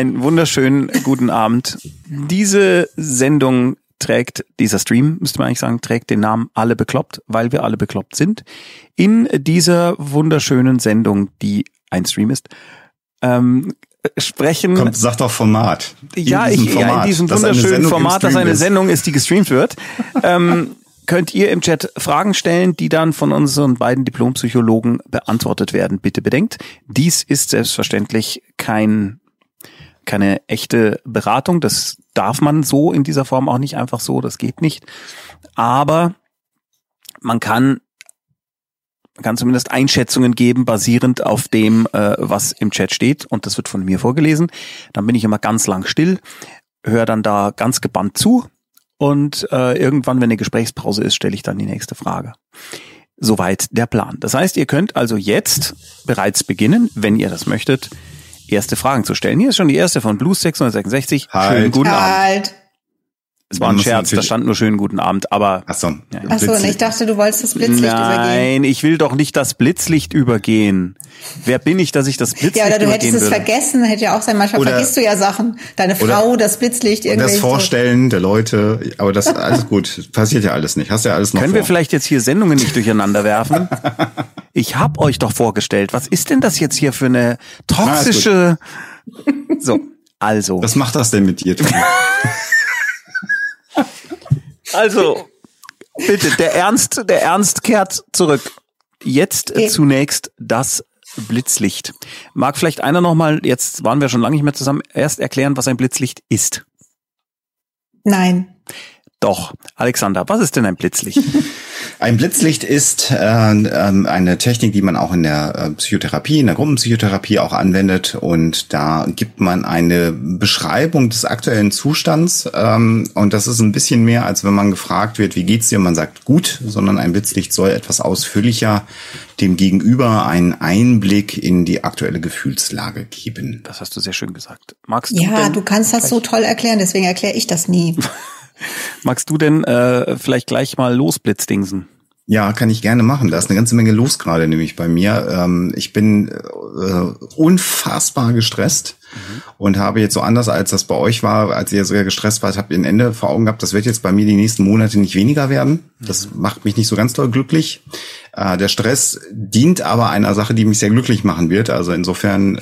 Einen wunderschönen guten Abend. Dieser Stream, müsste man eigentlich sagen, trägt den Namen Alle bekloppt, weil wir alle bekloppt sind. In dieser wunderschönen Sendung, die ein Stream ist, sprechen... Komm, sag doch Format. In diesem wunderschönen Format, dass eine Sendung ist, die gestreamt wird, könnt ihr im Chat Fragen stellen, die dann von unseren beiden Diplompsychologen beantwortet werden. Bitte bedenkt, dies ist selbstverständlich keine echte Beratung. Das darf man so in dieser Form auch nicht einfach so, das geht nicht. Aber man kann zumindest Einschätzungen geben, basierend auf dem, was im Chat steht. Und das wird von mir vorgelesen. Dann bin ich immer ganz lang still, höre dann da ganz gebannt zu. Und irgendwann, wenn eine Gesprächspause ist, stelle ich dann die nächste Frage. Soweit der Plan. Das heißt, ihr könnt also jetzt bereits beginnen, wenn ihr das möchtet, erste Fragen zu stellen. Hier ist schon die erste von Blues 666. Schönen guten Abend. Es war ein Scherz, da stand nur schönen guten Abend, aber... Achso, und ich dachte, du wolltest das Blitzlicht übergehen. Nein, ich will doch nicht das Blitzlicht übergehen. Wer bin ich, dass ich das Blitzlicht übergehen würde? Ja, oder du hättest es vergessen, hätte ja auch sein. Manchmal vergisst du ja Sachen. Deine Frau, das Blitzlicht, irgendwelche... Das Vorstellen der Leute, aber das alles gut. Passiert ja alles nicht. Hast ja alles noch Können wir vielleicht jetzt hier Sendungen nicht durcheinander werfen? Ich hab euch doch vorgestellt. Was ist denn das jetzt hier für eine toxische... So, also... Was macht das denn mit dir, Tobi? Also, bitte, der Ernst kehrt zurück. Jetzt zunächst das Blitzlicht. Mag vielleicht einer nochmal, jetzt waren wir schon lange nicht mehr zusammen, erst erklären, was ein Blitzlicht ist? Nein. Doch. Alexander, was ist denn ein Blitzlicht? Ein Blitzlicht ist eine Technik, die man auch in der Psychotherapie, in der Gruppenpsychotherapie auch anwendet. Und da gibt man eine Beschreibung des aktuellen Zustands. Und das ist ein bisschen mehr, als wenn man gefragt wird, wie geht's dir? Und man sagt gut, sondern ein Blitzlicht soll etwas ausführlicher dem Gegenüber einen Einblick in die aktuelle Gefühlslage geben. Das hast du sehr schön gesagt. Magst du Ja, du kannst das so toll erklären, deswegen erkläre ich das nie. Magst du denn vielleicht gleich mal losblitzdingsen? Ja, kann ich gerne machen. Da ist eine ganze Menge los gerade nämlich bei mir. Ich bin unfassbar gestresst und habe jetzt so anders, als das bei euch war, als ihr sogar gestresst wart, habt ihr ein Ende vor Augen gehabt. Das wird jetzt bei mir die nächsten Monate nicht weniger werden. Das macht mich nicht so ganz doll glücklich. Der Stress dient aber einer Sache, die mich sehr glücklich machen wird. Also insofern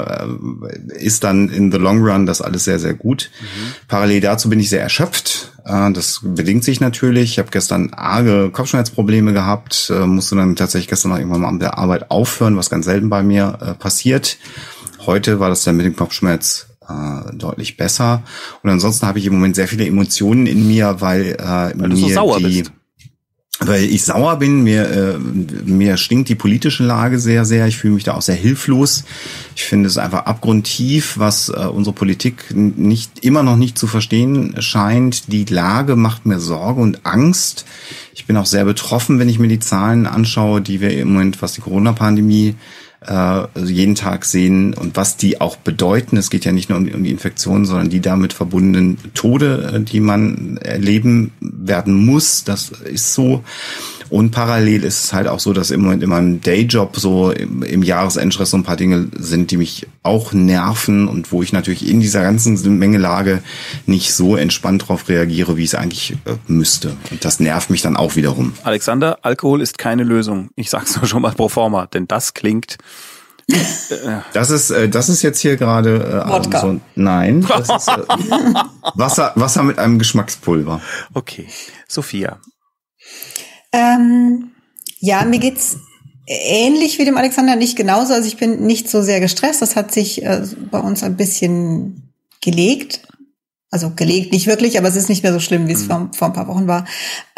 ist dann in the long run das alles sehr, sehr gut. Parallel dazu bin ich sehr erschöpft. Das bedingt sich natürlich. Ich habe gestern arge Kopfschmerzprobleme gehabt, musste dann tatsächlich gestern noch irgendwann mal an der Arbeit aufhören, was ganz selten bei mir passiert. Heute war das dann mit dem Kopfschmerz deutlich besser. Und ansonsten habe ich im Moment sehr viele Emotionen in mir, weil du so sauer bist. Weil ich sauer bin, mir stinkt die politische Lage sehr, sehr. Ich fühle mich da auch sehr hilflos. Ich finde es einfach abgrundtief, was unsere Politik immer noch nicht zu verstehen scheint. Die Lage macht mir Sorge und Angst. Ich bin auch sehr betroffen, wenn ich mir die Zahlen anschaue, die wir im Moment, was die Corona-Pandemie jeden Tag sehen und was die auch bedeuten. Es geht ja nicht nur um die Infektionen, sondern die damit verbundenen Tode, die man erleben werden muss. Das ist so. Und parallel ist es halt auch so, dass im Moment in meinem Dayjob so im Jahresendstress so ein paar Dinge sind, die mich auch nerven und wo ich natürlich in dieser ganzen Mengelage nicht so entspannt drauf reagiere, wie ich es eigentlich müsste. Und das nervt mich dann auch wiederum. Alexander, Alkohol ist keine Lösung. Ich sag's nur schon mal pro forma, denn das klingt... Das ist jetzt hier gerade so, nein, das ist Wasser mit einem Geschmackspulver. Okay, Sophia. Ja, mir geht's ähnlich wie dem Alexander, nicht genauso. Also ich bin nicht so sehr gestresst. Das hat sich bei uns ein bisschen gelegt. Also gelegt nicht wirklich, aber es ist nicht mehr so schlimm, wie es vor ein paar Wochen war.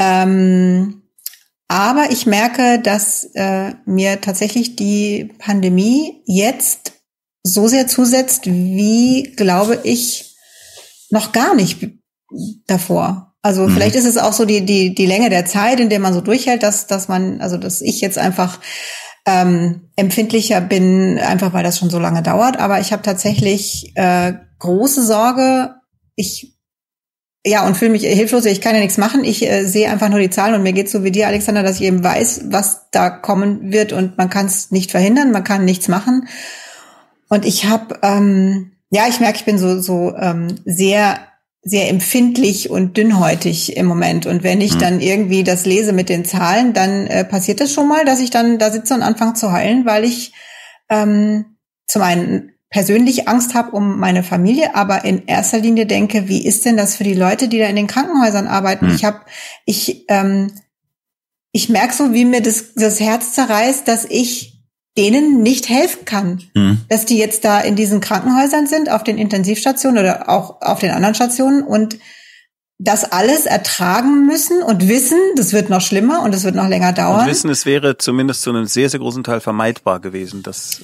Aber ich merke, dass mir tatsächlich die Pandemie jetzt so sehr zusetzt, wie, glaube ich, noch gar nicht davor. Also vielleicht ist es auch so die Länge der Zeit, in der man so durchhält, dass ich jetzt einfach empfindlicher bin, einfach weil das schon so lange dauert. Aber ich habe tatsächlich große Sorge. Und fühle mich hilflos. Ich kann ja nichts machen. Ich sehe einfach nur die Zahlen und mir geht's so wie dir, Alexander, dass ich eben weiß, was da kommen wird und man kann es nicht verhindern, man kann nichts machen. Und ich habe Ja, ich merke, ich bin so sehr, sehr empfindlich und dünnhäutig im Moment. Und wenn ich dann irgendwie das lese mit den Zahlen, dann passiert es schon mal, dass ich dann da sitze und anfange zu heulen, weil ich zum einen persönlich Angst habe um meine Familie, aber in erster Linie denke, wie ist denn das für die Leute, die da in den Krankenhäusern arbeiten? Ich merke so, wie mir das Herz zerreißt, dass ich denen nicht helfen kann. Dass die jetzt da in diesen Krankenhäusern sind, auf den Intensivstationen oder auch auf den anderen Stationen und das alles ertragen müssen und wissen, das wird noch schlimmer und es wird noch länger dauern. Und wissen, es wäre zumindest zu einem sehr, sehr großen Teil vermeidbar gewesen. Das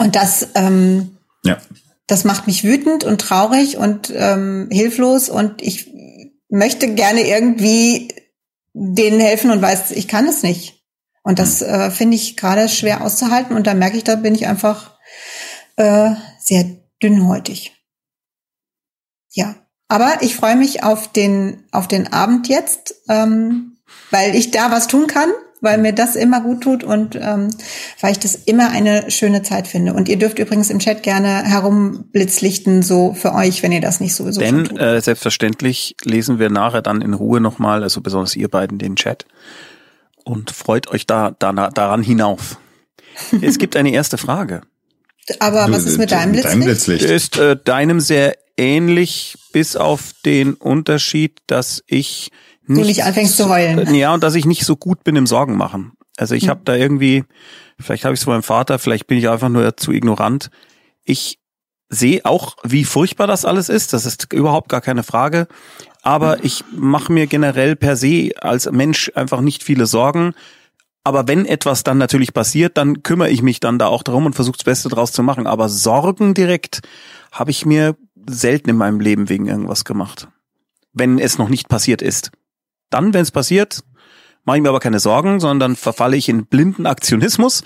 macht mich wütend und traurig und hilflos und ich möchte gerne irgendwie denen helfen und weiß, ich kann es nicht. Und das finde ich gerade schwer auszuhalten und da merke ich, da bin ich einfach sehr dünnhäutig. Ja, aber ich freue mich auf den Abend jetzt, weil ich da was tun kann, weil mir das immer gut tut und weil ich das immer eine schöne Zeit finde. Und ihr dürft übrigens im Chat gerne herumblitzlichten, so für euch, wenn ihr das nicht sowieso schon tut. Denn selbstverständlich lesen wir nachher dann in Ruhe nochmal, also besonders ihr beiden, den Chat. Und freut euch daran hinauf. Es gibt eine erste Frage. Aber was ist mit deinem Blitzlicht? Ist deinem sehr ähnlich, bis auf den Unterschied, dass ich nicht anfängst zu heulen. Ja, und dass ich nicht so gut bin im Sorgen machen. Also ich habe da irgendwie, vielleicht habe ich es von meinem Vater, vielleicht bin ich einfach nur zu ignorant. Ich sehe auch, wie furchtbar das alles ist. Das ist überhaupt gar keine Frage. Aber ich mache mir generell per se als Mensch einfach nicht viele Sorgen. Aber wenn etwas dann natürlich passiert, dann kümmere ich mich dann da auch darum und versuche das Beste draus zu machen. Aber Sorgen direkt habe ich mir selten in meinem Leben wegen irgendwas gemacht. Wenn es noch nicht passiert ist. Dann, wenn es passiert, mache ich mir aber keine Sorgen, sondern verfalle ich in blinden Aktionismus.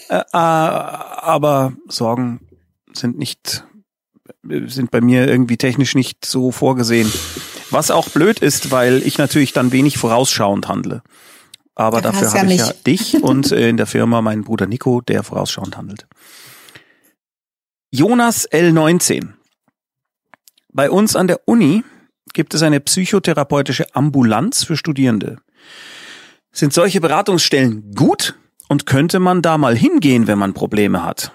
Aber Sorgen sind bei mir irgendwie technisch nicht so vorgesehen. Was auch blöd ist, weil ich natürlich dann wenig vorausschauend handle. Aber dafür habe ich ja dich und in der Firma meinen Bruder Nico, der vorausschauend handelt. Jonas L19. Bei uns an der Uni gibt es eine psychotherapeutische Ambulanz für Studierende. Sind solche Beratungsstellen gut und könnte man da mal hingehen, wenn man Probleme hat?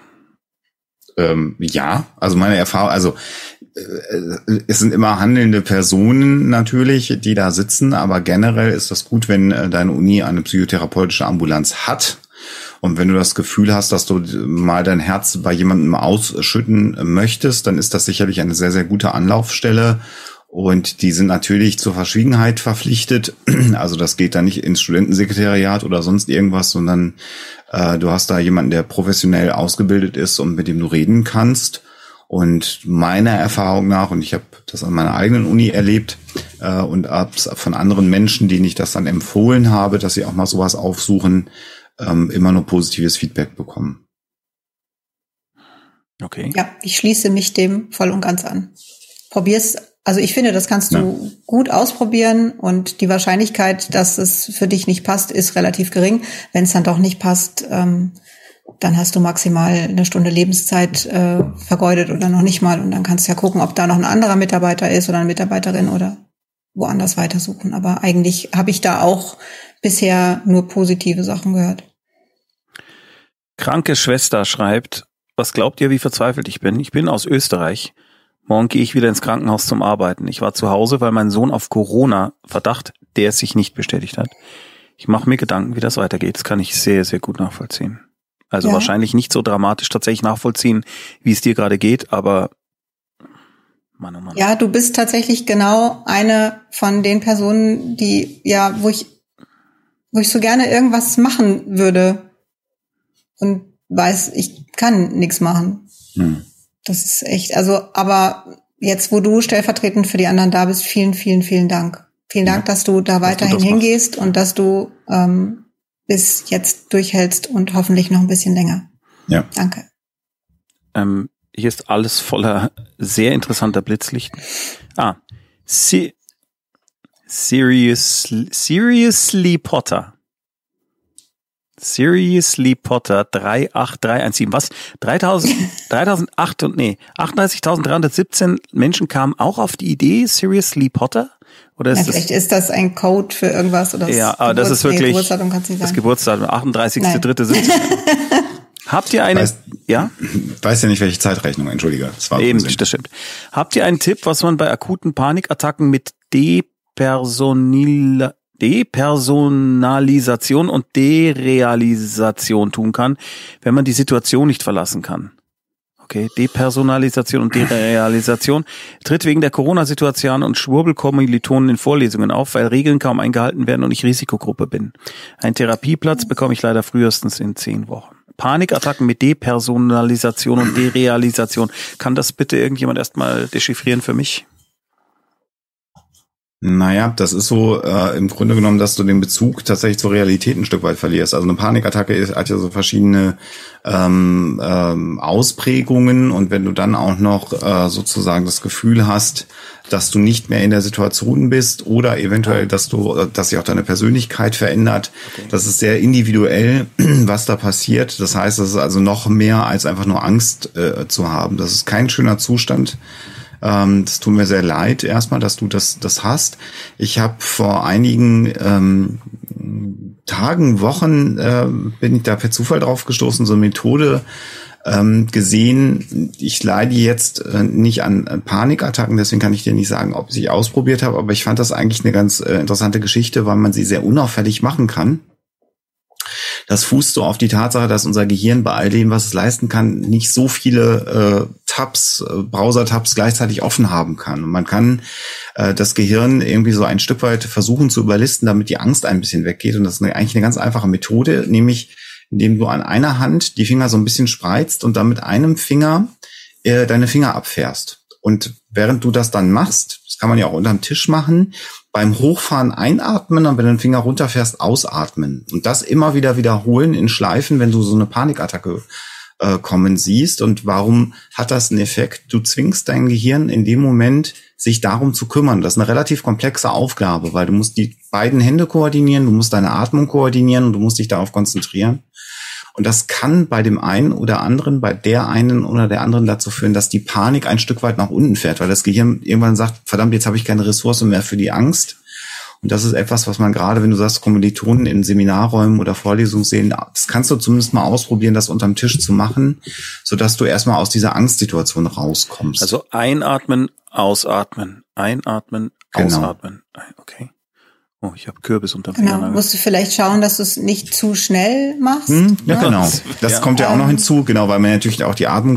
Ja, also meine Erfahrung, es sind immer handelnde Personen natürlich, die da sitzen, aber generell ist das gut, wenn deine Uni eine psychotherapeutische Ambulanz hat. Und wenn du das Gefühl hast, dass du mal dein Herz bei jemandem ausschütten möchtest, dann ist das sicherlich eine sehr, sehr gute Anlaufstelle. Und die sind natürlich zur Verschwiegenheit verpflichtet. Also das geht dann nicht ins Studentensekretariat oder sonst irgendwas, sondern du hast da jemanden, der professionell ausgebildet ist und mit dem du reden kannst. Und meiner Erfahrung nach, und ich habe das an meiner eigenen Uni erlebt und von anderen Menschen, denen ich das dann empfohlen habe, dass sie auch mal sowas aufsuchen, immer nur positives Feedback bekommen. Okay. Ja, ich schließe mich dem voll und ganz an. Probier's. Also ich finde, das kannst du gut ausprobieren und die Wahrscheinlichkeit, dass es für dich nicht passt, ist relativ gering. Wenn es dann doch nicht passt, dann hast du maximal eine Stunde Lebenszeit vergeudet oder noch nicht mal. Und dann kannst du ja gucken, ob da noch ein anderer Mitarbeiter ist oder eine Mitarbeiterin oder woanders weitersuchen. Aber eigentlich habe ich da auch bisher nur positive Sachen gehört. Kranke Schwester schreibt, was glaubt ihr, wie verzweifelt ich bin? Ich bin aus Österreich. Morgen gehe ich wieder ins Krankenhaus zum Arbeiten. Ich war zu Hause, weil mein Sohn auf Corona-Verdacht, der es sich nicht bestätigt hat. Ich mache mir Gedanken, wie das weitergeht. Das kann ich sehr, sehr gut nachvollziehen. Also wahrscheinlich nicht so dramatisch tatsächlich nachvollziehen, wie es dir gerade geht, aber Mann, oh Mann. Ja, du bist tatsächlich genau eine von den Personen, die, wo ich so gerne irgendwas machen würde und weiß, ich kann nichts machen. Das ist echt, aber jetzt, wo du stellvertretend für die anderen da bist, vielen, vielen, vielen Dank. Vielen Dank, dass du da weiterhin hingehst und dass du bis jetzt durchhältst und hoffentlich noch ein bisschen länger. Ja. Danke. Hier ist alles voller sehr interessanter Blitzlichten. Seriously Potter. Seriously Potter 38317. Was? 38.317 Menschen kamen auch auf die Idee Seriously Potter? Oder ist vielleicht ist das ein Code für irgendwas oder ja, aber das ist wirklich Geburtsdatum kann's nicht sein. Das Geburtsdatum 38.3.17. Habt ihr einen Weiß ja nicht, welche Zeitrechnung, entschuldige. Das war eben, das stimmt. Habt ihr einen Tipp, was man bei akuten Panikattacken mit Depersonalisation und Derealisation tun kann, wenn man die Situation nicht verlassen kann? Okay, Depersonalisation und Derealisation tritt wegen der Corona-Situation und Schwurbelkommilitonen in Vorlesungen auf, weil Regeln kaum eingehalten werden und ich Risikogruppe bin. Einen Therapieplatz bekomme ich leider frühestens in 10 Wochen. Panikattacken mit Depersonalisation und Derealisation. Kann das bitte irgendjemand erstmal dechiffrieren für mich? Naja, das ist so im Grunde genommen, dass du den Bezug tatsächlich zur Realität ein Stück weit verlierst. Also eine Panikattacke hat ja so verschiedene Ausprägungen und wenn du dann auch noch sozusagen das Gefühl hast, dass du nicht mehr in der Situation bist oder eventuell, dass sich auch deine Persönlichkeit verändert, das ist sehr individuell, was da passiert. Das heißt, das ist also noch mehr als einfach nur Angst zu haben. Das ist kein schöner Zustand. Das tut mir sehr leid erstmal, dass du das hast. Ich habe vor einigen Tagen, Wochen bin ich da per Zufall drauf gestoßen, so eine Methode gesehen. Ich leide jetzt nicht an Panikattacken, deswegen kann ich dir nicht sagen, ob ich sie ausprobiert habe, aber ich fand das eigentlich eine ganz interessante Geschichte, weil man sie sehr unauffällig machen kann. Das fußt so auf die Tatsache, dass unser Gehirn bei all dem, was es leisten kann, nicht so viele Browser-Tabs gleichzeitig offen haben kann. Und man kann das Gehirn irgendwie so ein Stück weit versuchen zu überlisten, damit die Angst ein bisschen weggeht. Und das ist eigentlich eine ganz einfache Methode, nämlich indem du an einer Hand die Finger so ein bisschen spreizt und dann mit einem Finger deine Finger abfährst. Und während du das dann machst, das kann man ja auch unterm Tisch machen, beim Hochfahren einatmen und wenn du den Finger runterfährst, ausatmen. Und das immer wieder wiederholen in Schleifen, wenn du so eine Panikattacke kommen siehst. Und warum hat das einen Effekt? Du zwingst dein Gehirn in dem Moment, sich darum zu kümmern. Das ist eine relativ komplexe Aufgabe, weil du musst die beiden Hände koordinieren, du musst deine Atmung koordinieren und du musst dich darauf konzentrieren. Und das kann bei dem einen oder anderen, bei der einen oder der anderen dazu führen, dass die Panik ein Stück weit nach unten fährt, weil das Gehirn irgendwann sagt, verdammt, jetzt habe ich keine Ressource mehr für die Angst. Und das ist etwas, was man gerade, wenn du sagst, Kommilitonen in Seminarräumen oder Vorlesungssälen, das kannst du zumindest mal ausprobieren, das unterm Tisch zu machen, sodass du erstmal aus dieser Angstsituation rauskommst. Also einatmen, ausatmen, einatmen, ausatmen. Okay. Oh, ich habe Kürbis unterm Finger. Genau, musst du vielleicht schauen, dass du es nicht zu schnell machst. Ja, genau. Das kommt ja auch noch hinzu, genau, weil man natürlich auch die Atmung,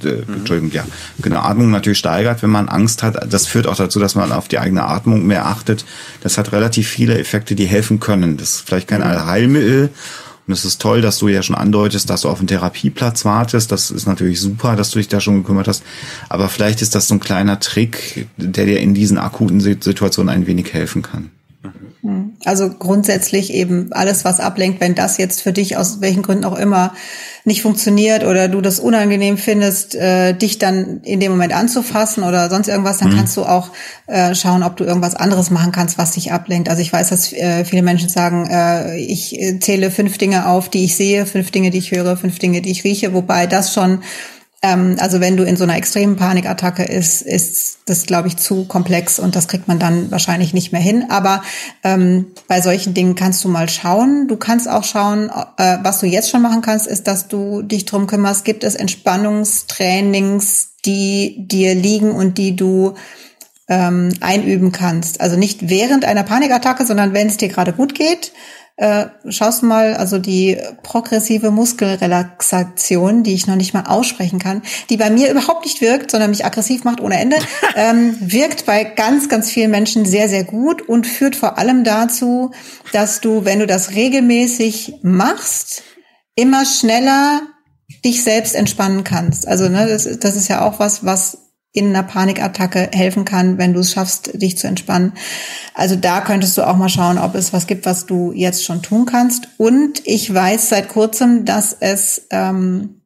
Atmung natürlich steigert, wenn man Angst hat. Das führt auch dazu, dass man auf die eigene Atmung mehr achtet. Das hat relativ viele Effekte, die helfen können. Das ist vielleicht kein Allheilmittel. Und es ist toll, dass du ja schon andeutest, dass du auf einen Therapieplatz wartest. Das ist natürlich super, dass du dich da schon gekümmert hast. Aber vielleicht ist das so ein kleiner Trick, der dir in diesen akuten Situationen ein wenig helfen kann. Also grundsätzlich eben alles, was ablenkt, wenn das jetzt für dich aus welchen Gründen auch immer nicht funktioniert oder du das unangenehm findest, dich dann in dem Moment anzufassen oder sonst irgendwas, dann kannst du auch schauen, ob du irgendwas anderes machen kannst, was dich ablenkt. Also ich weiß, dass viele Menschen sagen, ich zähle 5 Dinge auf, die ich sehe, 5 Dinge, die ich höre, 5 Dinge, die ich rieche, wobei das schon also wenn du in so einer extremen Panikattacke ist das, glaube ich, zu komplex und das kriegt man dann wahrscheinlich nicht mehr hin. Aber bei solchen Dingen kannst du mal schauen. Du kannst auch schauen, was du jetzt schon machen kannst, ist, dass du dich drum kümmerst. Gibt es Entspannungstrainings, die dir liegen und die du einüben kannst? Also nicht während einer Panikattacke, sondern wenn es dir gerade gut geht. Schaust mal, also die progressive Muskelrelaxation, die ich noch nicht mal aussprechen kann, die bei mir überhaupt nicht wirkt, sondern mich aggressiv macht ohne Ende, wirkt bei ganz, ganz vielen Menschen sehr, sehr gut und führt vor allem dazu, dass du, wenn du das regelmäßig machst, immer schneller dich selbst entspannen kannst. Also das ist ja auch was in einer Panikattacke helfen kann, wenn du es schaffst, dich zu entspannen. Also da könntest du auch mal schauen, ob es was gibt, was du jetzt schon tun kannst. Und ich weiß seit kurzem, dass es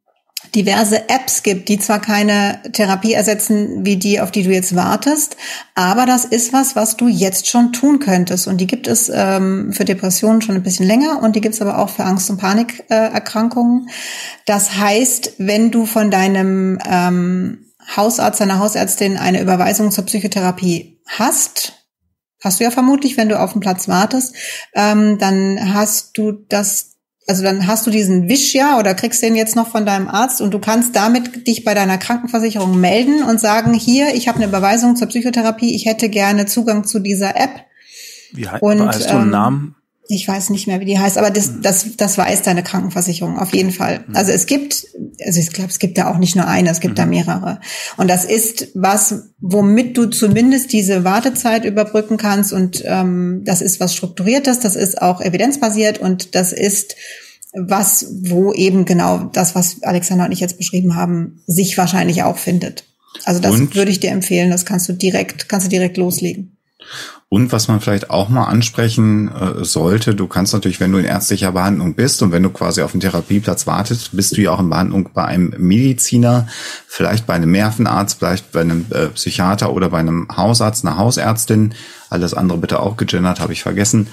diverse Apps gibt, die zwar keine Therapie ersetzen, wie die, auf die du jetzt wartest, aber das ist was du jetzt schon tun könntest. Und die gibt es für Depressionen schon ein bisschen länger und die gibt es aber auch für Angst- und Panikerkrankungen. Das heißt, wenn du von deinem Hausarzt, deiner Hausärztin eine Überweisung zur Psychotherapie hast du ja vermutlich, wenn du auf dem Platz wartest, dann hast du diesen Wisch ja oder kriegst den jetzt noch von deinem Arzt und du kannst damit dich bei deiner Krankenversicherung melden und sagen, hier, ich habe eine Überweisung zur Psychotherapie, ich hätte gerne Zugang zu dieser App. Wie heißt du einen Namen? Ich weiß nicht mehr, wie die heißt, aber das weiß deine Krankenversicherung auf jeden Fall. Also ich glaube, es gibt da auch nicht nur eine, es gibt da mehrere. Und das ist was, womit du zumindest diese Wartezeit überbrücken kannst und das ist was Strukturiertes, das ist auch evidenzbasiert und das ist wo eben genau das, was Alexander und ich jetzt beschrieben haben, sich wahrscheinlich auch findet. Also das würde ich dir empfehlen, das kannst du direkt loslegen. Und was man vielleicht auch mal ansprechen sollte, du kannst natürlich, wenn du in ärztlicher Behandlung bist und wenn du quasi auf den Therapieplatz wartest, bist du ja auch in Behandlung bei einem Mediziner, vielleicht bei einem Nervenarzt, vielleicht bei einem Psychiater oder bei einem Hausarzt, einer Hausärztin, alles andere bitte auch gegendert, habe ich vergessen.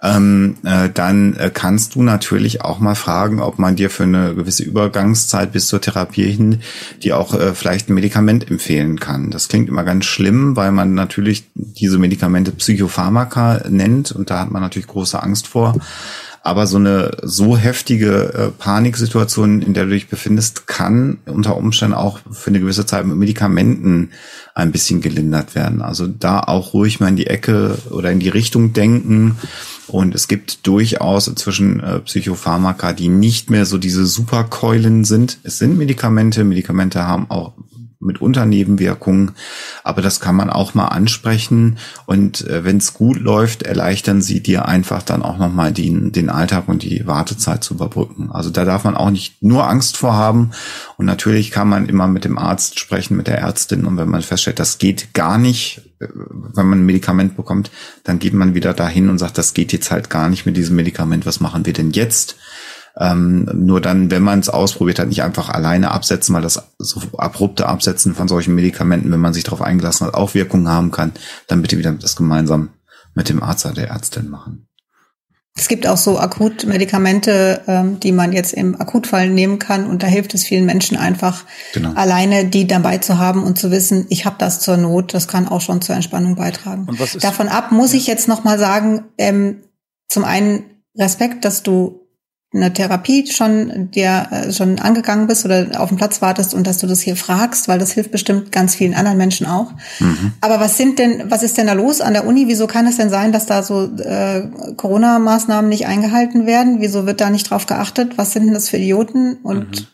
Dann kannst du natürlich auch mal fragen, ob man dir für eine gewisse Übergangszeit bis zur Therapie hin dir auch vielleicht ein Medikament empfehlen kann. Das klingt immer ganz schlimm, weil man natürlich diese Medikamente Psychopharmaka nennt und da hat man natürlich große Angst vor. Aber so heftige Paniksituation, in der du dich befindest, kann unter Umständen auch für eine gewisse Zeit mit Medikamenten ein bisschen gelindert werden. Also da auch ruhig mal in die Ecke oder in die Richtung denken. Und es gibt durchaus inzwischen Psychopharmaka, die nicht mehr so diese Superkeulen sind. Es sind Medikamente. Medikamente haben auch mitunter Nebenwirkungen, aber das kann man auch mal ansprechen und wenn es gut läuft, erleichtern sie dir einfach dann auch nochmal den Alltag und die Wartezeit zu überbrücken. Also da darf man auch nicht nur Angst vor haben und natürlich kann man immer mit dem Arzt sprechen, mit der Ärztin und wenn man feststellt, das geht gar nicht, wenn man ein Medikament bekommt, dann geht man wieder dahin und sagt, das geht jetzt halt gar nicht mit diesem Medikament, was machen wir denn jetzt? Nur dann, wenn man es ausprobiert hat, nicht einfach alleine absetzen, weil das so abrupte Absetzen von solchen Medikamenten, wenn man sich darauf eingelassen hat, auch Wirkungen haben kann, dann bitte wieder das gemeinsam mit dem Arzt oder der Ärztin machen. Es gibt auch so Akutmedikamente, die man jetzt im Akutfall nehmen kann und da hilft es vielen Menschen einfach, alleine die dabei zu haben und zu wissen, ich habe das zur Not, das kann auch schon zur Entspannung beitragen. Und davon ab muss ich jetzt noch mal sagen, zum einen Respekt, dass du eine Therapie schon angegangen bist oder auf dem Platz wartest und dass du das hier fragst, weil das hilft bestimmt ganz vielen anderen Menschen auch. Mhm. Aber was ist denn da los an der Uni? Wieso kann es denn sein, dass da so Corona-Maßnahmen nicht eingehalten werden? Wieso wird da nicht drauf geachtet? Was sind denn das für Idioten? Und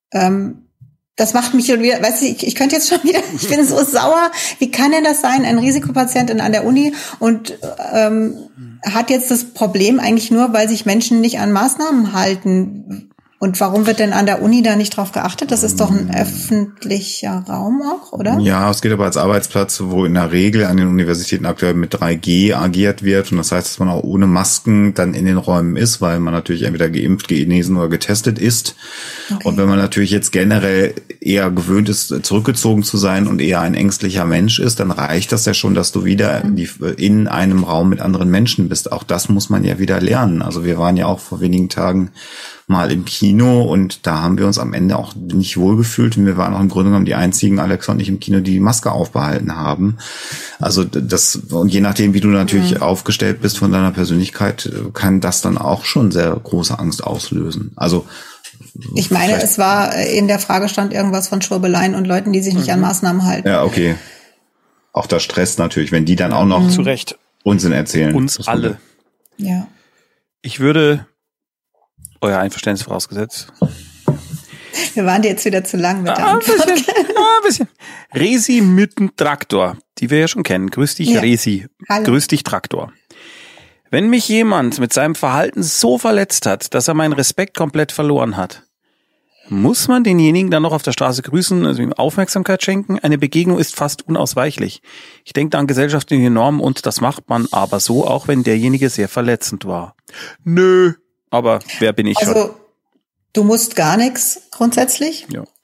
das macht mich schon wieder, weißt du, ich könnte jetzt schon wieder, ich bin so sauer. Wie kann denn das sein? Ein Risikopatient an der Uni und hat jetzt das Problem eigentlich nur, weil sich Menschen nicht an Maßnahmen halten. Und warum wird denn an der Uni da nicht drauf geachtet? Das ist doch ein öffentlicher Raum auch, oder? Ja, es geht aber als Arbeitsplatz, wo in der Regel an den Universitäten aktuell mit 3G agiert wird. Und das heißt, dass man auch ohne Masken dann in den Räumen ist, weil man natürlich entweder geimpft, genesen oder getestet ist. Okay. Und wenn man natürlich jetzt generell eher gewöhnt ist, zurückgezogen zu sein und eher ein ängstlicher Mensch ist, dann reicht das ja schon, dass du wieder in einem Raum mit anderen Menschen bist. Auch das muss man ja wieder lernen. Also wir waren ja auch vor wenigen Tagen mal im Kino und da haben wir uns am Ende auch nicht wohlgefühlt und wir waren auch im Grunde genommen die einzigen, Alex und ich, im Kino, die Maske aufbehalten haben. Also und je nachdem, wie du natürlich aufgestellt bist von deiner Persönlichkeit, kann das dann auch schon sehr große Angst auslösen. Also ich meine, es war in der Frage stand irgendwas von Schwurbeleien und Leuten, die sich nicht an Maßnahmen halten. Ja, okay. Auch das stresst natürlich, wenn die dann auch noch zu Recht Unsinn erzählen. Uns alle. Ja. Ich würde euer Einverständnis vorausgesetzt. Wir waren jetzt wieder zu lang mit der Antwort. Ein bisschen. Resi mit dem Traktor, die wir ja schon kennen. Grüß dich, Resi. Hallo. Grüß dich, Traktor. Wenn mich jemand mit seinem Verhalten so verletzt hat, dass er meinen Respekt komplett verloren hat, muss man denjenigen dann noch auf der Straße grüßen, also ihm Aufmerksamkeit schenken? Eine Begegnung ist fast unausweichlich. Ich denke da an gesellschaftliche Normen und das macht man aber so, auch wenn derjenige sehr verletzend war. Nö. Aber wer bin ich schon? Also du musst gar nichts grundsätzlich. Ja.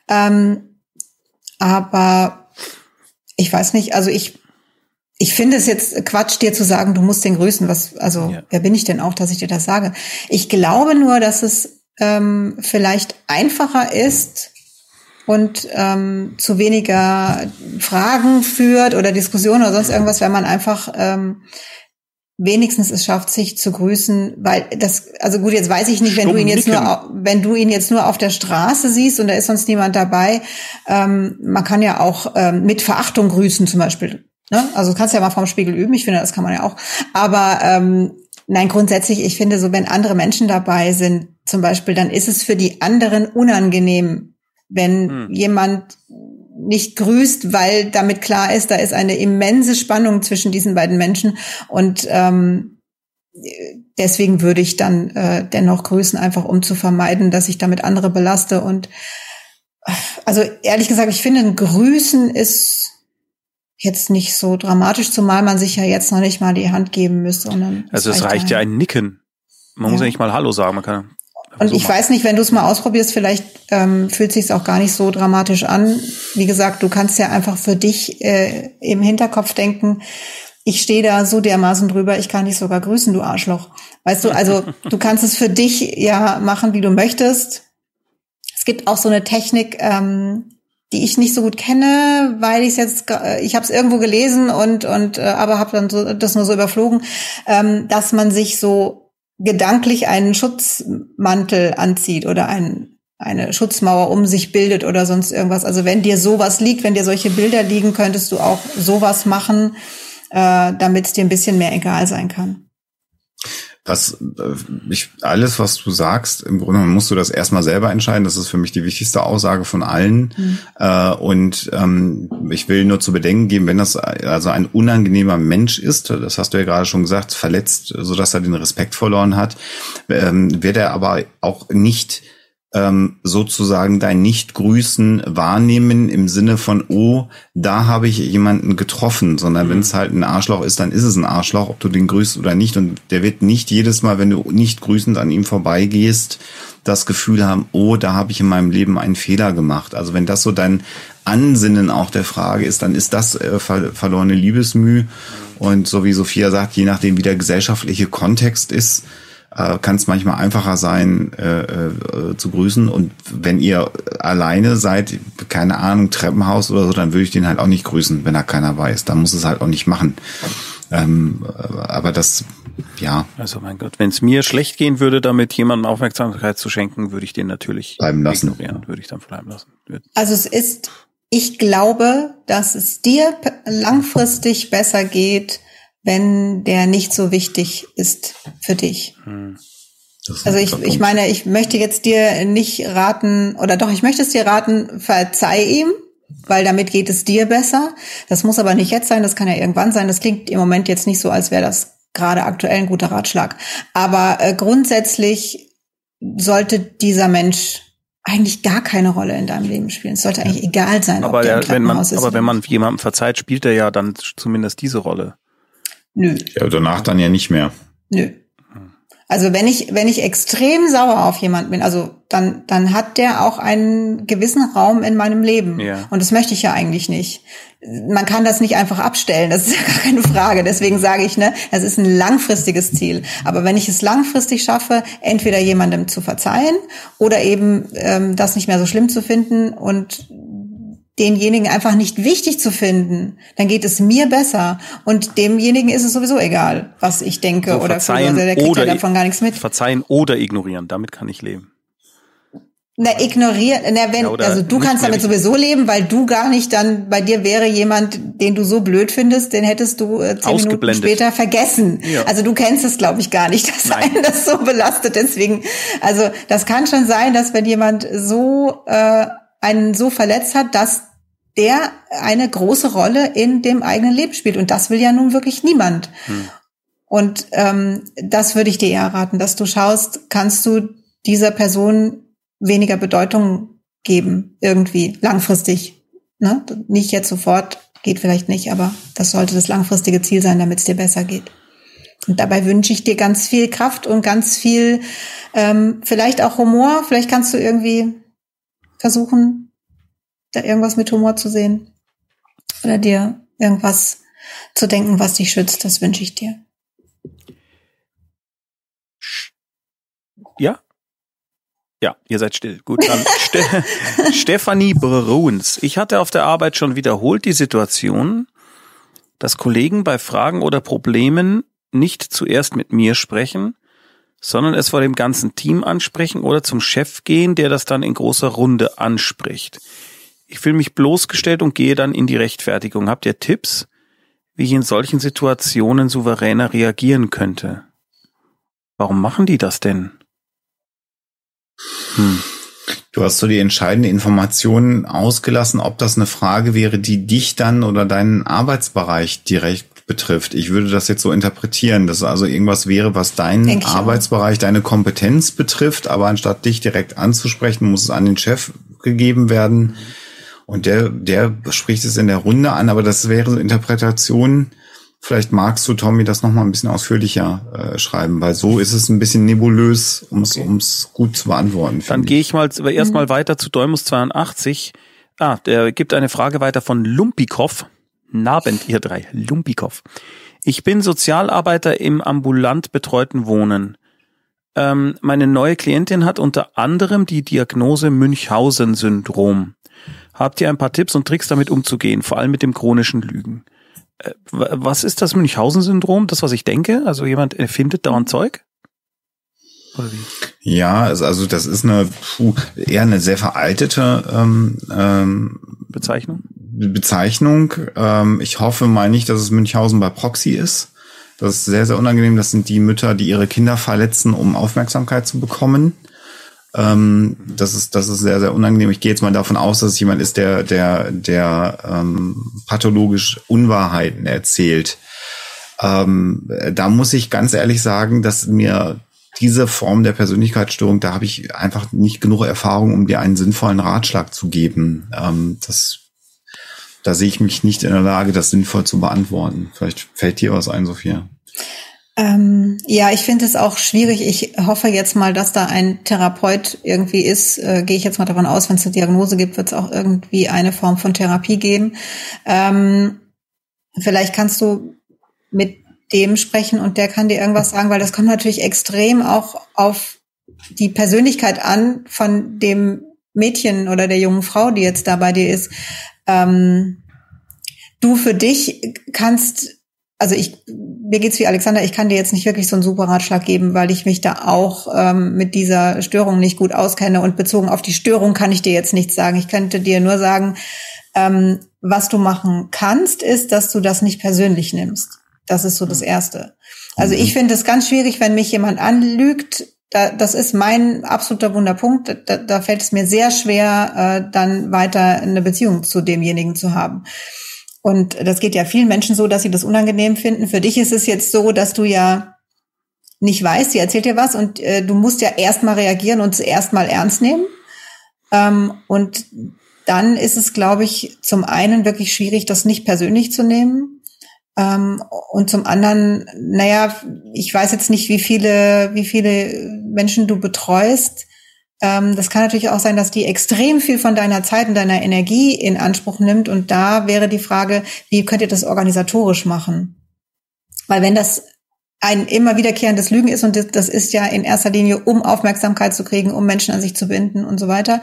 Aber ich weiß nicht, also ich finde es jetzt Quatsch, dir zu sagen, du musst den grüßen. Wer bin ich denn auch, dass ich dir das sage? Ich glaube nur, dass es vielleicht einfacher ist und zu weniger Fragen führt oder Diskussionen oder sonst irgendwas, wenn man einfach wenigstens es schafft, sich zu grüßen, weil also gut, jetzt weiß ich nicht, wenn du ihn jetzt nur auf der Straße siehst und da ist sonst niemand dabei, man kann ja auch mit Verachtung grüßen zum Beispiel, ne? Also du kannst ja mal vorm Spiegel üben, ich finde, das kann man ja auch, aber nein, grundsätzlich, ich finde so, wenn andere Menschen dabei sind, zum Beispiel, dann ist es für die anderen unangenehm, wenn jemand nicht grüßt, weil damit klar ist, da ist eine immense Spannung zwischen diesen beiden Menschen und deswegen würde ich dann dennoch grüßen, einfach um zu vermeiden, dass ich damit andere belaste und also ehrlich gesagt, ich finde, ein Grüßen ist jetzt nicht so dramatisch, zumal man sich ja jetzt noch nicht mal die Hand geben müsste. Also es reicht ja ein Nicken. Man muss ja nicht mal Hallo sagen, man kann. Und ich weiß nicht, wenn du es mal ausprobierst, vielleicht fühlt sich's auch gar nicht so dramatisch an. Wie gesagt, du kannst ja einfach für dich im Hinterkopf denken, ich stehe da so dermaßen drüber, ich kann dich sogar grüßen, du Arschloch. Weißt du, also du kannst es für dich ja machen, wie du möchtest. Es gibt auch so eine Technik, die ich nicht so gut kenne, weil ich habe es irgendwo gelesen aber habe dann das nur so überflogen, dass man sich so gedanklich einen Schutzmantel anzieht oder eine Schutzmauer um sich bildet oder sonst irgendwas. Also wenn dir sowas liegt, wenn dir solche Bilder liegen, könntest du auch sowas machen, damit es dir ein bisschen mehr egal sein kann. Alles, was du sagst, im Grunde musst du das erstmal selber entscheiden. Das ist für mich die wichtigste Aussage von allen. Ich will nur zu bedenken geben, wenn das also ein unangenehmer Mensch ist, das hast du ja gerade schon gesagt, verletzt, sodass er den Respekt verloren hat, wird er aber auch nicht sozusagen dein Nicht-Grüßen wahrnehmen im Sinne von, oh, da habe ich jemanden getroffen, sondern wenn es halt ein Arschloch ist, dann ist es ein Arschloch, ob du den grüßt oder nicht, und der wird nicht jedes Mal, wenn du nicht grüßend an ihm vorbeigehst, das Gefühl haben, oh, da habe ich in meinem Leben einen Fehler gemacht. Also wenn das so dein Ansinnen auch der Frage ist, dann ist das verlorene Liebesmüh, und so wie Sophia sagt, je nachdem wie der gesellschaftliche Kontext ist, kann es manchmal einfacher sein, zu grüßen. Und wenn ihr alleine seid, keine Ahnung, Treppenhaus oder so, dann würde ich den halt auch nicht grüßen, wenn da keiner weiß. Dann muss es halt auch nicht machen. Aber das, ja. Also mein Gott, wenn es mir schlecht gehen würde, damit jemandem Aufmerksamkeit zu schenken, würde ich den natürlich bleiben lassen. Ignorieren, würde ich dann bleiben lassen. Also ich glaube, dass es dir langfristig besser geht, wenn der nicht so wichtig ist für dich. Also ich meine, ich möchte jetzt dir nicht raten, oder doch, ich möchte es dir raten, verzeih ihm, weil damit geht es dir besser. Das muss aber nicht jetzt sein, das kann ja irgendwann sein. Das klingt im Moment jetzt nicht so, als wäre das gerade aktuell ein guter Ratschlag. Aber grundsätzlich sollte dieser Mensch eigentlich gar keine Rolle in deinem Leben spielen. Es sollte eigentlich egal sein, ob der im Treppenhaus ist. Aber wenn man jemandem verzeiht, spielt er ja dann zumindest diese Rolle. Nö. Ja, danach dann ja nicht mehr. Nö. Also wenn ich extrem sauer auf jemanden bin, also dann hat der auch einen gewissen Raum in meinem Leben. Ja. Und das möchte ich ja eigentlich nicht. Man kann das nicht einfach abstellen, das ist ja gar keine Frage. Deswegen sage ich, das ist ein langfristiges Ziel. Aber wenn ich es langfristig schaffe, entweder jemandem zu verzeihen oder eben das nicht mehr so schlimm zu finden und denjenigen einfach nicht wichtig zu finden, dann geht es mir besser. Und demjenigen ist es sowieso egal, was ich denke so oder fühle. Der kriegt ja davon gar nichts mit. Verzeihen oder ignorieren, damit kann ich leben. Ignorieren, also du kannst damit sowieso leben, weil du gar nicht dann, bei dir wäre jemand, den du so blöd findest, den hättest du 10 Minuten später vergessen. Ja. Also du kennst es, glaube ich, gar nicht, dass einen das so belastet. Deswegen, also das kann schon sein, dass wenn jemand so einen so verletzt hat, dass der eine große Rolle in dem eigenen Leben spielt. Und das will ja nun wirklich niemand. Und das würde ich dir eher raten, dass du schaust, kannst du dieser Person weniger Bedeutung geben, irgendwie, langfristig. Ne? Nicht jetzt sofort, geht vielleicht nicht, aber das sollte das langfristige Ziel sein, damit es dir besser geht. Und dabei wünsche ich dir ganz viel Kraft und ganz viel, vielleicht auch Humor. Vielleicht kannst du irgendwie versuchen, da irgendwas mit Humor zu sehen oder dir irgendwas zu denken, was dich schützt. Das wünsche ich dir. Ja? Ja, ihr seid still. Gut, dann Stefanie Bruns. Ich hatte auf der Arbeit schon wiederholt die Situation, dass Kollegen bei Fragen oder Problemen nicht zuerst mit mir sprechen, sondern es vor dem ganzen Team ansprechen oder zum Chef gehen, der das dann in großer Runde anspricht. Ich fühle mich bloßgestellt und gehe dann in die Rechtfertigung. Habt ihr Tipps, wie ich in solchen Situationen souveräner reagieren könnte? Warum machen die das denn? Du hast so die entscheidende Information ausgelassen, ob das eine Frage wäre, die dich dann oder deinen Arbeitsbereich direkt betrifft. Ich würde das jetzt so interpretieren, dass also irgendwas wäre, was deinen Arbeitsbereich, deine Kompetenz betrifft, aber anstatt dich direkt anzusprechen, muss es an den Chef gegeben werden. Und der spricht es in der Runde an, aber das wäre so Interpretation. Vielleicht magst du, Tommy, das nochmal ein bisschen ausführlicher schreiben, weil so ist es ein bisschen nebulös, um es gut zu beantworten. Dann gehe ich mal erstmal weiter zu Däumus 82. Der gibt eine Frage weiter von Lumpikow. Nabend, ihr drei. Lumpikow. Ich bin Sozialarbeiter im ambulant betreuten Wohnen. Meine neue Klientin hat unter anderem die Diagnose Münchhausen-Syndrom. Habt ihr ein paar Tipps und Tricks, damit umzugehen, vor allem mit dem chronischen Lügen? Was ist das Münchhausen-Syndrom? Das, was ich denke? Also jemand erfindet dauernd Zeug? Oder wie? Ja, also das ist eher eine sehr veraltete Bezeichnung. Ich hoffe mal nicht, dass es Münchhausen bei Proxy ist. Das ist sehr, sehr unangenehm. Das sind die Mütter, die ihre Kinder verletzen, um Aufmerksamkeit zu bekommen. Das ist sehr, sehr unangenehm. Ich gehe jetzt mal davon aus, dass es jemand ist, der pathologisch Unwahrheiten erzählt. Da muss ich ganz ehrlich sagen, dass mir diese Form der Persönlichkeitsstörung, da habe ich einfach nicht genug Erfahrung, um dir einen sinnvollen Ratschlag zu geben. Da sehe ich mich nicht in der Lage, das sinnvoll zu beantworten. Vielleicht fällt dir was ein, Sophia. Ja, ich finde es auch schwierig. Ich hoffe jetzt mal, dass da ein Therapeut irgendwie ist. Gehe ich jetzt mal davon aus, wenn es eine Diagnose gibt, wird es auch irgendwie eine Form von Therapie geben. Vielleicht kannst du mit dem sprechen und der kann dir irgendwas sagen, weil das kommt natürlich extrem auch auf die Persönlichkeit an von dem Mädchen oder der jungen Frau, die jetzt da bei dir ist. Du für dich kannst, also mir geht's wie Alexander, ich kann dir jetzt nicht wirklich so einen super Ratschlag geben, weil ich mich da auch mit dieser Störung nicht gut auskenne und bezogen auf die Störung kann ich dir jetzt nichts sagen. Ich könnte dir nur sagen, was du machen kannst, ist, dass du das nicht persönlich nimmst. Das ist so das Erste. Also ich finde es ganz schwierig, wenn mich jemand anlügt. Das ist mein absoluter Wunderpunkt. Da fällt es mir sehr schwer, dann weiter eine Beziehung zu demjenigen zu haben. Und das geht ja vielen Menschen so, dass sie das unangenehm finden. Für dich ist es jetzt so, dass du ja nicht weißt, sie erzählt dir was und du musst ja erstmal reagieren und es erstmal ernst nehmen. Und dann ist es, glaube ich, zum einen wirklich schwierig, das nicht persönlich zu nehmen. Und zum anderen, ich weiß jetzt nicht, wie viele Menschen du betreust. Das kann natürlich auch sein, dass die extrem viel von deiner Zeit und deiner Energie in Anspruch nimmt. Und da wäre die Frage, wie könnt ihr das organisatorisch machen? Weil wenn das ein immer wiederkehrendes Lügen ist, und das ist ja in erster Linie, um Aufmerksamkeit zu kriegen, um Menschen an sich zu binden und so weiter,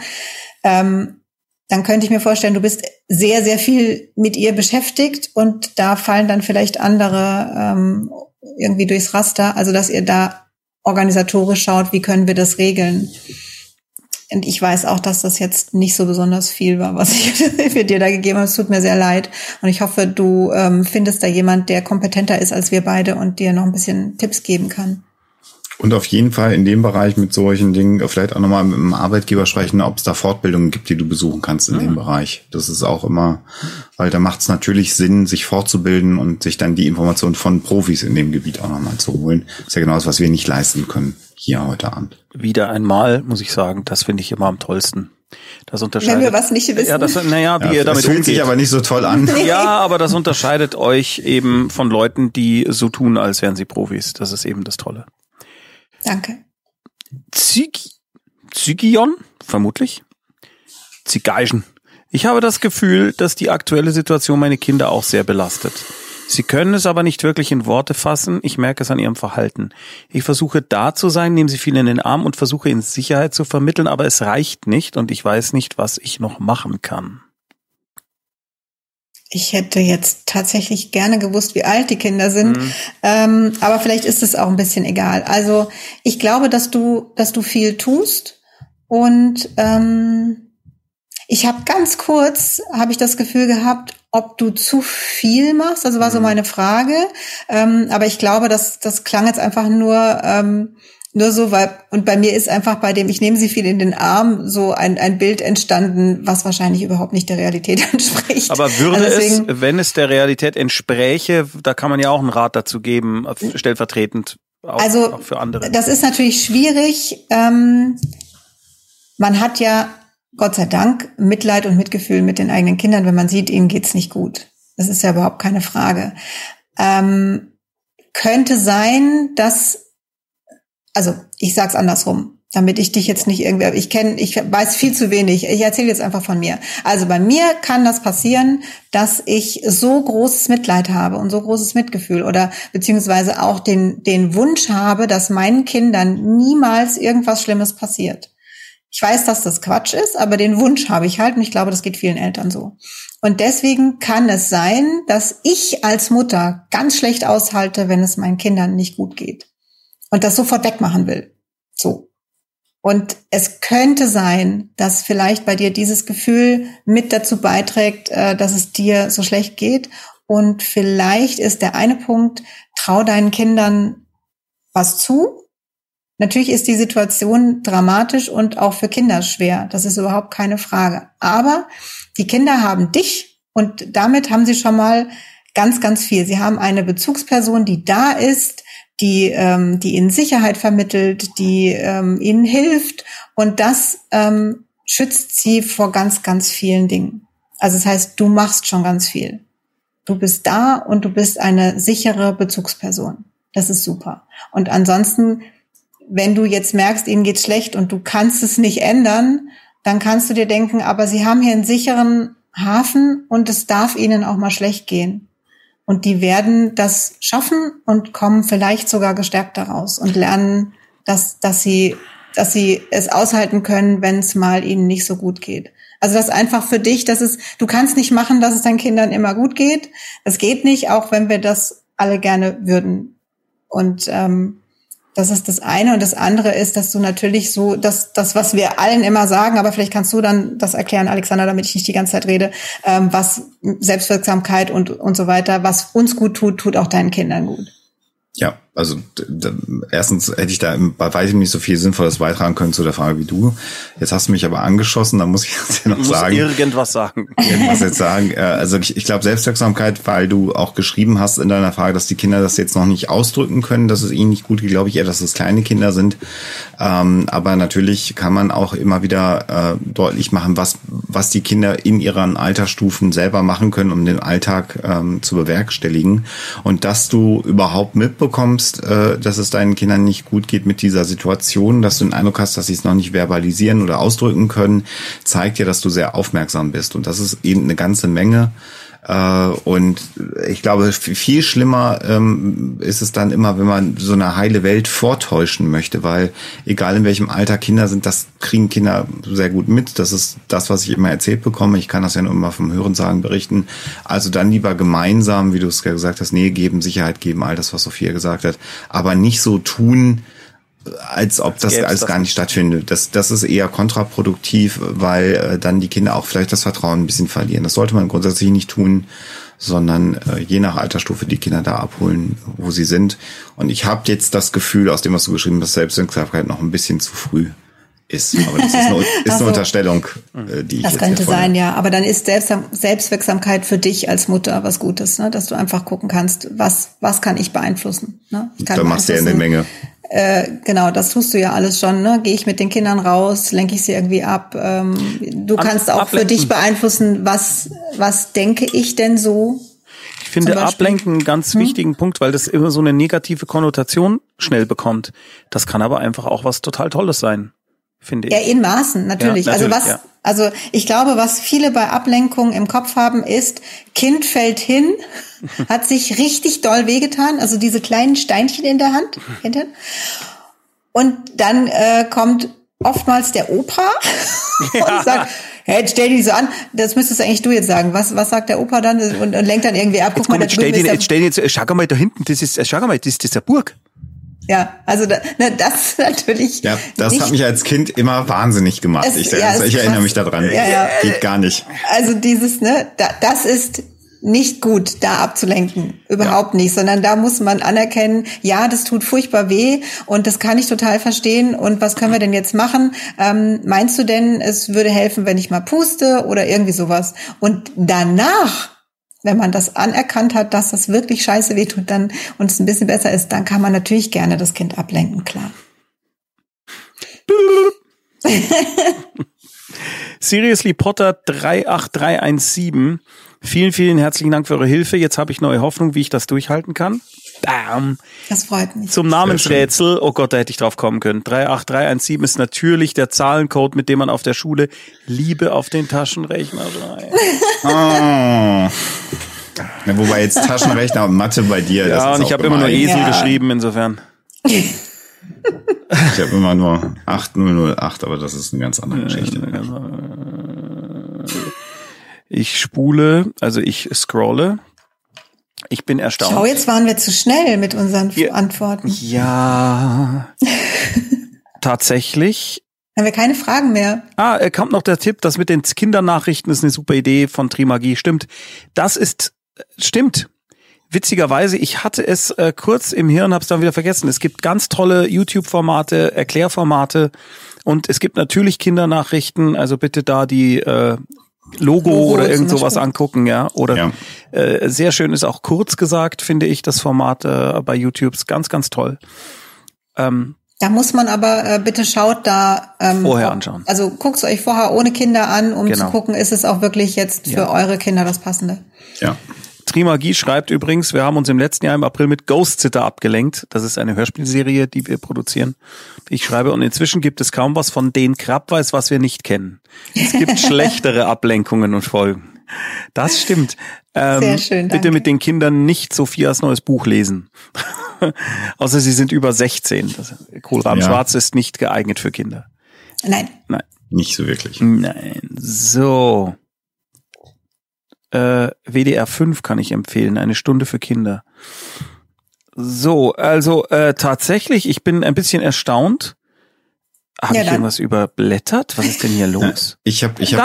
dann könnte ich mir vorstellen, du bist sehr, sehr viel mit ihr beschäftigt und da fallen dann vielleicht andere irgendwie durchs Raster. Also dass ihr da organisatorisch schaut, wie können wir das regeln. Und ich weiß auch, dass das jetzt nicht so besonders viel war, was ich für dir da gegeben habe. Es tut mir sehr leid. Und ich hoffe, du findest da jemand, der kompetenter ist als wir beide und dir noch ein bisschen Tipps geben kann. Und auf jeden Fall in dem Bereich mit solchen Dingen vielleicht auch nochmal mit dem Arbeitgeber sprechen, ob es da Fortbildungen gibt, die du besuchen kannst in dem Bereich. Das ist auch immer, weil da macht es natürlich Sinn, sich fortzubilden und sich dann die Informationen von Profis in dem Gebiet auch nochmal zu holen. Das ist ja genau das, was wir nicht leisten können hier heute Abend. Wieder einmal, muss ich sagen, das finde ich immer am tollsten. Das unterscheidet. Wenn wir was nicht wissen. Ja, wie ihr damit das fühlt sich aber nicht so toll an. Ja, aber das unterscheidet euch eben von Leuten, die so tun, als wären sie Profis. Das ist eben das Tolle. Danke. Zygion, vermutlich. Zigeigen. Ich habe das Gefühl, dass die aktuelle Situation meine Kinder auch sehr belastet. Sie können es aber nicht wirklich in Worte fassen. Ich merke es an ihrem Verhalten. Ich versuche da zu sein, nehme sie viel in den Arm und versuche ihnen Sicherheit zu vermitteln, aber es reicht nicht und ich weiß nicht, was ich noch machen kann. Ich hätte jetzt tatsächlich gerne gewusst, wie alt die Kinder sind, aber vielleicht ist es auch ein bisschen egal. Also ich glaube, dass du viel tust und ich habe ganz kurz, habe ich das Gefühl gehabt, ob du zu viel machst, also war so meine Frage, aber ich glaube, das klang jetzt einfach nur so, weil, und bei mir ist einfach bei dem, ich nehme sie viel in den Arm, so ein Bild entstanden, was wahrscheinlich überhaupt nicht der Realität entspricht. Aber würde es, wenn es der Realität entspräche, da kann man ja auch einen Rat dazu geben, stellvertretend auch für andere. Das ist natürlich schwierig. Man hat ja, Gott sei Dank, Mitleid und Mitgefühl mit den eigenen Kindern, wenn man sieht, ihnen geht's nicht gut. Das ist ja überhaupt keine Frage. Könnte sein, dass, also ich sag's andersrum, damit ich dich jetzt nicht irgendwie, ich weiß viel zu wenig, ich erzähle jetzt einfach von mir. Also bei mir kann das passieren, dass ich so großes Mitleid habe und so großes Mitgefühl oder beziehungsweise auch den Wunsch habe, dass meinen Kindern niemals irgendwas Schlimmes passiert. Ich weiß, dass das Quatsch ist, aber den Wunsch habe ich halt und ich glaube, das geht vielen Eltern so. Und deswegen kann es sein, dass ich als Mutter ganz schlecht aushalte, wenn es meinen Kindern nicht gut geht und das sofort wegmachen will. So. Und es könnte sein, dass vielleicht bei dir dieses Gefühl mit dazu beiträgt, dass es dir so schlecht geht. Und vielleicht ist der eine Punkt, trau deinen Kindern was zu. Natürlich ist die Situation dramatisch und auch für Kinder schwer. Das ist überhaupt keine Frage. Aber die Kinder haben dich und damit haben sie schon mal ganz, ganz viel. Sie haben eine Bezugsperson, die da ist, die ihnen Sicherheit vermittelt, die ihnen hilft und das schützt sie vor ganz, ganz vielen Dingen. Also das heißt, du machst schon ganz viel. Du bist da und du bist eine sichere Bezugsperson. Das ist super. Und ansonsten, wenn du jetzt merkst, ihnen geht's schlecht und du kannst es nicht ändern, dann kannst du dir denken, aber sie haben hier einen sicheren Hafen und es darf ihnen auch mal schlecht gehen. Und die werden das schaffen und kommen vielleicht sogar gestärkt daraus und lernen, dass sie es aushalten können, wenn es mal ihnen nicht so gut geht. Also das einfach für dich, du kannst nicht machen, dass es deinen Kindern immer gut geht. Das geht nicht, auch wenn wir das alle gerne würden. Und das ist das eine. Und das andere ist, dass du natürlich so, das, was wir allen immer sagen, aber vielleicht kannst du dann das erklären, Alexander, damit ich nicht die ganze Zeit rede, was Selbstwirksamkeit und so weiter, was uns gut tut, tut auch deinen Kindern gut. Ja, also erstens hätte ich da bei weitem nicht so viel Sinnvolles beitragen können zu der Frage wie du. Jetzt hast du mich aber angeschossen, da muss ich jetzt noch sagen. Irgendwas sagen. Irgendwas jetzt sagen. Also ich glaube Selbstwirksamkeit, weil du auch geschrieben hast in deiner Frage, dass die Kinder das jetzt noch nicht ausdrücken können, dass es ihnen nicht gut geht, glaube ich eher, dass es kleine Kinder sind. Aber natürlich kann man auch immer wieder deutlich machen, was die Kinder in ihren Altersstufen selber machen können, um den Alltag zu bewerkstelligen. Und dass du überhaupt mitbekommst, dass es deinen Kindern nicht gut geht mit dieser Situation, dass du den Eindruck hast, dass sie es noch nicht verbalisieren oder ausdrücken können, zeigt dir, dass du sehr aufmerksam bist. Und das ist eben eine ganze Menge. Und ich glaube, viel schlimmer ist es dann immer, wenn man so eine heile Welt vortäuschen möchte, weil egal in welchem Alter Kinder sind, das kriegen Kinder sehr gut mit. Das ist das, was ich immer erzählt bekomme. Ich kann das ja nur immer vom Hörensagen berichten. Also dann lieber gemeinsam, wie du es ja gesagt hast, Nähe geben, Sicherheit geben, all das, was Sophia gesagt hat, aber nicht so tun, als ob das alles gar nicht stattfindet. Das ist eher kontraproduktiv, weil dann die Kinder auch vielleicht das Vertrauen ein bisschen verlieren. Das sollte man grundsätzlich nicht tun, sondern je nach Altersstufe die Kinder da abholen, wo sie sind. Und ich habe jetzt das Gefühl, aus dem, was du geschrieben hast, Selbstwirksamkeit noch ein bisschen zu früh ist. Aber das ist eine Unterstellung, die ich das jetzt könnte sein, ja. Aber dann ist Selbstwirksamkeit für dich als Mutter was Gutes, ne? Dass du einfach gucken kannst, was kann ich beeinflussen. Ne? Da machst du ja eine Menge. Genau, das tust du ja alles schon, ne? Gehe ich mit den Kindern raus, lenke ich sie irgendwie ab. Du kannst auch für dich beeinflussen, was denke ich denn so? Ich finde Ablenken einen ganz wichtigen Punkt, weil das immer so eine negative Konnotation schnell bekommt. Das kann aber einfach auch was total Tolles sein. finde ich. Ja, in Maßen, natürlich. Ja, natürlich also ich glaube, was viele bei Ablenkung im Kopf haben, ist, Kind fällt hin, hat sich richtig doll wehgetan, also diese kleinen Steinchen in der Hand, hinten. Und dann kommt oftmals der Opa und sagt, hey, jetzt stell dich so an, das müsstest eigentlich du jetzt sagen. Was sagt der Opa dann und lenkt dann irgendwie ab? Guck mal, stell dich, schau mal da hinten, das ist eine Burg. Ja, also das natürlich. Ja, das nicht, hat mich als Kind immer wahnsinnig gemacht. Ich erinnere mich daran. Ja. Geht gar nicht. Also dieses, das ist nicht gut, da abzulenken. Überhaupt nicht, sondern da muss man anerkennen, ja, das tut furchtbar weh und das kann ich total verstehen. Und was können wir denn jetzt machen? Meinst du denn, es würde helfen, wenn ich mal puste oder irgendwie sowas? Und danach, wenn man das anerkannt hat, dass das wirklich scheiße wehtut, dann und es ein bisschen besser ist, dann kann man natürlich gerne das Kind ablenken, klar. Seriously Potter 38317. Vielen, vielen herzlichen Dank für eure Hilfe. Jetzt habe ich neue Hoffnung, wie ich das durchhalten kann. Bam. Das freut mich. Zum Namensrätsel. Oh Gott, da hätte ich drauf kommen können. 38317 ist natürlich der Zahlencode, mit dem man auf der Schule Liebe auf den Taschenrechner schreibt. Oh. Ja, wobei jetzt Taschenrechner und Mathe bei dir. Ja, das und ich habe immer nur Esel geschrieben, insofern. Ich habe immer nur 8008, aber das ist eine ganz andere Geschichte. Ich spule, also ich scrolle. Ich bin erstaunt. Schau, jetzt waren wir zu schnell mit unseren Antworten. Ja. Tatsächlich. Haben wir keine Fragen mehr. Kommt noch der Tipp, das mit den Kindernachrichten ist eine super Idee von Trimagie. Stimmt. Stimmt. Witzigerweise, ich hatte es kurz im Hirn, hab's dann wieder vergessen. Es gibt ganz tolle YouTube-Formate, Erklärformate und es gibt natürlich Kindernachrichten. Also bitte da die Logo oder irgend sowas angucken, ja. Oder sehr schön ist auch kurz gesagt, finde ich, das Format bei YouTube ist ganz, ganz toll. Da muss man aber bitte schaut da vorher anschauen. Also guckt es euch vorher ohne Kinder an, um zu gucken, ist es auch wirklich jetzt für eure Kinder das Passende. Ja. Trimagie schreibt übrigens, wir haben uns im letzten Jahr im April mit Ghost Sitter abgelenkt. Das ist eine Hörspielserie, die wir produzieren. Ich schreibe, und inzwischen gibt es kaum was von den Krabweis, was wir nicht kennen. Es gibt schlechtere Ablenkungen und Folgen. Das stimmt. Sehr schön, danke. Bitte mit den Kindern nicht Sophias neues Buch lesen. Außer sie sind über 16. Kohlraben Schwarz ist nicht geeignet für Kinder. Nein. Nicht so wirklich. Nein. So. WDR 5 kann ich empfehlen, eine Stunde für Kinder. So, also tatsächlich, ich bin ein bisschen erstaunt. Habe ich irgendwas überblättert? Was ist denn hier los? Ich habe sie.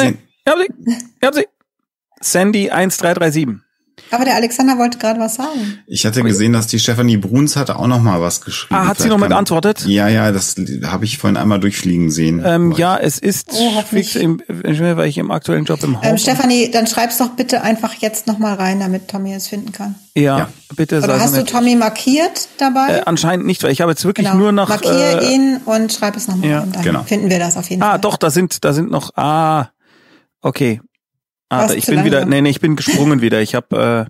Sandy 1337. Aber der Alexander wollte gerade was sagen. Ich hatte gesehen, dass die Stefanie Bruns hatte auch noch mal was geschrieben. Hat sie noch mal geantwortet? Ja, das habe ich vorhin einmal durchfliegen sehen. Ja, es ist fix, weil ich im aktuellen Job im Home. Stefanie, dann schreib's doch bitte einfach jetzt noch mal rein, damit Tommy es finden kann. Ja. Bitte. Oder hast du Tommy markiert dabei? Anscheinend nicht, weil ich habe jetzt wirklich nur nach... Markier ihn und schreib es noch mal rein, dann finden wir das auf jeden Fall. Doch, da sind noch... okay. Ich bin wieder, ich bin gesprungen wieder. Ich habe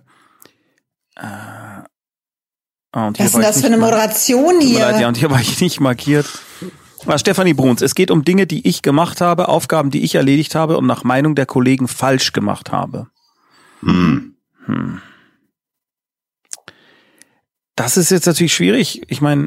was ist denn das für eine Moderation hier? Leid, ja, und hier war ich nicht markiert. Stefanie Bruns, es geht um Dinge, die ich gemacht habe, Aufgaben, die ich erledigt habe und nach Meinung der Kollegen falsch gemacht habe. Das ist jetzt natürlich schwierig. Ich meine,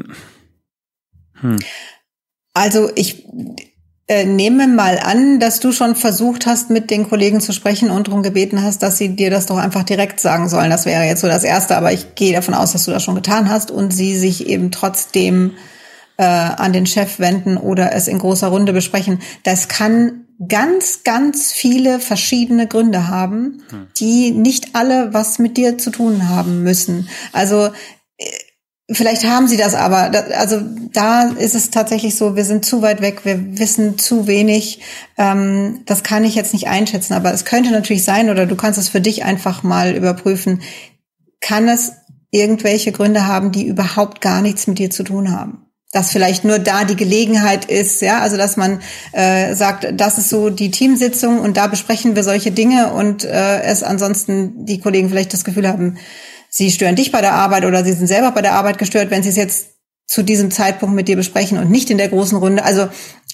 Also ich nehme mal an, dass du schon versucht hast, mit den Kollegen zu sprechen und darum gebeten hast, dass sie dir das doch einfach direkt sagen sollen. Das wäre jetzt so das Erste, aber ich gehe davon aus, dass du das schon getan hast und sie sich eben trotzdem an den Chef wenden oder es in großer Runde besprechen. Das kann ganz, ganz viele verschiedene Gründe haben, die nicht alle was mit dir zu tun haben müssen. Also vielleicht haben sie das aber, also da ist es tatsächlich so, wir sind zu weit weg, wir wissen zu wenig, das kann ich jetzt nicht einschätzen, aber es könnte natürlich sein, oder du kannst es für dich einfach mal überprüfen, kann es irgendwelche Gründe haben, die überhaupt gar nichts mit dir zu tun haben? Dass vielleicht nur da die Gelegenheit ist, ja, also dass man sagt, das ist so die Teamsitzung und da besprechen wir solche Dinge und es ansonsten die Kollegen vielleicht das Gefühl haben, sie stören dich bei der Arbeit oder sie sind selber bei der Arbeit gestört, wenn sie es jetzt zu diesem Zeitpunkt mit dir besprechen und nicht in der großen Runde. Also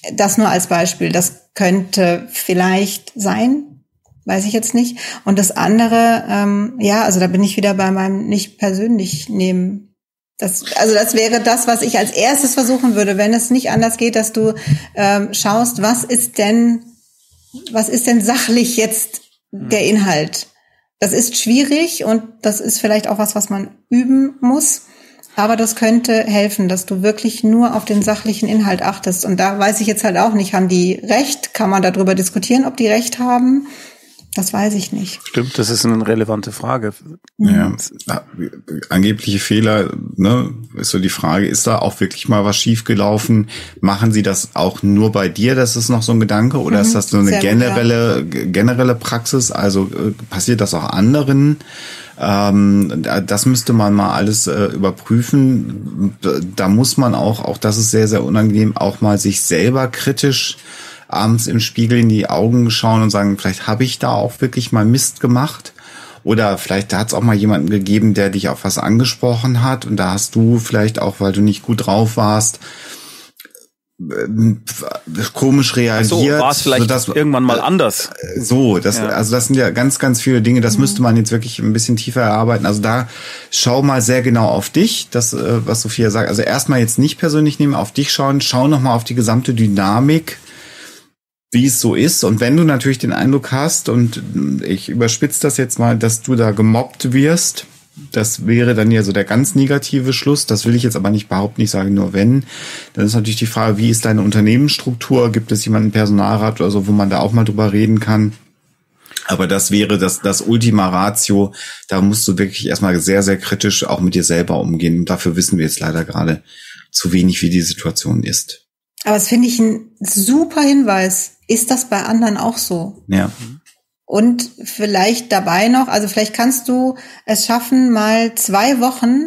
Das nur als Beispiel. Das könnte vielleicht sein, weiß ich jetzt nicht. Und das andere, also da bin ich wieder bei meinem nicht persönlich nehmen. Das wäre das, was ich als erstes versuchen würde, wenn es nicht anders geht, dass du schaust, was ist denn sachlich jetzt der Inhalt? Das ist schwierig und das ist vielleicht auch was man üben muss. Aber das könnte helfen, dass du wirklich nur auf den sachlichen Inhalt achtest. Und da weiß ich jetzt halt auch nicht, haben die recht? Kann man darüber diskutieren, ob die recht haben? Das weiß ich nicht. Stimmt, das ist eine relevante Frage. Ja, angebliche Fehler, ne, ist so die Frage, ist da auch wirklich mal was schiefgelaufen? Machen sie das auch nur bei dir? Das ist noch so ein Gedanke? Oder ist das so eine generelle Praxis? Also passiert das auch anderen? Das müsste man mal alles überprüfen. Da muss man auch das ist sehr, sehr unangenehm, auch mal sich selber kritisch abends im Spiegel in die Augen schauen und sagen, vielleicht habe ich da auch wirklich mal Mist gemacht. Oder vielleicht hat es auch mal jemanden gegeben, der dich auf was angesprochen hat und da hast du vielleicht auch, weil du nicht gut drauf warst, komisch reagiert. So, war es vielleicht irgendwann mal anders. Also das sind ja ganz, ganz viele Dinge, das müsste man jetzt wirklich ein bisschen tiefer erarbeiten. Also da schau mal sehr genau auf dich, das, was Sophia sagt. Also erstmal jetzt nicht persönlich nehmen, auf dich schauen, schau nochmal auf die gesamte Dynamik, wie es so ist. Und wenn du natürlich den Eindruck hast, und ich überspitze das jetzt mal, dass du da gemobbt wirst, das wäre dann ja so der ganz negative Schluss. Das will ich jetzt aber nicht behaupten, ich sage nur wenn. Dann ist natürlich die Frage, wie ist deine Unternehmensstruktur? Gibt es jemanden, Personalrat oder so, wo man da auch mal drüber reden kann? Aber das wäre das Ultima Ratio. Da musst du wirklich erstmal sehr, sehr kritisch auch mit dir selber umgehen. Und dafür wissen wir jetzt leider gerade zu wenig, wie die Situation ist. Aber das finde ich ein super Hinweis. Ist das bei anderen auch so? Ja. Und vielleicht dabei noch, also vielleicht kannst du es schaffen, mal 2 Wochen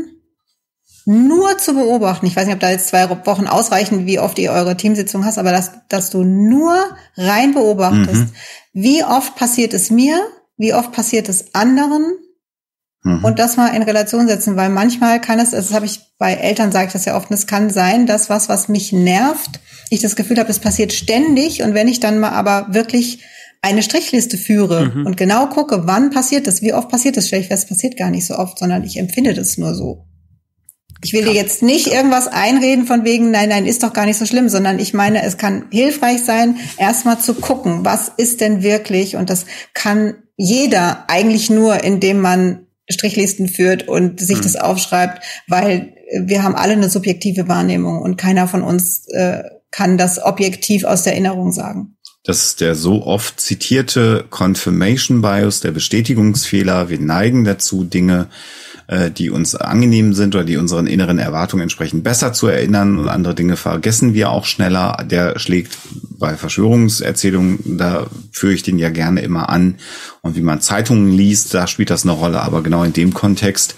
nur zu beobachten. Ich weiß nicht, ob da jetzt 2 Wochen ausreichen, wie oft ihr eure Teamsitzung hast, aber dass du nur rein beobachtest. Wie oft passiert es mir? Wie oft passiert es anderen? Und das mal in Relation setzen, weil manchmal kann es, das habe ich bei Eltern, sage ich das ja oft, es kann sein, dass was mich nervt, ich das Gefühl habe, es passiert ständig und wenn ich dann mal aber wirklich eine Strichliste führe und genau gucke, wann passiert das, wie oft passiert das, stelle ich fest, es passiert gar nicht so oft, sondern ich empfinde das nur so. Ich will dir jetzt nicht irgendwas einreden von wegen, nein, ist doch gar nicht so schlimm, sondern ich meine, es kann hilfreich sein, erstmal zu gucken, was ist denn wirklich, und das kann jeder eigentlich nur, indem man Strichlisten führt und sich das aufschreibt, weil wir haben alle eine subjektive Wahrnehmung und keiner von uns kann das objektiv aus der Erinnerung sagen. Das ist der so oft zitierte Confirmation Bias, der Bestätigungsfehler. Wir neigen dazu, Dinge, die uns angenehm sind oder die unseren inneren Erwartungen entsprechen, besser zu erinnern, und andere Dinge vergessen wir auch schneller. Der schlägt bei Verschwörungserzählungen, da führe ich den ja gerne immer an. Und wie man Zeitungen liest, da spielt das eine Rolle. Aber genau in dem Kontext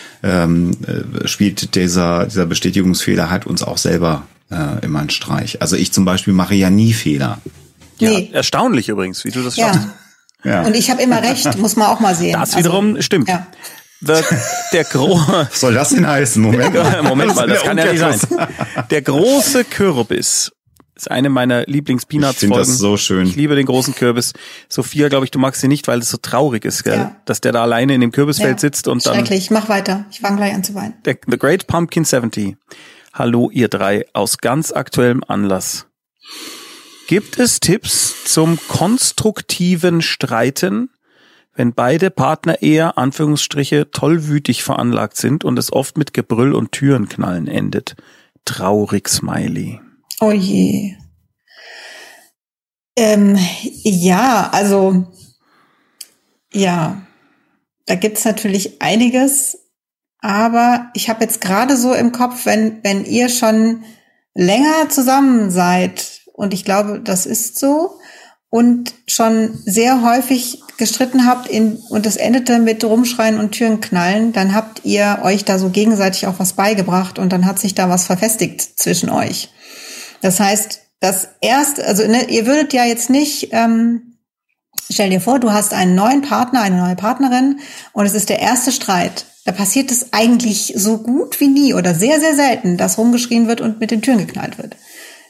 spielt dieser Bestätigungsfehler halt uns auch selber immer einen Streich. Also ich zum Beispiel mache ja nie Fehler. Ja, erstaunlich übrigens, wie du das schaffst. Ja. Und ich habe immer recht, muss man auch mal sehen. Das wiederum stimmt. Ja. Was soll das denn heißen? Moment mal, das kann ja nicht sein. Der große Kürbis ist eine meiner Lieblings-Peanuts-Folgen. Ich finde das so schön. Ich liebe den großen Kürbis. Sophia, glaube ich, du magst sie nicht, weil es so traurig ist, gell? Ja. Dass der da alleine in dem Kürbisfeld sitzt und dann... Schrecklich, mach weiter. Ich fange gleich an zu weinen. The Great Pumpkin 70. Hallo, ihr drei, aus ganz aktuellem Anlass. Gibt es Tipps zum konstruktiven Streiten, wenn beide Partner eher, Anführungsstriche, tollwütig veranlagt sind und es oft mit Gebrüll und Türenknallen endet? Traurig Smiley. Oh je. Ja, da gibt's natürlich einiges, aber ich habe jetzt gerade so im Kopf, wenn ihr schon länger zusammen seid, und ich glaube, das ist so, und schon sehr häufig gestritten habt und es endete mit Rumschreien und Türenknallen, dann habt ihr euch da so gegenseitig auch was beigebracht und dann hat sich da was verfestigt zwischen euch. Das heißt, ihr würdet ja jetzt nicht, stell dir vor, du hast einen neuen Partner, eine neue Partnerin und es ist der erste Streit. Da passiert es eigentlich so gut wie nie oder sehr, sehr selten, dass rumgeschrien wird und mit den Türen geknallt wird.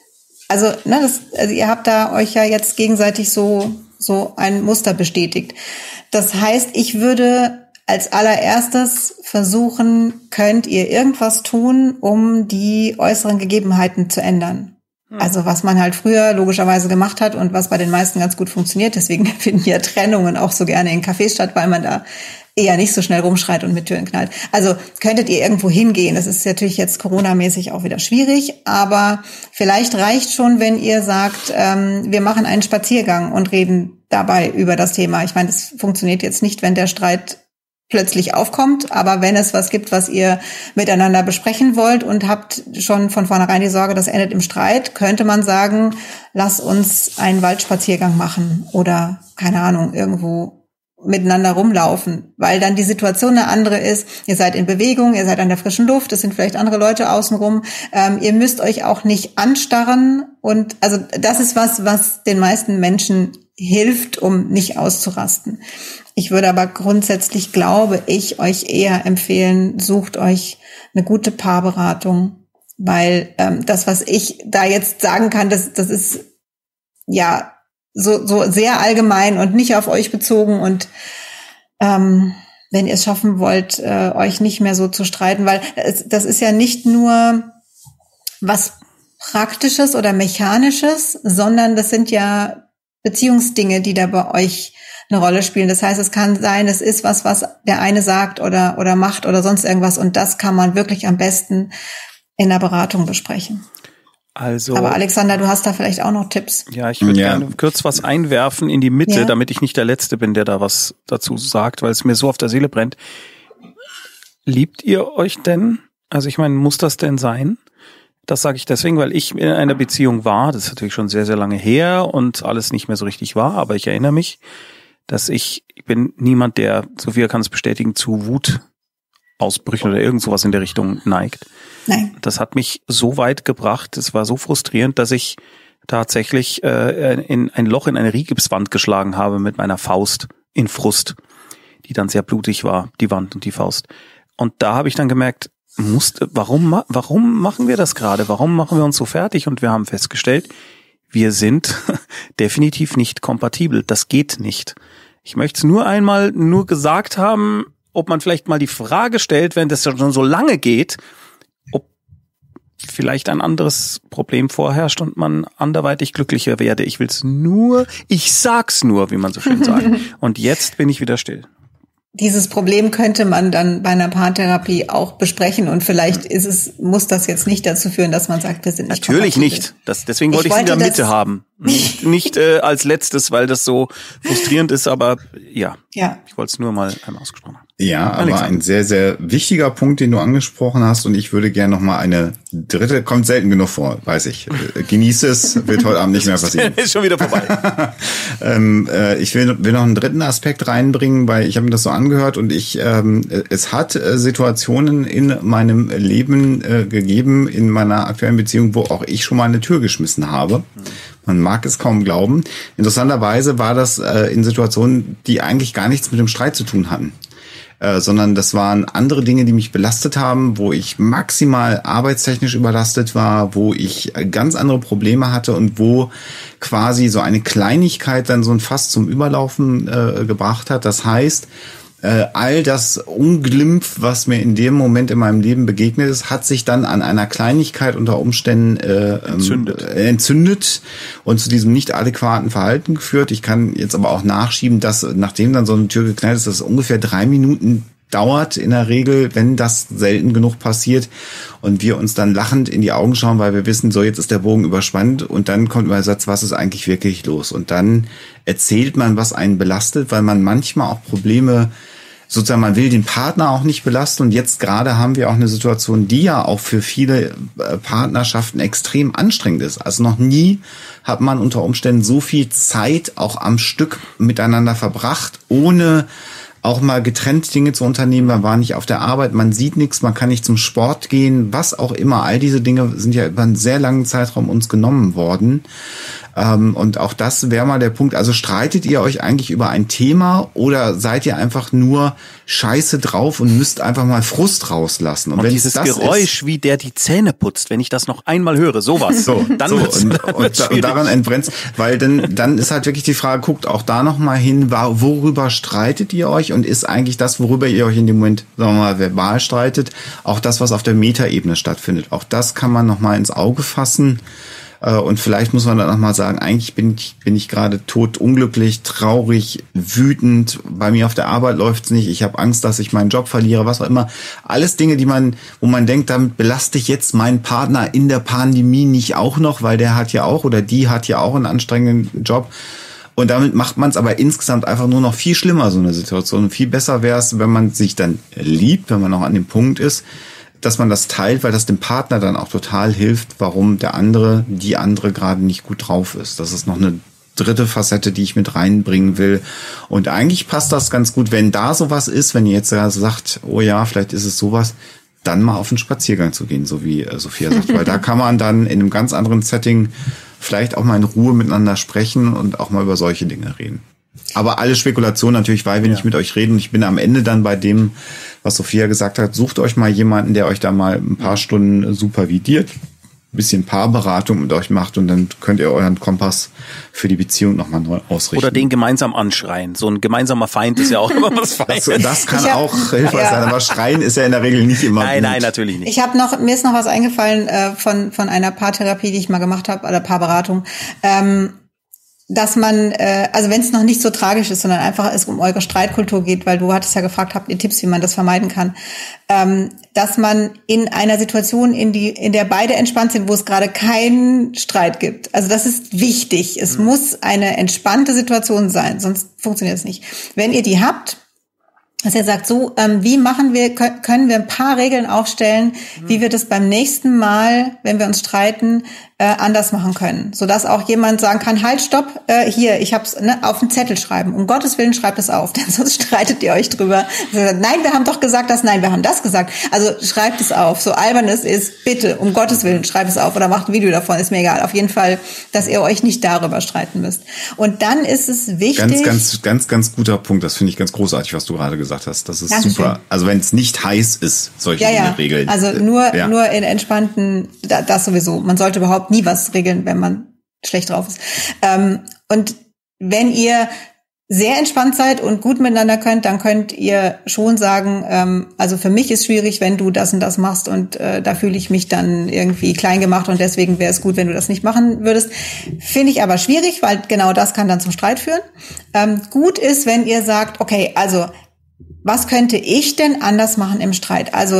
also ihr habt da euch ja jetzt gegenseitig so ein Muster bestätigt. Das heißt, ich würde als allererstes versuchen, könnt ihr irgendwas tun, um die äußeren Gegebenheiten zu ändern? Also was man halt früher logischerweise gemacht hat und was bei den meisten ganz gut funktioniert. Deswegen finden ja Trennungen auch so gerne in Cafés statt, weil man da eher nicht so schnell rumschreit und mit Türen knallt. Also könntet ihr irgendwo hingehen. Das ist natürlich jetzt Corona-mäßig auch wieder schwierig, aber vielleicht reicht schon, wenn ihr sagt, wir machen einen Spaziergang und reden dabei über das Thema. Ich meine, das funktioniert jetzt nicht, wenn der Streit plötzlich aufkommt, aber wenn es was gibt, was ihr miteinander besprechen wollt und habt schon von vornherein die Sorge, das endet im Streit, könnte man sagen, lass uns einen Waldspaziergang machen oder, keine Ahnung, irgendwo miteinander rumlaufen, weil dann die Situation eine andere ist. Ihr seid in Bewegung, ihr seid an der frischen Luft, es sind vielleicht andere Leute außenrum. Ihr müsst euch auch nicht anstarren und also das ist was den meisten Menschen hilft, um nicht auszurasten. Ich würde aber grundsätzlich, glaube ich, euch eher empfehlen, sucht euch eine gute Paarberatung, weil das, was ich da jetzt sagen kann, das ist ja so sehr allgemein und nicht auf euch bezogen und wenn ihr es schaffen wollt, euch nicht mehr so zu streiten, weil das ist ja nicht nur was Praktisches oder Mechanisches, sondern das sind ja Beziehungsdinge, die da bei euch eine Rolle spielen. Das heißt, es kann sein, es ist was der eine sagt oder macht oder sonst irgendwas und das kann man wirklich am besten in der Beratung besprechen. Also, aber Alexander, du hast da vielleicht auch noch Tipps. Ja, ich würde gerne kurz was einwerfen in die Mitte, damit ich nicht der Letzte bin, der da was dazu sagt, weil es mir so auf der Seele brennt. Liebt ihr euch denn? Also ich meine, muss das denn sein? Das sage ich deswegen, weil ich in einer Beziehung war, das ist natürlich schon sehr, sehr lange her und alles nicht mehr so richtig war, aber ich erinnere mich, dass ich bin niemand, der, Sophia kann es bestätigen, zu Wutausbrüchen oder irgend sowas in der Richtung neigt. Nein. Das hat mich so weit gebracht, es war so frustrierend, dass ich tatsächlich in ein Loch in eine Rigipswand geschlagen habe mit meiner Faust in Frust, die dann sehr blutig war, die Wand und die Faust. Und da habe ich dann gemerkt, warum machen wir das gerade? Warum machen wir uns so fertig? Und wir haben festgestellt, wir sind definitiv nicht kompatibel. Das geht nicht. Ich möchte es nur gesagt haben, ob man vielleicht mal die Frage stellt, wenn das schon so lange geht, ob vielleicht ein anderes Problem vorherrscht und man anderweitig glücklicher werde. Ich sag's nur, wie man so schön sagt. Und jetzt bin ich wieder still. Dieses Problem könnte man dann bei einer Paartherapie auch besprechen und vielleicht muss das jetzt nicht dazu führen, dass man sagt, wir sind nicht Natürlich kompatibel. Nicht. Deswegen wollte ich es in der Mitte haben. Nicht als letztes, weil das so frustrierend ist, aber ja. Ich wollte es nur mal einmal ausgesprochen haben. Ja, aber ein sehr, sehr wichtiger Punkt, den du angesprochen hast und ich würde gerne noch mal eine dritte, kommt selten genug vor, weiß ich. Genieße es, wird heute Abend nicht mehr passieren. Ist schon wieder vorbei. Ich will noch einen dritten Aspekt reinbringen, weil ich habe mir das so angehört und es hat Situationen in meinem Leben gegeben, in meiner aktuellen Beziehung, wo auch ich schon mal eine Tür geschmissen habe. Man mag es kaum glauben. Interessanterweise war das in Situationen, die eigentlich gar nichts mit dem Streit zu tun hatten. Sondern das waren andere Dinge, die mich belastet haben, wo ich maximal arbeitstechnisch überlastet war, wo ich ganz andere Probleme hatte und wo quasi so eine Kleinigkeit dann so ein Fass zum Überlaufen gebracht hat. Das heißt, all das Unglimpf, was mir in dem Moment in meinem Leben begegnet ist, hat sich dann an einer Kleinigkeit unter Umständen entzündet und zu diesem nicht adäquaten Verhalten geführt. Ich kann jetzt aber auch nachschieben, dass nachdem dann so eine Tür geknallt ist, dass es ungefähr 3 Minuten dauert in der Regel, wenn das selten genug passiert und wir uns dann lachend in die Augen schauen, weil wir wissen, so jetzt ist der Bogen überspannt und dann kommt immer der Satz, was ist eigentlich wirklich los? Und dann erzählt man, was einen belastet, weil man manchmal auch Probleme, sozusagen man will den Partner auch nicht belasten und jetzt gerade haben wir auch eine Situation, die ja auch für viele Partnerschaften extrem anstrengend ist. Also noch nie hat man unter Umständen so viel Zeit auch am Stück miteinander verbracht, ohne auch mal getrennt Dinge zu unternehmen. Man war nicht auf der Arbeit, man sieht nichts, man kann nicht zum Sport gehen, was auch immer. All diese Dinge sind ja über einen sehr langen Zeitraum uns genommen worden. Und auch das wäre mal der Punkt. Also streitet ihr euch eigentlich über ein Thema oder seid ihr einfach nur scheiße drauf und müsst einfach mal Frust rauslassen? Und dieses Geräusch, wie der die Zähne putzt, wenn ich das noch einmal höre, sowas. Dann und daran entbrennt's, weil dann ist halt wirklich die Frage, guckt auch da noch mal hin, worüber streitet ihr euch und ist eigentlich das, worüber ihr euch in dem Moment, sagen wir mal, verbal streitet, auch das, was auf der Metaebene stattfindet. Auch das kann man noch mal ins Auge fassen. Und vielleicht muss man dann noch mal sagen, eigentlich bin ich gerade totunglücklich, traurig, wütend. Bei mir auf der Arbeit läuft's nicht. Ich habe Angst, dass ich meinen Job verliere, was auch immer. Alles Dinge, wo man denkt, damit belaste ich jetzt meinen Partner in der Pandemie nicht auch noch, weil der hat ja auch oder die hat ja auch einen anstrengenden Job. Und damit macht man es aber insgesamt einfach nur noch viel schlimmer, so eine Situation. Und viel besser wäre es, wenn man sich dann liebt, wenn man noch an dem Punkt ist, dass man das teilt, weil das dem Partner dann auch total hilft, warum die andere gerade nicht gut drauf ist. Das ist noch eine dritte Facette, die ich mit reinbringen will. Und eigentlich passt das ganz gut, wenn da sowas ist, wenn ihr jetzt sagt, oh ja, vielleicht ist es sowas, dann mal auf einen Spaziergang zu gehen, so wie Sophia sagt. Weil da kann man dann in einem ganz anderen Setting vielleicht auch mal in Ruhe miteinander sprechen und auch mal über solche Dinge reden. Aber alle Spekulation natürlich, weil wir nicht mit euch reden. Und ich bin am Ende dann bei dem, was Sophia gesagt hat, sucht euch mal jemanden, der euch da mal ein paar Stunden supervidiert, ein bisschen Paarberatung mit euch macht und dann könnt ihr euren Kompass für die Beziehung nochmal neu ausrichten. Oder den gemeinsam anschreien. So ein gemeinsamer Feind ist ja auch immer was Feines. Das kann auch hilfreich sein, aber schreien ist ja in der Regel nicht immer gut. Nein, natürlich nicht. Mir ist noch was eingefallen von einer Paartherapie, die ich mal gemacht habe, oder Paarberatung. Dass man, also wenn es noch nicht so tragisch ist, sondern einfach es um eure Streitkultur geht, weil du hattest ja gefragt, habt ihr Tipps, wie man das vermeiden kann, dass man in einer Situation, in der beide entspannt sind, wo es gerade keinen Streit gibt. Also das ist wichtig. Es muss eine entspannte Situation sein, sonst funktioniert es nicht. Wenn ihr die habt, dass er sagt, so, können wir ein paar Regeln aufstellen, wie wir das beim nächsten Mal, wenn wir uns streiten, anders machen können. Sodass auch jemand sagen kann, halt, stopp, hier, ich hab's auf den Zettel schreiben. Um Gottes Willen, schreibt es auf, denn sonst streitet ihr euch drüber. Nein, wir haben doch gesagt das, nein, wir haben das gesagt. Also schreibt es auf. So albern es ist, bitte, um Gottes Willen, schreibt es auf oder macht ein Video davon, ist mir egal. Auf jeden Fall, dass ihr euch nicht darüber streiten müsst. Und dann ist es wichtig. Ganz guter Punkt. Das finde ich ganz großartig, was du gerade gesagt hast. Das ist Dankeschön. Super. Also wenn es nicht heiß ist, solche Regeln. Also nur in entspannten, das sowieso. Man sollte überhaupt nie was regeln, wenn man schlecht drauf ist. Und wenn ihr sehr entspannt seid und gut miteinander könnt, dann könnt ihr schon sagen, also für mich ist schwierig, wenn du das und das machst und da fühle ich mich dann irgendwie klein gemacht und deswegen wäre es gut, wenn du das nicht machen würdest. Finde ich aber schwierig, weil genau das kann dann zum Streit führen. Gut ist, wenn ihr sagt, okay, also was könnte ich denn anders machen im Streit? Also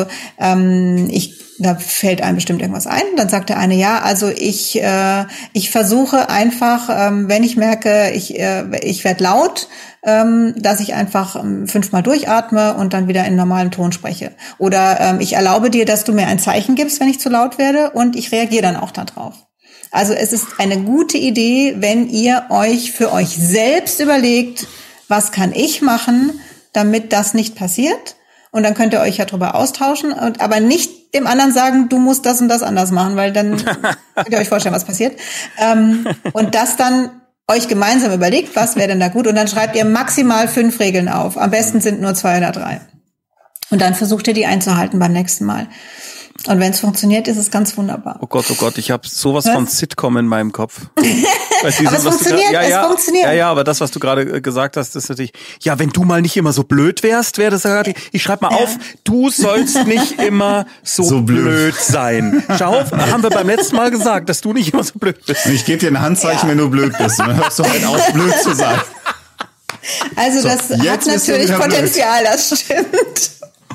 da fällt einem bestimmt irgendwas ein. Dann sagt der eine, ja, also ich versuche einfach, wenn ich merke, ich werde laut, dass ich einfach 5-mal durchatme und dann wieder in normalem Ton spreche. Oder ich erlaube dir, dass du mir ein Zeichen gibst, wenn ich zu laut werde und ich reagiere dann auch darauf. Also es ist eine gute Idee, wenn ihr euch für euch selbst überlegt, was kann ich machen, damit das nicht passiert. Und dann könnt ihr euch ja drüber austauschen, aber nicht dem anderen sagen, du musst das und das anders machen, weil dann könnt ihr euch vorstellen, was passiert. Und das dann euch gemeinsam überlegt, was wäre denn da gut. Und dann schreibt ihr maximal 5 Regeln auf. Am besten sind nur 2 oder 3. Und dann versucht ihr die einzuhalten beim nächsten Mal. Und wenn es funktioniert, ist es ganz wunderbar. Oh Gott, ich habe sowas von Sitcom in meinem Kopf. Aber es funktioniert, funktioniert. Ja, aber das, was du gerade gesagt hast, ist natürlich, ja, wenn du mal nicht immer so blöd wärst, wäre das ja gerade, ich schreib mal auf, du sollst nicht immer so blöd sein. Schau, haben wir beim letzten Mal gesagt, dass du nicht immer so blöd bist. Ich gebe dir ein Handzeichen, wenn du blöd bist. Und dann hörst du halt auf, blöd zu sein. Also so, das hat natürlich Potenzial, das stimmt.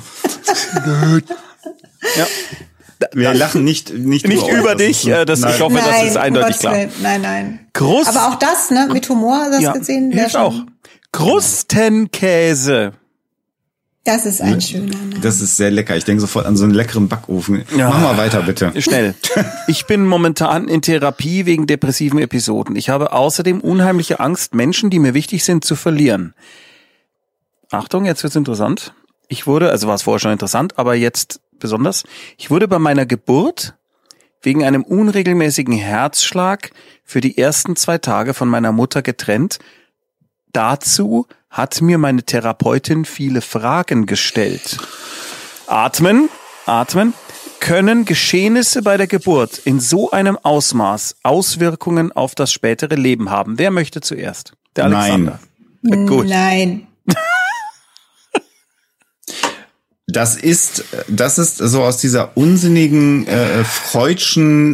Ja. Wir lachen nicht über dich. Ich hoffe, das ist eindeutig klar. Nein. Aber auch das, mit Humor, das gesehen. Hilft auch. Krustenkäse. Das ist ein schöner Name. Das ist sehr lecker. Ich denke sofort an so einen leckeren Backofen. Ja. Mach mal weiter, bitte. Schnell. Ich bin momentan in Therapie wegen depressiven Episoden. Ich habe außerdem unheimliche Angst, Menschen, die mir wichtig sind, zu verlieren. Achtung, jetzt wird's interessant. Also war es vorher schon interessant, aber jetzt besonders. Ich wurde bei meiner Geburt wegen einem unregelmäßigen Herzschlag für die ersten 2 Tage von meiner Mutter getrennt. Dazu hat mir meine Therapeutin viele Fragen gestellt. Atmen. Können Geschehnisse bei der Geburt in so einem Ausmaß Auswirkungen auf das spätere Leben haben? Wer möchte zuerst? Der Alexander. Nein. Gut. Nein. Das ist so aus dieser unsinnigen freudschen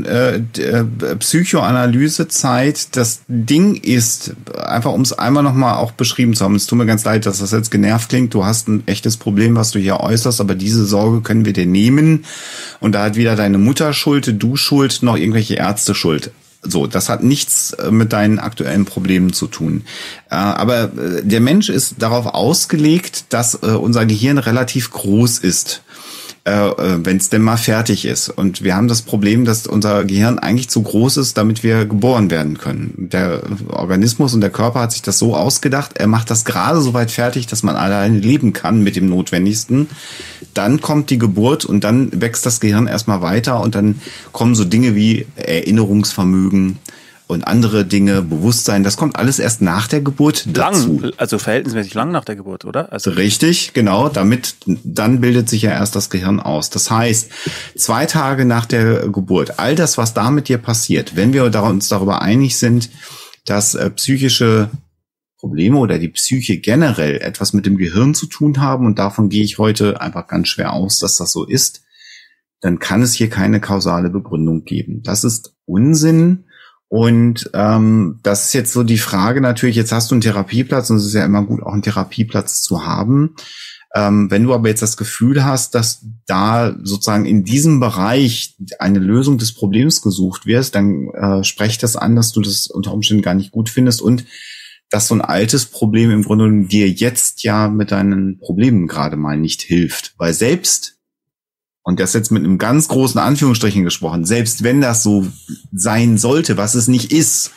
Psychoanalysezeit. Das Ding ist, einfach um es einmal nochmal auch beschrieben zu haben, es tut mir ganz leid, dass das jetzt genervt klingt, du hast ein echtes Problem, was du hier äußerst, aber diese Sorge können wir dir nehmen. Und da hat weder deine Mutter Schuld, du Schuld, noch irgendwelche Ärzte Schuld. So, das hat nichts mit deinen aktuellen Problemen zu tun. Aber der Mensch ist darauf ausgelegt, dass unser Gehirn relativ groß ist, wenn es denn mal fertig ist. Und wir haben das Problem, dass unser Gehirn eigentlich zu groß ist, damit wir geboren werden können. Der Organismus und der Körper hat sich das so ausgedacht, er macht das gerade so weit fertig, dass man alleine leben kann mit dem Notwendigsten. Dann kommt die Geburt und dann wächst das Gehirn erstmal weiter und dann kommen so Dinge wie Erinnerungsvermögen und andere Dinge, Bewusstsein, das kommt alles erst nach der Geburt dazu. Also verhältnismäßig lang nach der Geburt, oder? Also richtig, genau, dann bildet sich ja erst das Gehirn aus. Das heißt, 2 Tage nach der Geburt, all das, was da mit dir passiert, wenn wir uns darüber einig sind, dass psychische Probleme oder die Psyche generell etwas mit dem Gehirn zu tun haben, und davon gehe ich heute einfach ganz schwer aus, dass das so ist, dann kann es hier keine kausale Begründung geben. Das ist Unsinn. Und das ist jetzt so die Frage natürlich, jetzt hast du einen Therapieplatz und es ist ja immer gut, auch einen Therapieplatz zu haben. Wenn du aber jetzt das Gefühl hast, dass da sozusagen in diesem Bereich eine Lösung des Problems gesucht wird, dann sprecht das an, dass du das unter Umständen gar nicht gut findest und dass so ein altes Problem im Grunde dir jetzt ja mit deinen Problemen gerade mal nicht hilft. Weil selbst, und das jetzt mit einem ganz großen Anführungsstrichen gesprochen, selbst wenn das so sein sollte, was es nicht ist,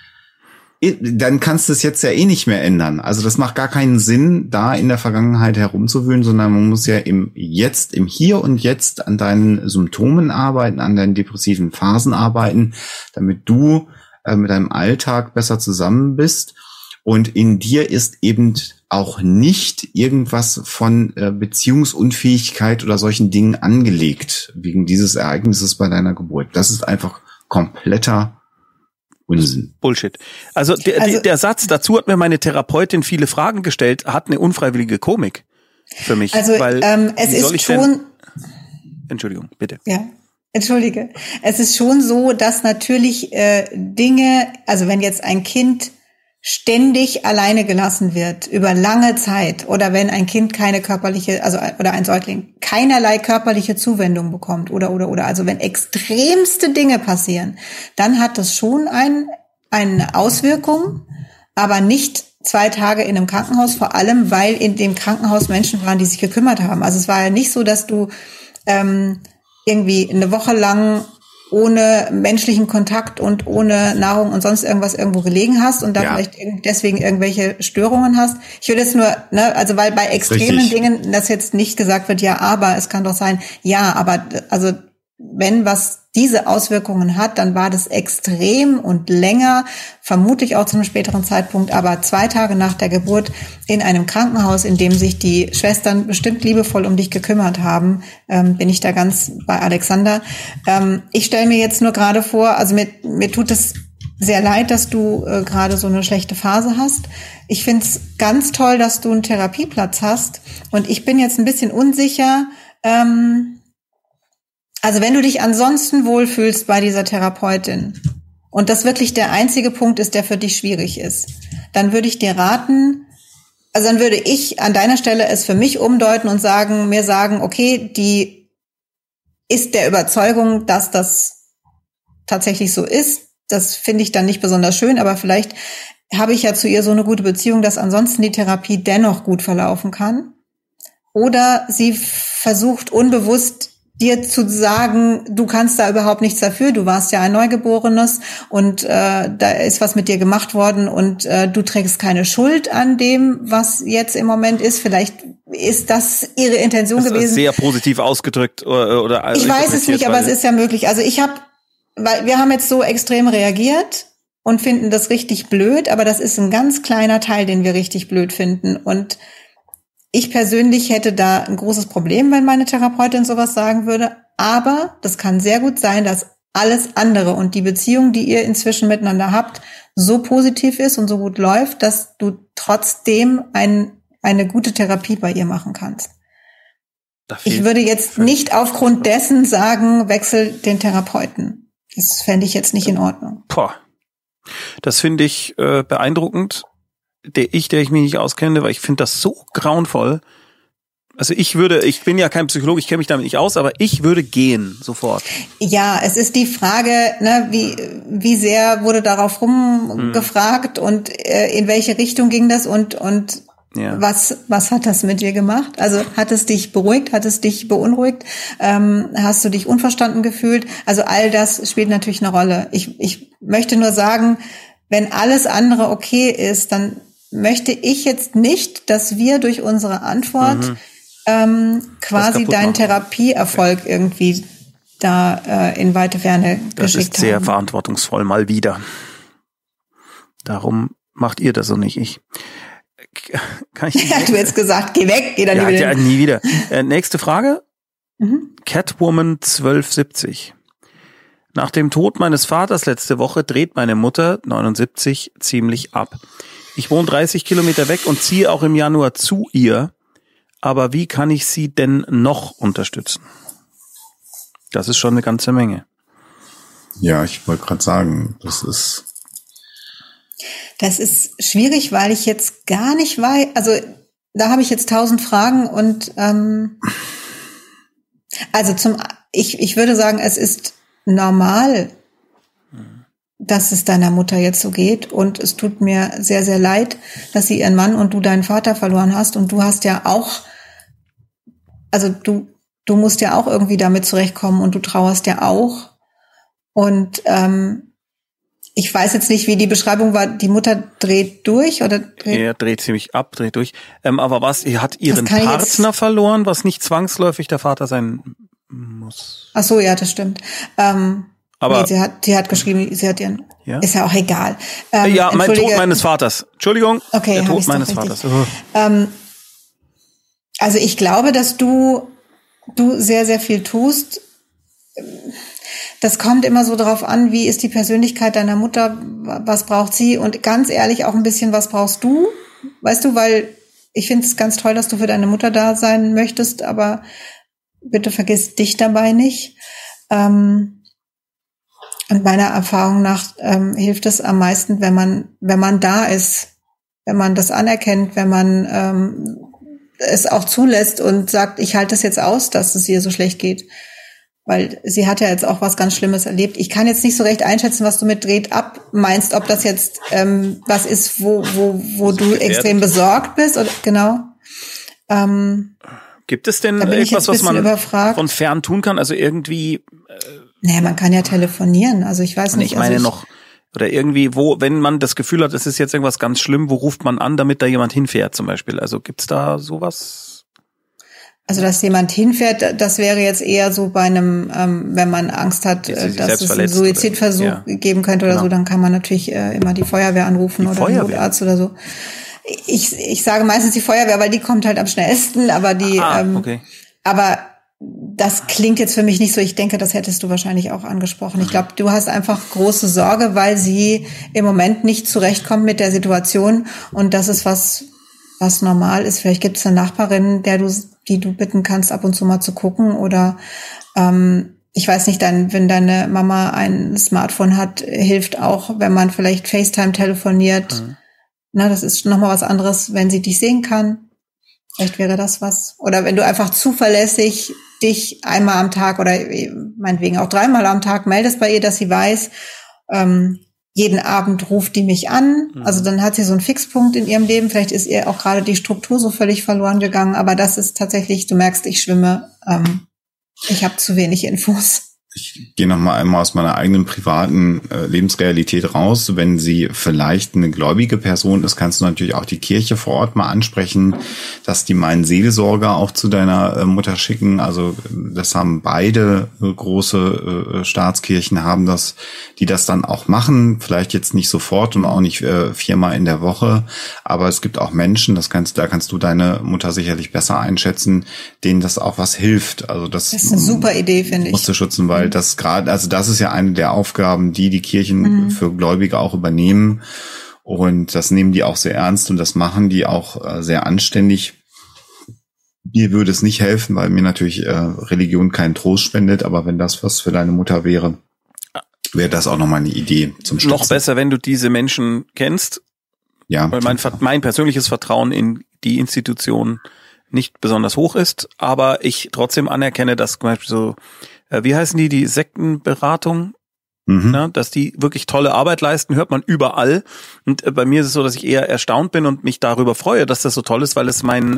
dann kannst du es jetzt ja eh nicht mehr ändern. Also das macht gar keinen Sinn, da in der Vergangenheit herumzuwühlen, sondern man muss ja im Hier und Jetzt an deinen Symptomen arbeiten, an deinen depressiven Phasen arbeiten, damit du mit deinem Alltag besser zusammen bist. Und in dir ist eben auch nicht irgendwas von Beziehungsunfähigkeit oder solchen Dingen angelegt, wegen dieses Ereignisses bei deiner Geburt. Das ist einfach kompletter Unsinn. Bullshit. Also der Satz, dazu hat mir meine Therapeutin viele Fragen gestellt, hat eine unfreiwillige Komik für mich. Also weil, es ist schon... Entschuldigung, bitte. Ja. Entschuldige. Es ist schon so, dass natürlich Dinge, also wenn jetzt ein Kind ständig alleine gelassen wird über lange Zeit oder wenn ein Kind keine körperliche, also oder ein Säugling keinerlei körperliche Zuwendung bekommt oder also wenn extremste Dinge passieren, dann hat das schon eine Auswirkung, aber nicht 2 Tage in einem Krankenhaus, vor allem weil in dem Krankenhaus Menschen waren, die sich gekümmert haben. Also es war ja nicht so, dass du irgendwie eine Woche lang ohne menschlichen Kontakt und ohne Nahrung und sonst irgendwas irgendwo gelegen hast und da vielleicht deswegen irgendwelche Störungen hast. Ich würde jetzt nur, also weil bei extremen Dingen das jetzt nicht gesagt wird, ja, aber es kann doch sein, ja, aber also wenn was diese Auswirkungen hat, dann war das extrem und länger, vermutlich auch zu einem späteren Zeitpunkt, aber 2 Tage nach der Geburt in einem Krankenhaus, in dem sich die Schwestern bestimmt liebevoll um dich gekümmert haben, bin ich da ganz bei Alexander. Ich stelle mir jetzt nur gerade vor, also mir tut es sehr leid, dass du gerade so eine schlechte Phase hast. Ich finde es ganz toll, dass du einen Therapieplatz hast und ich bin jetzt ein bisschen unsicher, also wenn du dich ansonsten wohlfühlst bei dieser Therapeutin und das wirklich der einzige Punkt ist, der für dich schwierig ist, dann würde ich dir raten, also dann würde ich an deiner Stelle es für mich umdeuten und mir sagen, okay, die ist der Überzeugung, dass das tatsächlich so ist. Das finde ich dann nicht besonders schön, aber vielleicht habe ich ja zu ihr so eine gute Beziehung, dass ansonsten die Therapie dennoch gut verlaufen kann. Oder sie versucht unbewusst dir zu sagen, du kannst da überhaupt nichts dafür, du warst ja ein Neugeborenes und da ist was mit dir gemacht worden und du trägst keine Schuld an dem, was jetzt im Moment ist. Vielleicht ist das ihre Intention gewesen. Ist sehr positiv ausgedrückt oder ich weiß es nicht, aber es ist ja möglich. Also weil wir haben jetzt so extrem reagiert und finden das richtig blöd, aber das ist ein ganz kleiner Teil, den wir richtig blöd finden. Und ich persönlich hätte da ein großes Problem, wenn meine Therapeutin sowas sagen würde. Aber das kann sehr gut sein, dass alles andere und die Beziehung, die ihr inzwischen miteinander habt, so positiv ist und so gut läuft, dass du trotzdem eine gute Therapie bei ihr machen kannst. Ich würde jetzt nicht aufgrund dessen sagen, wechsel den Therapeuten. Das fände ich jetzt nicht in Ordnung. Das finde ich beeindruckend. Der ich mich nicht auskenne, weil ich finde das so grauenvoll. Also ich bin ja kein Psychologe, ich kenne mich damit nicht aus, aber ich würde gehen, sofort. Ja, es ist die Frage, ne, wie sehr wurde darauf rumgefragt und in welche Richtung ging das und ja. Was hat das mit dir gemacht? Also hat es dich beruhigt, hat es dich beunruhigt? Hast du dich unverstanden gefühlt? Also all das spielt natürlich eine Rolle. Ich möchte nur sagen, wenn alles andere okay ist, dann möchte ich jetzt nicht, dass wir durch unsere Antwort quasi deinen Therapieerfolg irgendwie da in weite Ferne geschickt haben. Das ist sehr verantwortungsvoll, mal wieder. Darum macht ihr das so nicht, ich. Kann ich du hättest gesagt, geh weg, geh dann nie wieder. Ja, nie wieder. Nächste Frage. Catwoman 1270. Nach dem Tod meines Vaters letzte Woche dreht meine Mutter, 79, ziemlich ab. Ich wohne 30 Kilometer weg und ziehe auch im Januar zu ihr. Aber wie kann ich sie denn noch unterstützen? Das ist schon eine ganze Menge. Ja, ich wollte gerade sagen, das ist schwierig, weil ich jetzt gar nicht weiß, also da habe ich jetzt 1000 Fragen und also ich würde sagen, es ist normal, dass es deiner Mutter jetzt so geht und es tut mir sehr, sehr leid, dass sie ihren Mann und du deinen Vater verloren hast und du hast ja auch, also du musst ja auch irgendwie damit zurechtkommen und du trauerst ja auch und ich weiß jetzt nicht, wie die Beschreibung war, die Mutter dreht durch oder Er dreht ziemlich ab, dreht durch. Aber er hat ihren Partner verloren, was nicht zwangsläufig der Vater sein muss. Ach so, ja, das stimmt. Aber nee, sie hat geschrieben, sie hat ihren, ja? Ist ja auch egal. Ja, mein Tod meines Vaters. Entschuldigung, okay, der Tod meines Vaters. Also ich glaube, dass du sehr, sehr viel tust. Das kommt immer so darauf an, wie ist die Persönlichkeit deiner Mutter, was braucht sie und ganz ehrlich auch ein bisschen, was brauchst du? Weißt du, weil ich finde es ganz toll, dass du für deine Mutter da sein möchtest, aber bitte vergiss dich dabei nicht. Und meiner Erfahrung nach hilft es am meisten, wenn man da ist, wenn man das anerkennt, wenn man es auch zulässt und sagt, ich halte das jetzt aus, dass es ihr so schlecht geht. Weil sie hat ja jetzt auch was ganz Schlimmes erlebt. Ich kann jetzt nicht so recht einschätzen, was du mit dreht ab meinst, ob das jetzt was ist, wo du extrem besorgt bist oder genau. Gibt es denn irgendwas, was man von fern tun kann? Also irgendwie. Naja, man kann ja telefonieren. Also ich weiß nicht. Ich meine noch oder irgendwie, wenn man das Gefühl hat, es ist jetzt irgendwas ganz schlimm, wo ruft man an, damit da jemand hinfährt zum Beispiel? Also gibt's da sowas? Also, dass jemand hinfährt, das wäre jetzt eher so bei einem, wenn man Angst hat, dass es einen Suizidversuch geben könnte oder so, dann kann man natürlich immer die Feuerwehr anrufen oder den Notarzt oder so. Ich sage meistens die Feuerwehr, weil die kommt halt am schnellsten, aber aber das klingt jetzt für mich nicht so. Ich denke, das hättest du wahrscheinlich auch angesprochen. Ich glaube, du hast einfach große Sorge, weil sie im Moment nicht zurechtkommt mit der Situation und das ist was normal ist. Vielleicht gibt es eine Nachbarin, die du bitten kannst, ab und zu mal zu gucken oder ich weiß nicht, wenn deine Mama ein Smartphone hat, hilft auch, wenn man vielleicht FaceTime telefoniert. Na, das ist nochmal was anderes, wenn sie dich sehen kann. Vielleicht wäre das was. Oder wenn du einfach zuverlässig dich einmal am Tag oder meinetwegen auch 3-mal am Tag meldest bei ihr, dass sie weiß, jeden Abend ruft die mich an. Also dann hat sie so einen Fixpunkt in ihrem Leben. Vielleicht ist ihr auch gerade die Struktur so völlig verloren gegangen. Aber das ist tatsächlich, du merkst, ich schwimme Ich habe zu wenig Infos. Ich gehe noch mal einmal aus meiner eigenen privaten Lebensrealität raus. Wenn sie vielleicht eine gläubige Person ist, kannst du natürlich auch die Kirche vor Ort mal ansprechen, dass die meinen Seelsorger auch zu deiner Mutter schicken. Also das haben beide große Staatskirchen, haben das, die das dann auch machen. Vielleicht jetzt nicht sofort und auch nicht 4-mal in der Woche, aber es gibt auch Menschen, da kannst du deine Mutter sicherlich besser einschätzen, denen das auch was hilft. Also das ist eine super Idee, finde ich. Musst du schützen, weil das gerade, also das ist ja eine der Aufgaben, die Kirchen für Gläubige auch übernehmen. Und das nehmen die auch sehr ernst und das machen die auch sehr anständig. Mir würde es nicht helfen, weil mir natürlich Religion keinen Trost spendet. Aber wenn das was für deine Mutter wäre, wäre das auch nochmal eine Idee zum Stützen. Noch besser, wenn du diese Menschen kennst. Ja. Weil mein persönliches Vertrauen in die Institution nicht besonders hoch ist. Aber ich trotzdem anerkenne, dass zum Beispiel so, wie heißen die Sektenberatung? Ja, dass die wirklich tolle Arbeit leisten, hört man überall. Und bei mir ist es so, dass ich eher erstaunt bin und mich darüber freue, dass das so toll ist, weil es mein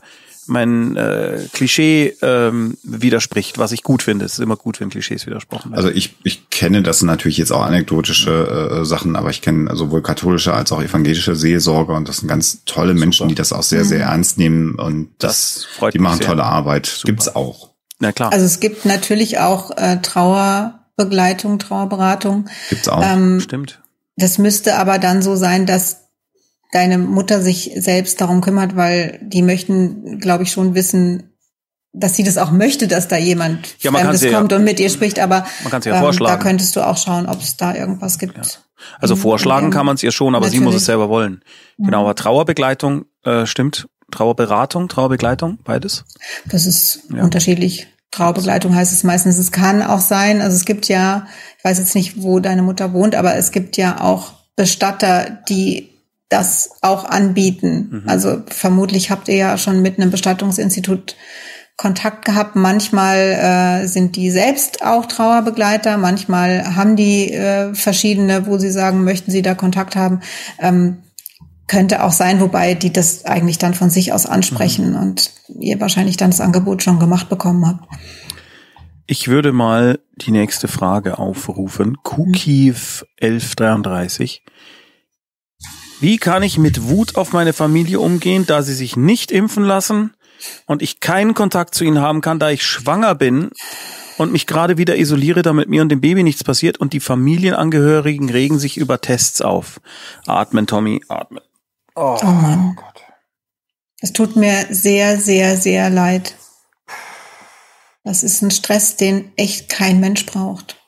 Klischee widerspricht, was ich gut finde. Es ist immer gut, wenn Klischees widersprochen werden. Also ich kenne das natürlich jetzt auch anekdotische Sachen, aber ich kenne sowohl katholische als auch evangelische Seelsorger und das sind ganz tolle Menschen, die das auch sehr, sehr ernst nehmen und das freut die machen tolle Arbeit. Super. Gibt's auch. Na klar. Also es gibt natürlich auch Trauerbegleitung, Trauerberatung. Gibt's auch. Stimmt. Das müsste aber dann so sein, dass deine Mutter sich selbst darum kümmert, weil die möchten, glaube ich, schon wissen, dass sie das auch möchte, dass da jemand Fremdes kommt und mit ihr spricht. Aber man kann's ja vorschlagen. Da könntest du auch schauen, ob es da irgendwas gibt. Ja. Also vorschlagen kann man es ihr schon, aber natürlich. Sie muss es selber wollen. Genau, aber Trauerbegleitung, stimmt. Trauerberatung, Trauerbegleitung, beides? Das ist unterschiedlich. Trauerbegleitung heißt es meistens, es kann auch sein, also es gibt ja, ich weiß jetzt nicht, wo deine Mutter wohnt, aber es gibt ja auch Bestatter, die das auch anbieten. Also vermutlich habt ihr ja schon mit einem Bestattungsinstitut Kontakt gehabt. Manchmal sind die selbst auch Trauerbegleiter, manchmal haben die verschiedene, wo sie sagen, möchten sie da Kontakt haben. Könnte auch sein, wobei die das eigentlich dann von sich aus ansprechen und ihr wahrscheinlich dann das Angebot schon gemacht bekommen habt. Ich würde mal die nächste Frage aufrufen. Kukiv 1133. Wie kann ich mit Wut auf meine Familie umgehen, da sie sich nicht impfen lassen und ich keinen Kontakt zu ihnen haben kann, da ich schwanger bin und mich gerade wieder isoliere, damit mir und dem Baby nichts passiert und die Familienangehörigen regen sich über Tests auf. Atmen, Tommy, atmen. Oh Mann. Oh Gott. Es tut mir sehr, sehr, sehr leid. Das ist ein Stress, den echt kein Mensch braucht.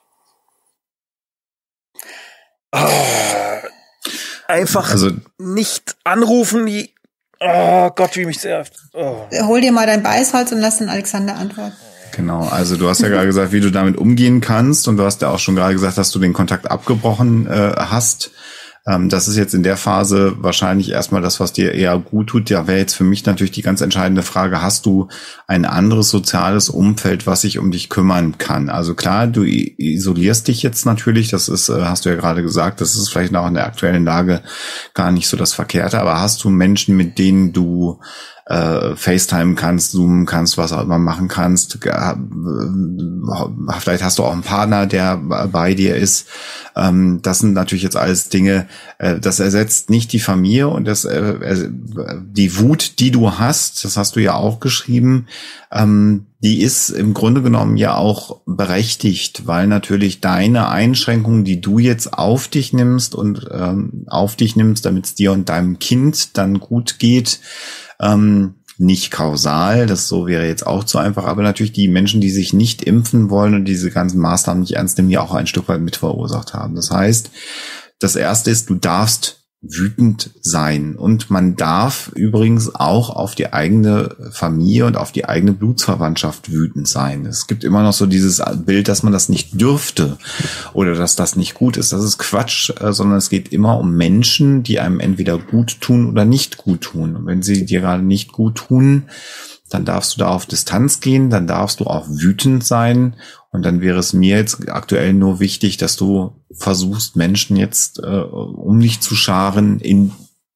Einfach nicht anrufen, oh Gott, wie mich sehr. Hol dir mal dein Beißholz und lass den Alexander antworten. Genau, also du hast ja gerade gesagt, wie du damit umgehen kannst und du hast ja auch schon gerade gesagt, dass du den Kontakt abgebrochen hast. Das ist jetzt in der Phase wahrscheinlich erstmal das, was dir eher gut tut. Ja, wäre jetzt für mich natürlich die ganz entscheidende Frage, hast du ein anderes soziales Umfeld, was sich um dich kümmern kann? Also klar, du isolierst dich jetzt natürlich, das ist, hast du ja gerade gesagt, das ist vielleicht auch in der aktuellen Lage gar nicht so das Verkehrte, aber hast du Menschen, mit denen du FaceTime kannst, Zoomen kannst, was auch immer machen kannst. Vielleicht hast du auch einen Partner, der bei dir ist. Das sind natürlich jetzt alles Dinge, das ersetzt nicht die Familie und das die Wut, die du hast, das hast du ja auch geschrieben, die ist im Grunde genommen ja auch berechtigt, weil natürlich deine Einschränkungen, die du jetzt auf dich nimmst und damit es dir und deinem Kind dann gut geht, nicht kausal, das so wäre jetzt auch zu einfach, aber natürlich die Menschen, die sich nicht impfen wollen und diese ganzen Maßnahmen nicht ernst nehmen, ja auch ein Stück weit mit verursacht haben. Das heißt, das Erste ist, du darfst wütend sein und man darf übrigens auch auf die eigene Familie und auf die eigene Blutsverwandtschaft wütend sein. Es gibt immer noch so dieses Bild, dass man das nicht dürfte oder dass das nicht gut ist. Das ist Quatsch, sondern es geht immer um Menschen, die einem entweder gut tun oder nicht gut tun. Und wenn sie dir gerade nicht gut tun, dann darfst du da auf Distanz gehen, dann darfst du auch wütend sein und dann wäre es mir jetzt aktuell nur wichtig, dass du versuchst, Menschen jetzt um dich zu scharen, in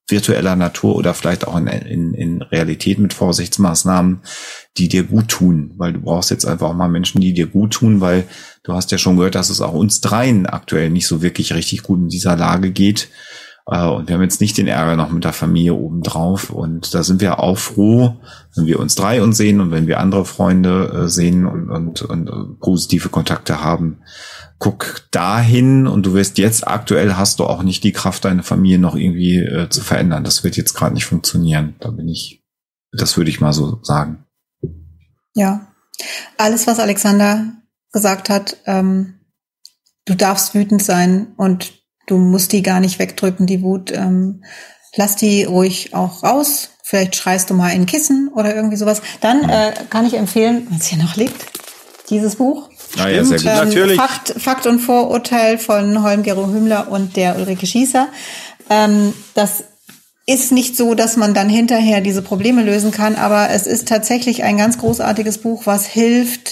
virtueller Natur oder vielleicht auch in Realität mit Vorsichtsmaßnahmen, die dir gut tun, weil du brauchst jetzt einfach auch mal Menschen, die dir gut tun, weil du hast ja schon gehört, dass es auch uns dreien aktuell nicht so wirklich richtig gut in dieser Lage geht. Und wir haben jetzt nicht den Ärger noch mit der Familie obendrauf. Und da sind wir auch froh, wenn wir uns drei sehen und wenn wir andere Freunde sehen und positive Kontakte haben. Guck dahin und du wirst jetzt aktuell hast du auch nicht die Kraft, deine Familie noch irgendwie zu verändern. Das wird jetzt gerade nicht funktionieren. Das würde ich mal so sagen. Ja, alles, was Alexander gesagt hat, du darfst wütend sein und du musst die gar nicht wegdrücken, die Wut. Lass die ruhig auch raus. Vielleicht schreist du mal in Kissen oder irgendwie sowas. Dann kann ich empfehlen, wenn es hier noch liegt, dieses Buch. Ah, ja, sehr gut. Natürlich. Fakt und Vorurteil von Holm-Gero Hümmler und der Ulrike Schießer. Das ist nicht so, dass man dann hinterher diese Probleme lösen kann, aber es ist tatsächlich ein ganz großartiges Buch, was hilft.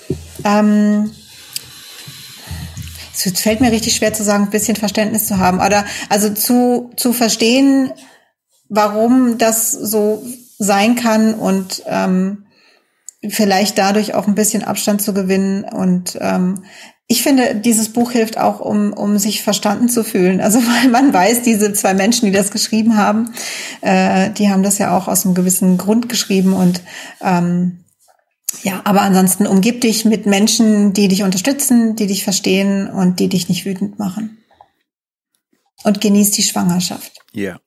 Es fällt mir richtig schwer zu sagen, ein bisschen Verständnis zu haben, oder also zu verstehen, warum das so sein kann und vielleicht dadurch auch ein bisschen Abstand zu gewinnen. Und ich finde, dieses Buch hilft auch, um sich verstanden zu fühlen. Also weil man weiß, diese zwei Menschen, die das geschrieben haben, die haben das ja auch aus einem gewissen Grund geschrieben. Und ja, aber ansonsten umgib dich mit Menschen, die dich unterstützen, die dich verstehen und die dich nicht wütend machen. Und genieß die Schwangerschaft. Ja.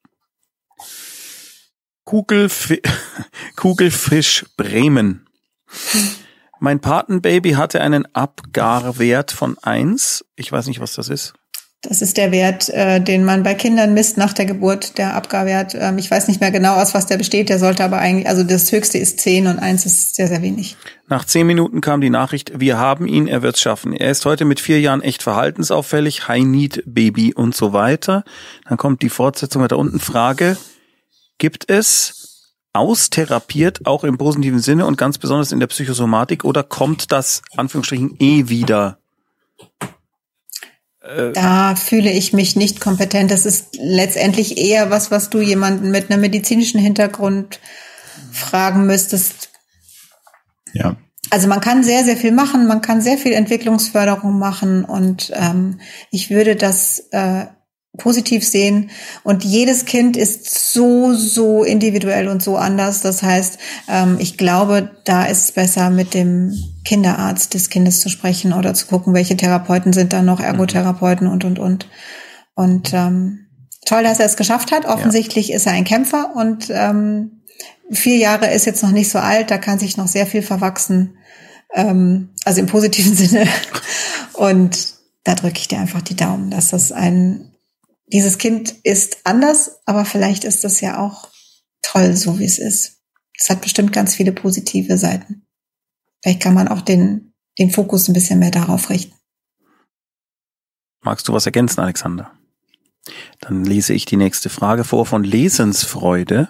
Kugelfisch Bremen. Mein Patenbaby hatte einen Abgarwert von 1. Ich weiß nicht, was das ist. Das ist der Wert, den man bei Kindern misst nach der Geburt, der Abgarwert. Ich weiß nicht mehr genau, aus was der besteht. Der sollte aber eigentlich, also das höchste ist 10 und 1 ist sehr, sehr wenig. Nach 10 Minuten kam die Nachricht, wir haben ihn, er wird's schaffen. Er ist heute mit 4 Jahren echt verhaltensauffällig, High Need Baby und so weiter. Dann kommt die Fortsetzung weiter unten. Frage, gibt es austherapiert, auch im positiven Sinne und ganz besonders in der Psychosomatik, oder kommt das, Anführungsstrichen, wieder? Da fühle ich mich nicht kompetent. Das ist letztendlich eher was du jemanden mit einem medizinischen Hintergrund fragen müsstest. Ja. Also man kann sehr, sehr viel machen. Man kann sehr viel Entwicklungsförderung machen und ich würde das positiv sehen. Und jedes Kind ist so individuell und so anders. Das heißt, ich glaube, da ist es besser, mit dem Kinderarzt des Kindes zu sprechen oder zu gucken, welche Therapeuten sind da noch, Ergotherapeuten und. Und toll, dass er es geschafft hat. Offensichtlich ist er ein Kämpfer und 4 Jahre ist jetzt noch nicht so alt. Da kann sich noch sehr viel verwachsen. Also im positiven Sinne. Und da drücke ich dir einfach die Daumen, dass das dieses Kind ist anders, aber vielleicht ist das ja auch toll, so wie es ist. Es hat bestimmt ganz viele positive Seiten. Vielleicht kann man auch den Fokus ein bisschen mehr darauf richten. Magst du was ergänzen, Alexander? Dann lese ich die nächste Frage vor von Lesensfreude.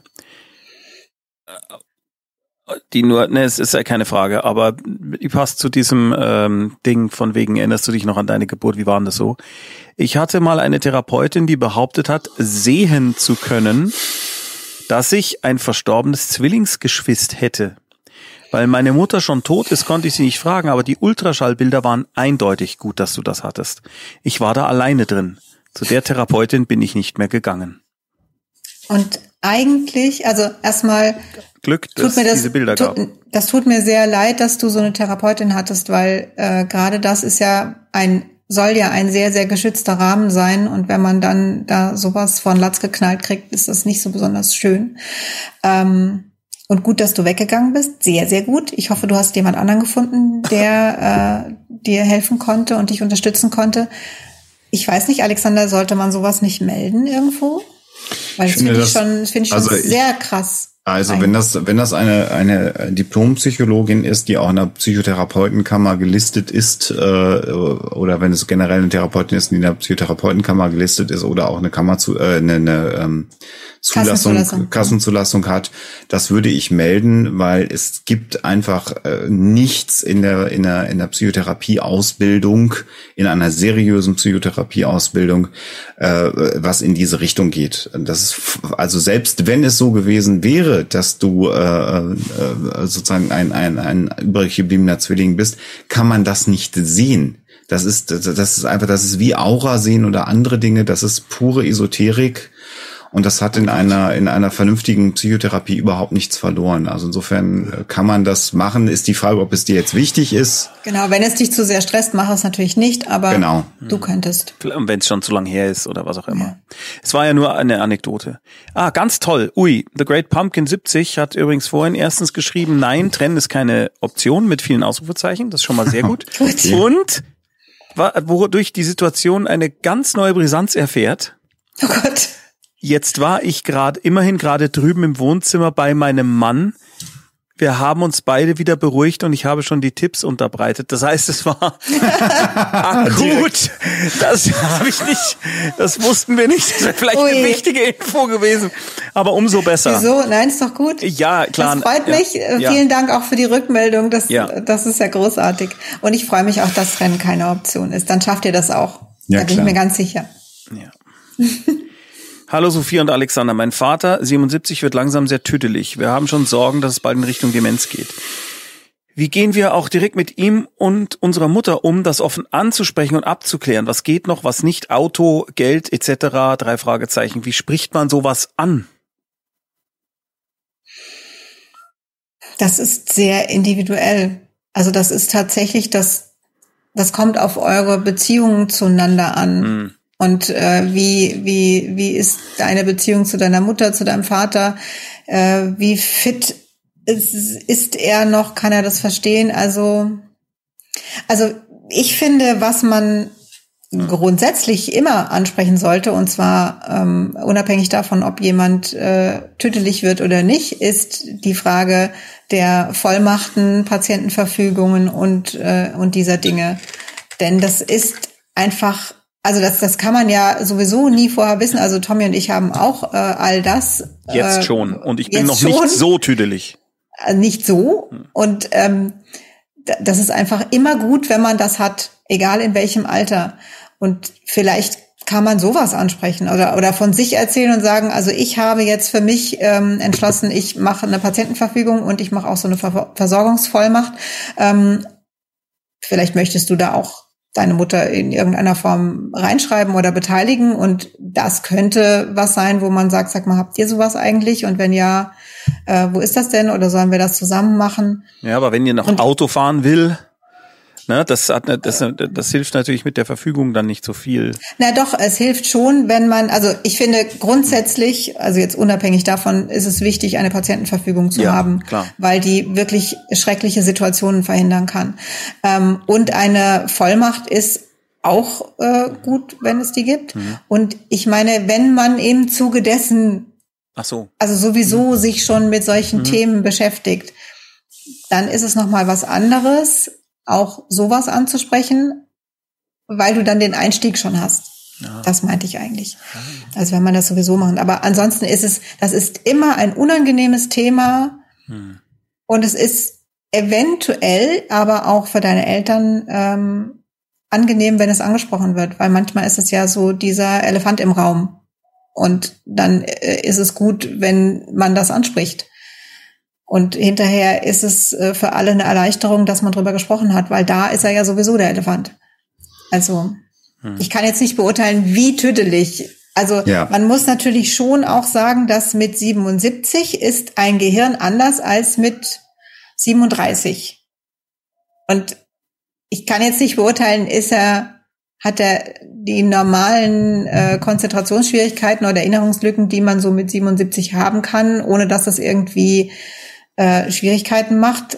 Es ist ja keine Frage, aber die passt zu diesem Ding von wegen, erinnerst du dich noch an deine Geburt, wie war denn das so? Ich hatte mal eine Therapeutin, die behauptet hat, sehen zu können, dass ich ein verstorbenes Zwillingsgeschwister hätte. Weil meine Mutter schon tot ist, konnte ich sie nicht fragen, aber die Ultraschallbilder waren eindeutig. Gut, dass du das hattest. Ich war da alleine drin. Zu der Therapeutin bin ich nicht mehr gegangen. Und eigentlich, also erstmal Glück, dass diese Bilder gab. Das tut mir sehr leid, dass du so eine Therapeutin hattest, weil gerade das ist soll ja ein sehr, sehr geschützter Rahmen sein. Und wenn man dann da sowas von Latz geknallt kriegt, ist das nicht so besonders schön. Und gut, dass du weggegangen bist. Sehr, sehr gut. Ich hoffe, du hast jemand anderen gefunden, der dir helfen konnte und dich unterstützen konnte. Ich weiß nicht, Alexander, sollte man sowas nicht melden irgendwo? Weil das finde ich schon sehr krass. Also wenn das eine Diplompsychologin ist, die auch in der Psychotherapeutenkammer gelistet ist, oder wenn es generell eine Therapeutin ist, die in der Psychotherapeutenkammer gelistet ist, oder auch eine Kassenzulassung hat, das würde ich melden, weil es gibt einfach nichts in der Psychotherapieausbildung, in einer seriösen Psychotherapieausbildung, was in diese Richtung geht. Das ist, also selbst wenn es so gewesen wäre, dass du sozusagen ein übrig gebliebener Zwilling bist, kann man das nicht sehen. Das ist wie Aura sehen oder andere Dinge. Das ist pure Esoterik. Und das hat in einer vernünftigen Psychotherapie überhaupt nichts verloren. Also insofern kann man das machen. Ist die Frage, ob es dir jetzt wichtig ist. Genau, wenn es dich zu sehr stresst, mach es natürlich nicht, aber genau. Du könntest. Wenn es schon zu lang her ist oder was auch immer. Ja. Es war ja nur eine Anekdote. Ganz toll. The Great Pumpkin 70 hat übrigens vorhin erstens geschrieben, nein, trennen ist keine Option mit vielen Ausrufezeichen. Das ist schon mal sehr gut. Gut. Und wodurch die Situation eine ganz neue Brisanz erfährt. Oh Gott. Jetzt war ich immerhin gerade drüben im Wohnzimmer bei meinem Mann. Wir haben uns beide wieder beruhigt und ich habe schon die Tipps unterbreitet. Das heißt, es war akut. Das habe ich nicht, das wussten wir nicht. Das wäre vielleicht eine wichtige Info gewesen. Aber umso besser. Wieso? Nein, ist doch gut. Ja, klar. Das freut mich. Ja. Vielen Dank auch für die Rückmeldung. Das ist ja großartig. Und ich freue mich auch, dass Rennen keine Option ist. Dann schafft ihr das auch. Da bin ich mir ganz sicher. Ja. Hallo Sophie und Alexander, mein Vater, 77, wird langsam sehr tüdelig. Wir haben schon Sorgen, dass es bald in Richtung Demenz geht. Wie gehen wir auch direkt mit ihm und unserer Mutter um, das offen anzusprechen und abzuklären? Was geht noch, was nicht? Auto, Geld etc. 3 Fragezeichen. Wie spricht man sowas an? Das ist sehr individuell. Also das ist tatsächlich, das kommt auf eure Beziehungen zueinander an. Und wie ist deine Beziehung zu deiner Mutter, zu deinem Vater? Wie fit ist er noch? Kann er das verstehen? Also ich finde, was man grundsätzlich immer ansprechen sollte, und zwar unabhängig davon, ob jemand tüdelig wird oder nicht, ist die Frage der Vollmachten, Patientenverfügungen und dieser Dinge. Denn das ist einfach, also das kann man ja sowieso nie vorher wissen. Also Tommy und ich haben auch all das. Jetzt schon. Und ich bin noch nicht so tüdelig. Nicht so. Und das ist einfach immer gut, wenn man das hat, egal in welchem Alter. Und vielleicht kann man sowas ansprechen oder von sich erzählen und sagen, also ich habe jetzt für mich entschlossen, ich mache eine Patientenverfügung und ich mache auch so eine Versorgungsvollmacht. Vielleicht möchtest du da auch deine Mutter in irgendeiner Form reinschreiben oder beteiligen, und das könnte was sein, wo man sagt, sag mal, habt ihr sowas eigentlich? Und wenn ja, wo ist das denn? Oder sollen wir das zusammen machen? Ja, aber wenn ihr noch Auto fahren will, ne, das hilft natürlich mit der Verfügung dann nicht so viel. Na doch, es hilft schon, wenn man, also ich finde grundsätzlich, also jetzt unabhängig davon, ist es wichtig, eine Patientenverfügung zu haben, klar. Weil die wirklich schreckliche Situationen verhindern kann. Und eine Vollmacht ist auch gut, wenn es die gibt. Und ich meine, wenn man im Zuge dessen also sowieso sich schon mit solchen Themen beschäftigt, dann ist es nochmal was anderes, auch sowas anzusprechen, weil du dann den Einstieg schon hast. Ja. Das meinte ich eigentlich. Also wenn man das sowieso macht. Aber ansonsten das ist immer ein unangenehmes Thema. Und es ist eventuell aber auch für deine Eltern angenehm, wenn es angesprochen wird. Weil manchmal ist es ja so dieser Elefant im Raum. Und dann ist es gut, wenn man das anspricht. Und hinterher ist es für alle eine Erleichterung, dass man drüber gesprochen hat, weil da ist er ja sowieso der Elefant. Also ich kann jetzt nicht beurteilen, wie tüdelig. Also man muss natürlich schon auch sagen, dass mit 77 ist ein Gehirn anders als mit 37. Und ich kann jetzt nicht beurteilen, hat er die normalen Konzentrationsschwierigkeiten oder Erinnerungslücken, die man so mit 77 haben kann, ohne dass das irgendwie Schwierigkeiten macht,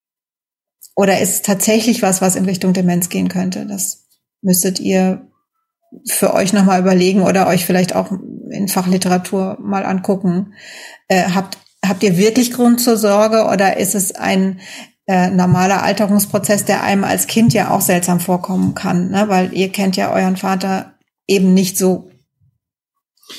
oder ist es tatsächlich was in Richtung Demenz gehen könnte? Das müsstet ihr für euch nochmal überlegen oder euch vielleicht auch in Fachliteratur mal angucken. Habt ihr wirklich Grund zur Sorge, oder ist es ein normaler Alterungsprozess, der einem als Kind ja auch seltsam vorkommen kann, ne? Weil ihr kennt ja euren Vater eben nicht so.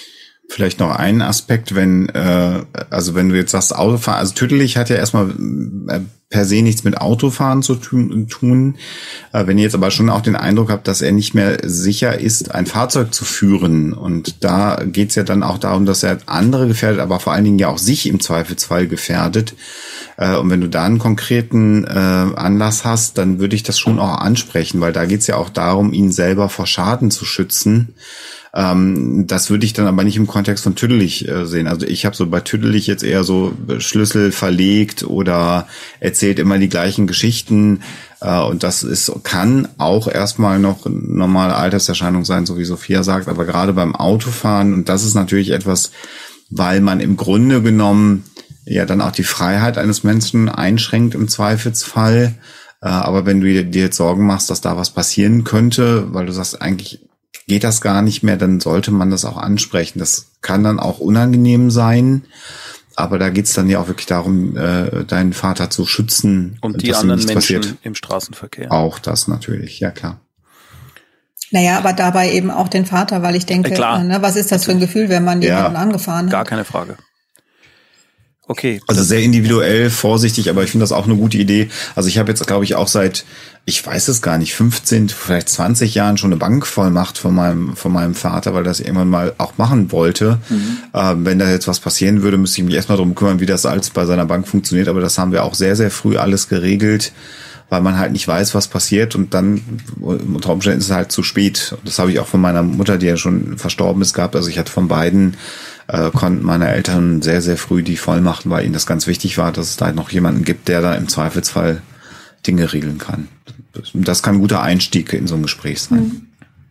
Vielleicht noch einen Aspekt, wenn du jetzt sagst Autofahren, also tödlich hat ja erstmal per se nichts mit Autofahren zu tun. Wenn ihr jetzt aber schon auch den Eindruck habt, dass er nicht mehr sicher ist, ein Fahrzeug zu führen, und da geht's ja dann auch darum, dass er andere gefährdet, aber vor allen Dingen ja auch sich im Zweifelsfall gefährdet. Und wenn du da einen konkreten Anlass hast, dann würde ich das schon auch ansprechen, weil da geht's ja auch darum, ihn selber vor Schaden zu schützen. Das würde ich dann aber nicht im Kontext von Tüdelig sehen. Also ich habe so bei Tüdelig jetzt eher so Schlüssel verlegt oder erzählt immer die gleichen Geschichten. Und kann auch erstmal noch normale Alterserscheinung sein, so wie Sophia sagt. Aber gerade beim Autofahren, und das ist natürlich etwas, weil man im Grunde genommen ja dann auch die Freiheit eines Menschen einschränkt im Zweifelsfall. Aber wenn du dir jetzt Sorgen machst, dass da was passieren könnte, weil du sagst, eigentlich geht das gar nicht mehr, dann sollte man das auch ansprechen. Das kann dann auch unangenehm sein, aber da geht's dann ja auch wirklich darum, deinen Vater zu schützen. Und die anderen Menschen im Straßenverkehr. Auch das natürlich, ja klar. Naja, aber dabei eben auch den Vater, weil ich denke, was ist das für ein Gefühl, wenn man jemanden angefahren hat? Gar keine Frage. Okay. Also sehr individuell, vorsichtig, aber ich finde das auch eine gute Idee. Also ich habe jetzt, glaube ich, auch seit, ich weiß es gar nicht, 15, vielleicht 20 Jahren schon eine Bankvollmacht von meinem Vater, weil er das irgendwann mal auch machen wollte. Wenn da jetzt was passieren würde, müsste ich mich erstmal darum kümmern, wie das alles bei seiner Bank funktioniert. Aber das haben wir auch sehr, sehr früh alles geregelt, weil man halt nicht weiß, was passiert, und dann unter Umständen ist es halt zu spät. Das habe ich auch von meiner Mutter, die ja schon verstorben ist, gehabt. Also ich hatte von beiden konnten meine Eltern sehr, sehr früh die Vollmacht, weil ihnen das ganz wichtig war, dass es da halt noch jemanden gibt, der da im Zweifelsfall Dinge regeln kann. Das kann ein guter Einstieg in so ein Gespräch sein.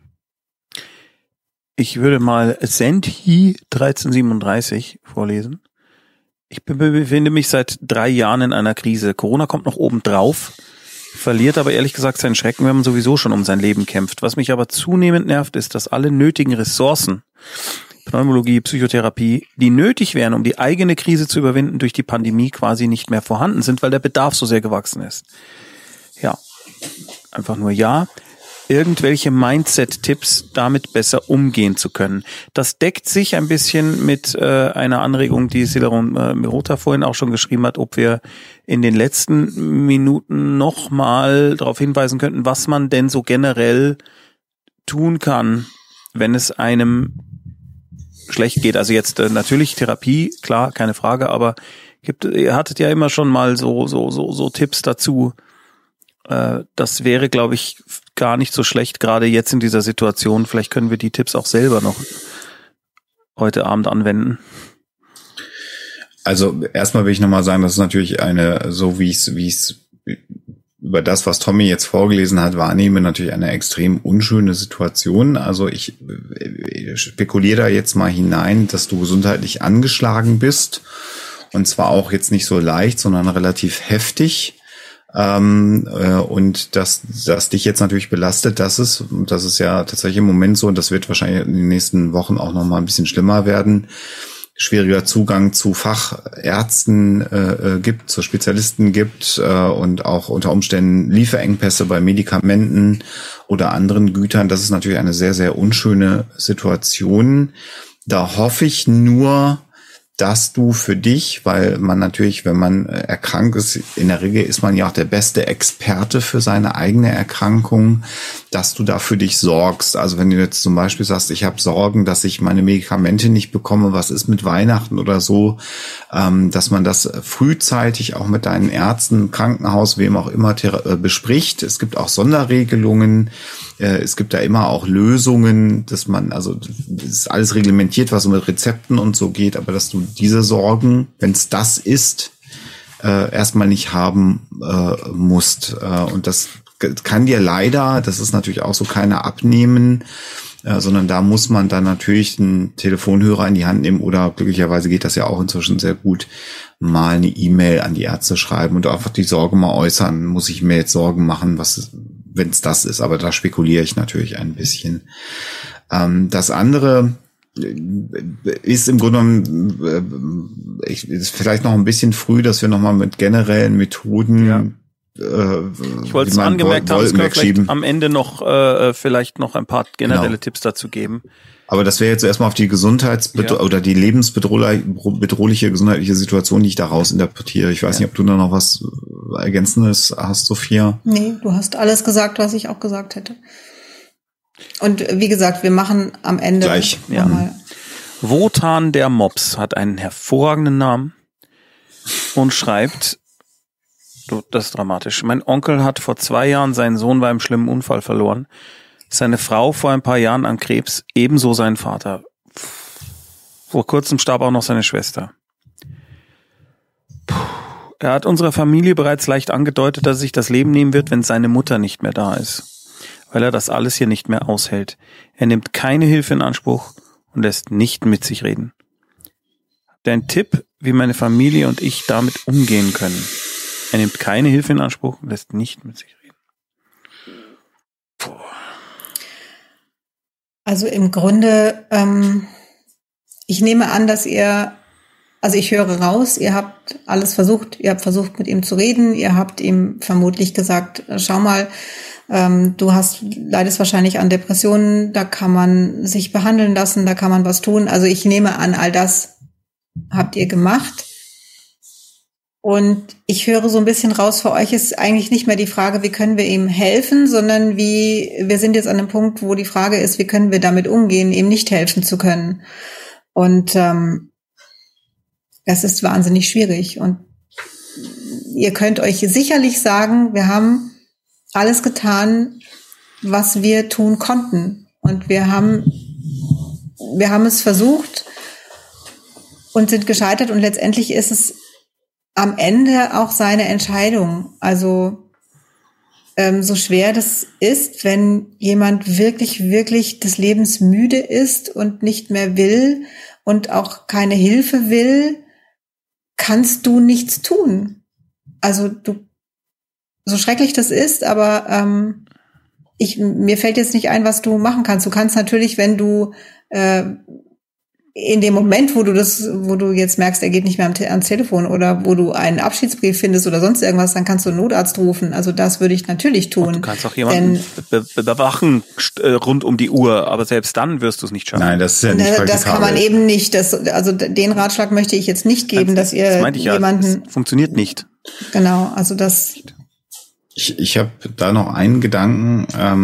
Ich würde mal Senti 1337 vorlesen. Ich befinde mich seit 3 Jahren in einer Krise. Corona kommt noch oben drauf, verliert aber ehrlich gesagt seinen Schrecken, wenn man sowieso schon um sein Leben kämpft. Was mich aber zunehmend nervt, ist, dass alle nötigen Ressourcen, Pneumologie, Psychotherapie, die nötig wären, um die eigene Krise zu überwinden, durch die Pandemie quasi nicht mehr vorhanden sind, weil der Bedarf so sehr gewachsen ist. Ja, einfach nur irgendwelche Mindset-Tipps, damit besser umgehen zu können. Das deckt sich ein bisschen mit einer Anregung, die Celeron Mirota vorhin auch schon geschrieben hat, ob wir in den letzten Minuten nochmal darauf hinweisen könnten, was man denn so generell tun kann, wenn es einem schlecht geht. Also jetzt natürlich Therapie, klar, keine Frage, aber ihr hattet ja immer schon mal so Tipps dazu. Das wäre, glaube ich, gar nicht so schlecht, gerade jetzt in dieser Situation. Vielleicht können wir die Tipps auch selber noch heute Abend anwenden. Also erstmal will ich nochmal sagen, das ist natürlich so wie ich über das, was Tommy jetzt vorgelesen hat, wahrnehme, natürlich eine extrem unschöne Situation. Also ich spekuliere da jetzt mal hinein, dass du gesundheitlich angeschlagen bist, und zwar auch jetzt nicht so leicht, sondern relativ heftig. Und dass dich jetzt natürlich belastet, das ist ja tatsächlich im Moment so, und das wird wahrscheinlich in den nächsten Wochen auch noch mal ein bisschen schlimmer werden, schwieriger Zugang zu Fachärzten gibt, zu Spezialisten gibt, und auch unter Umständen Lieferengpässe bei Medikamenten oder anderen Gütern. Das ist natürlich eine sehr, sehr unschöne Situation. Da hoffe ich nur, dass du für dich, weil man natürlich, wenn man erkrankt ist, in der Regel ist man ja auch der beste Experte für seine eigene Erkrankung, dass du da für dich sorgst. Also wenn du jetzt zum Beispiel sagst, ich habe Sorgen, dass ich meine Medikamente nicht bekomme, was ist mit Weihnachten oder so, dass man das frühzeitig auch mit deinen Ärzten, Krankenhaus, wem auch immer bespricht. Es gibt auch Sonderregelungen. Es gibt da immer auch Lösungen, dass man, also das ist alles reglementiert, was so mit Rezepten und so geht, aber dass du diese Sorgen, wenn es das ist, erstmal nicht haben musst. Und das kann dir leider, das ist natürlich auch so, keiner abnehmen, sondern da muss man dann natürlich einen Telefonhörer in die Hand nehmen, oder glücklicherweise geht das ja auch inzwischen sehr gut, mal eine E-Mail an die Ärzte schreiben und einfach die Sorge mal äußern. Muss ich mir jetzt Sorgen machen, wenn es das ist? Aber da spekuliere ich natürlich ein bisschen. Das andere ist im Grunde genommen, ist vielleicht noch ein bisschen früh, dass wir nochmal mit generellen Methoden ich wollte es angemerkt haben, es können vielleicht am Ende noch vielleicht noch ein paar generelle Tipps dazu geben. Aber das wäre jetzt erstmal auf die oder die lebensbedrohliche gesundheitliche Situation, die ich daraus interpretiere. Ich weiß nicht, ob du da noch was Ergänzendes hast, Sophia? Nee, du hast alles gesagt, was ich auch gesagt hätte. Und wie gesagt, wir machen am Ende gleich nochmal. Wotan der Mops hat einen hervorragenden Namen und schreibt, das ist dramatisch, mein Onkel hat vor 2 Jahren seinen Sohn bei einem schlimmen Unfall verloren. Seine Frau vor ein paar Jahren an Krebs, ebenso sein Vater. Vor kurzem starb auch noch seine Schwester. Er hat unserer Familie bereits leicht angedeutet, dass er sich das Leben nehmen wird, wenn seine Mutter nicht mehr da ist, weil er das alles hier nicht mehr aushält. Er nimmt keine Hilfe in Anspruch und lässt nicht mit sich reden. Habt ihr einen Tipp, wie meine Familie und ich damit umgehen können? Er nimmt keine Hilfe in Anspruch und lässt nicht mit sich reden. Also im Grunde, ich nehme an, dass ich höre raus, ihr habt alles versucht, ihr habt versucht, mit ihm zu reden, ihr habt ihm vermutlich gesagt, schau mal, du leidest wahrscheinlich an Depressionen, da kann man sich behandeln lassen, da kann man was tun. Also ich nehme an, all das habt ihr gemacht. Und ich höre so ein bisschen raus, für euch ist eigentlich nicht mehr die Frage, wie können wir ihm helfen, sondern wir sind jetzt an einem Punkt, wo die Frage ist, wie können wir damit umgehen, ihm nicht helfen zu können. Und das ist wahnsinnig schwierig. Und ihr könnt euch sicherlich sagen, wir haben alles getan, was wir tun konnten. Und wir haben es versucht und sind gescheitert. Und letztendlich ist es am Ende auch seine Entscheidung. Also so schwer das ist, wenn jemand wirklich, wirklich des Lebens müde ist und nicht mehr will und auch keine Hilfe will, kannst du nichts tun. Also so schrecklich das ist, aber mir fällt jetzt nicht ein, was du machen kannst. Du kannst natürlich, wenn du in dem Moment, wo du jetzt merkst, er geht nicht mehr ans Telefon oder wo du einen Abschiedsbrief findest oder sonst irgendwas, dann kannst du einen Notarzt rufen. Also das würde ich natürlich tun. Und du kannst auch jemanden bewachen rund um die Uhr, aber selbst dann wirst du es nicht schaffen. Nein, das ist ja nicht praktikabel. Das kann man eben nicht. Also den Ratschlag möchte ich jetzt nicht geben, dass ihr jemanden... Das funktioniert nicht. Genau, also das... Ich habe da noch einen Gedanken.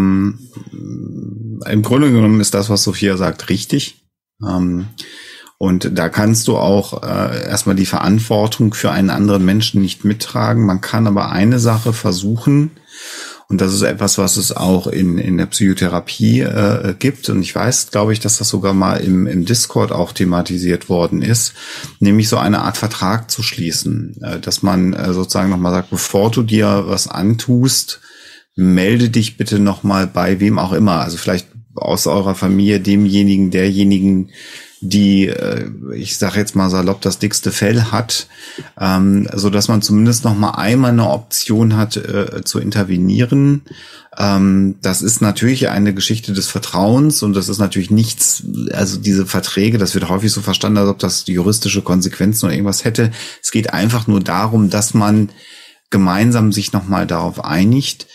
Im Grunde genommen ist das, was Sophia sagt, richtig. Und da kannst du auch erstmal die Verantwortung für einen anderen Menschen nicht mittragen. Man kann aber eine Sache versuchen, und das ist etwas, was es auch in der Psychotherapie gibt. Und ich weiß, glaube ich, dass das sogar mal im Discord auch thematisiert worden ist, nämlich so eine Art Vertrag zu schließen, dass man sozusagen nochmal sagt, bevor du dir was antust, melde dich bitte nochmal bei wem auch immer. Also vielleicht aus eurer Familie, derjenigen, die, ich sage jetzt mal salopp, das dickste Fell hat, so dass man zumindest noch mal einmal eine Option hat, zu intervenieren. Das ist natürlich eine Geschichte des Vertrauens und das ist natürlich nichts, also diese Verträge, das wird häufig so verstanden, als ob das juristische Konsequenzen oder irgendwas hätte. Es geht einfach nur darum, dass man gemeinsam sich noch mal darauf einigt,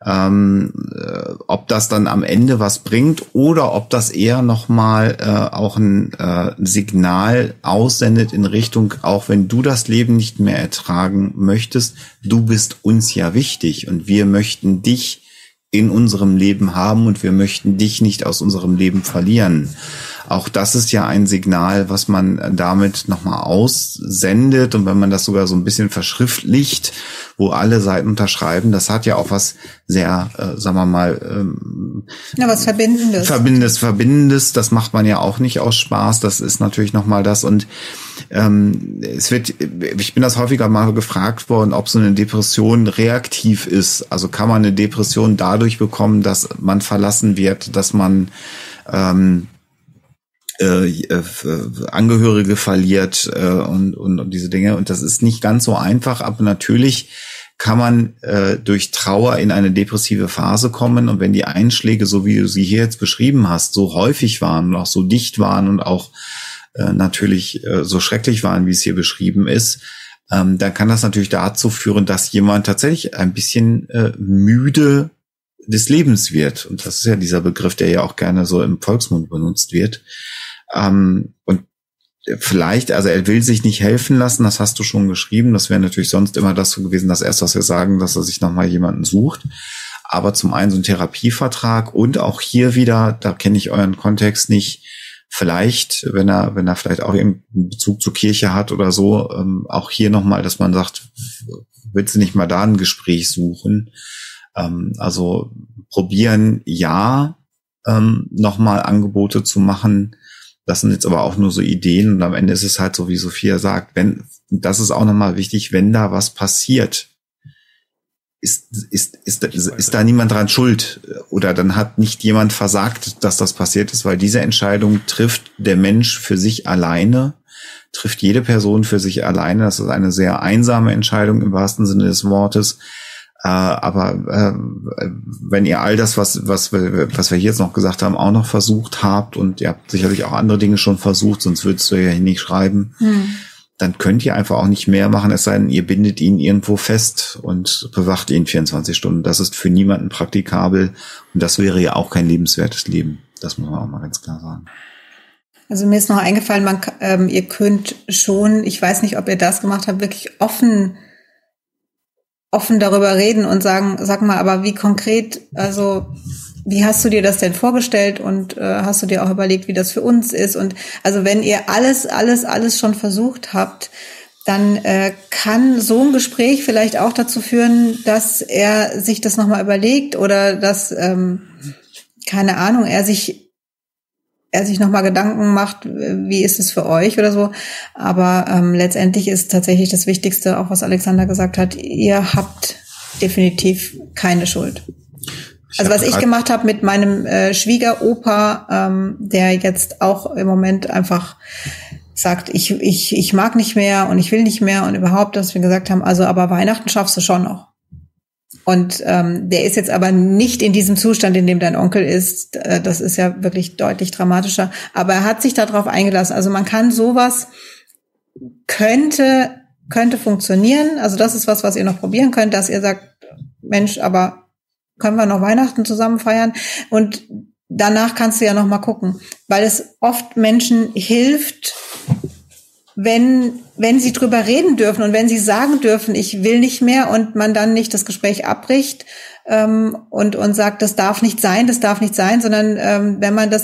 ob das dann am Ende was bringt oder ob das eher nochmal auch ein Signal aussendet in Richtung, auch wenn du das Leben nicht mehr ertragen möchtest, du bist uns ja wichtig und wir möchten dich in unserem Leben haben und wir möchten dich nicht aus unserem Leben verlieren. Auch das ist ja ein Signal, was man damit nochmal aussendet. Und wenn man das sogar so ein bisschen verschriftlicht, wo alle Seiten unterschreiben, das hat ja auch was sehr, sagen wir mal, was Verbindendes. Verbindendes. Das macht man ja auch nicht aus Spaß. Das ist natürlich nochmal das. Und ich bin das häufiger mal gefragt worden, ob so eine Depression reaktiv ist. Also kann man eine Depression dadurch bekommen, dass man verlassen wird, dass man Angehörige verliert und diese Dinge. Und das ist nicht ganz so einfach, aber natürlich kann man durch Trauer in eine depressive Phase kommen. Und wenn die Einschläge, so wie du sie hier jetzt beschrieben hast, so häufig waren und auch so dicht waren und auch natürlich so schrecklich waren, wie es hier beschrieben ist, dann kann das natürlich dazu führen, dass jemand tatsächlich ein bisschen müde des Lebens wird. Und das ist ja dieser Begriff, der ja auch gerne so im Volksmund benutzt wird. Und vielleicht, also er will sich nicht helfen lassen, das hast du schon geschrieben. Das wäre natürlich sonst immer das so gewesen, das erste, was wir sagen, dass er sich nochmal jemanden sucht. Aber zum einen so ein Therapievertrag und auch hier wieder, da kenne ich euren Kontext nicht, vielleicht, wenn er vielleicht auch einen Bezug zur Kirche hat oder so, auch hier nochmal, dass man sagt, willst du nicht mal da ein Gespräch suchen? Also probieren, ja, nochmal Angebote zu machen. Das sind jetzt aber auch nur so Ideen und am Ende ist es halt so, wie Sophia sagt, das ist auch nochmal wichtig, wenn da was passiert, ist da niemand dran schuld oder dann hat nicht jemand versagt, dass das passiert ist, weil diese Entscheidung trifft der Mensch für sich alleine, trifft jede Person für sich alleine. Das ist eine sehr einsame Entscheidung im wahrsten Sinne des Wortes. Aber wenn ihr all das, was wir hier jetzt noch gesagt haben, auch noch versucht habt und ihr habt sicherlich auch andere Dinge schon versucht, sonst würdest du ja hier nicht schreiben, dann könnt ihr einfach auch nicht mehr machen, es sei denn, ihr bindet ihn irgendwo fest und bewacht ihn 24 Stunden. Das ist für niemanden praktikabel und das wäre ja auch kein lebenswertes Leben. Das muss man auch mal ganz klar sagen. Also mir ist noch eingefallen, ihr könnt schon, ich weiß nicht, ob ihr das gemacht habt, wirklich offen darüber reden und sagen, sag mal, aber wie konkret, also wie hast du dir das denn vorgestellt und hast du dir auch überlegt, wie das für uns ist? Und also wenn ihr alles schon versucht habt, dann kann so ein Gespräch vielleicht auch dazu führen, dass er sich das nochmal überlegt oder dass, keine Ahnung, er sich nochmal Gedanken macht, wie ist es für euch oder so. Aber letztendlich ist tatsächlich das Wichtigste, auch was Alexander gesagt hat, ihr habt definitiv keine Schuld. Also was ich gemacht habe mit meinem Schwiegeropa, der jetzt auch im Moment einfach sagt, ich mag nicht mehr und ich will nicht mehr und überhaupt, dass wir gesagt haben, also aber Weihnachten schaffst du schon noch. Und der ist jetzt aber nicht in diesem Zustand, in dem dein Onkel ist. Das ist ja wirklich deutlich dramatischer. Aber er hat sich darauf eingelassen. Also man kann sowas, könnte funktionieren. Also das ist was ihr noch probieren könnt, dass ihr sagt, Mensch, aber können wir noch Weihnachten zusammen feiern? Und danach kannst du ja noch mal gucken. Weil es oft Menschen hilft, wenn sie drüber reden dürfen und wenn sie sagen dürfen, ich will nicht mehr und man dann nicht das Gespräch abbricht und sagt, das darf nicht sein, sondern wenn man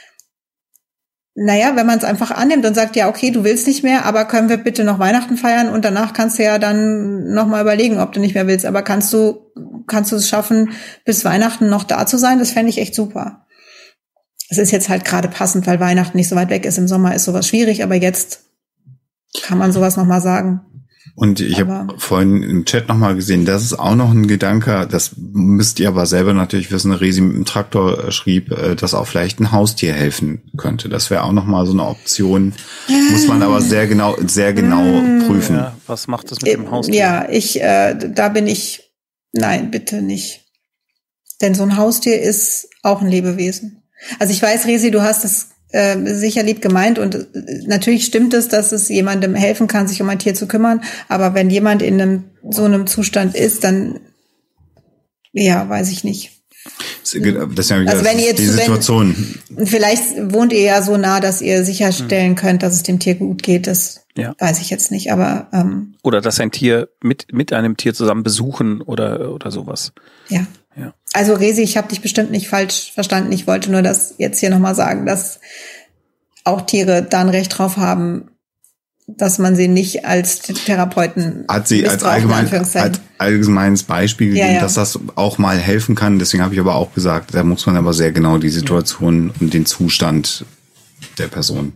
wenn man es einfach annimmt und sagt, ja, okay, du willst nicht mehr, aber können wir bitte noch Weihnachten feiern und danach kannst du ja dann noch mal überlegen, ob du nicht mehr willst, aber kannst du es schaffen, bis Weihnachten noch da zu sein? Das fände ich echt super. Es ist jetzt halt gerade passend, weil Weihnachten nicht so weit weg ist. Im Sommer ist sowas schwierig, aber jetzt kann man sowas nochmal sagen. Und ich habe vorhin im Chat nochmal gesehen, das ist auch noch ein Gedanke, das müsst ihr aber selber natürlich wissen, Resi mit dem Traktor schrieb, dass auch vielleicht ein Haustier helfen könnte. Das wäre auch nochmal so eine Option, muss man aber sehr genau prüfen. Ja, was macht das mit dem Haustier? Ja, nein, bitte nicht. Denn so ein Haustier ist auch ein Lebewesen. Also ich weiß, Resi, du hast es sicher lieb gemeint und natürlich stimmt es, dass es jemandem helfen kann, sich um ein Tier zu kümmern, aber wenn jemand in so einem Zustand ist, dann weiß ich nicht. Das ist ja wieder die Situation. Vielleicht wohnt ihr ja so nah, dass ihr sicherstellen könnt, dass es dem Tier gut geht, das weiß ich jetzt nicht, aber oder dass ein Tier mit einem Tier zusammen besuchen oder sowas. Ja. Also Resi, ich habe dich bestimmt nicht falsch verstanden. Ich wollte nur das jetzt hier nochmal sagen, dass auch Tiere da ein Recht drauf haben, dass man sie nicht als Therapeuten hat sie als allgemeines Beispiel gegeben, dass das auch mal helfen kann. Deswegen habe ich aber auch gesagt, da muss man aber sehr genau die Situation und den Zustand der Person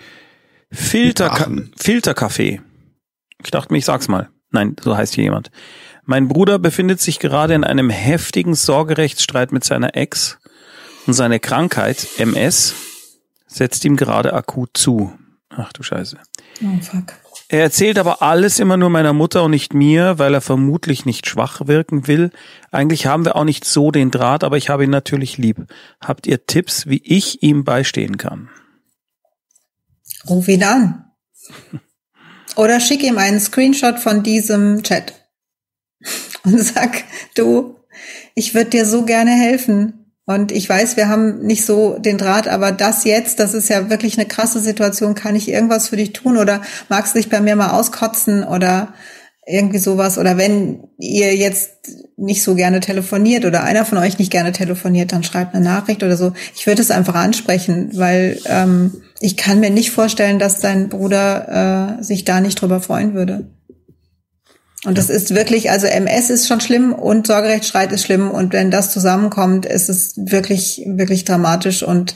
Filterkaffee. Ich dachte mir, ich sag's mal. Nein, so heißt hier jemand. Mein Bruder befindet sich gerade in einem heftigen Sorgerechtsstreit mit seiner Ex und seine Krankheit, MS, setzt ihm gerade akut zu. Ach du Scheiße. Oh fuck. Er erzählt aber alles immer nur meiner Mutter und nicht mir, weil er vermutlich nicht schwach wirken will. Eigentlich haben wir auch nicht so den Draht, aber ich habe ihn natürlich lieb. Habt ihr Tipps, wie ich ihm beistehen kann? Ruf ihn an. Oder schick ihm einen Screenshot von diesem Chat und sag, du, ich würde dir so gerne helfen. Und ich weiß, wir haben nicht so den Draht, aber das ist ja wirklich eine krasse Situation. Kann ich irgendwas für dich tun oder magst du dich bei mir mal auskotzen oder irgendwie sowas? Oder wenn ihr jetzt nicht so gerne telefoniert oder einer von euch nicht gerne telefoniert, dann schreibt eine Nachricht oder so. Ich würde es einfach ansprechen, weil ich kann mir nicht vorstellen, dass dein Bruder sich da nicht drüber freuen würde. Und das ist wirklich, also MS ist schon schlimm und Sorgerechtsstreit ist schlimm und wenn das zusammenkommt, ist es wirklich, wirklich dramatisch und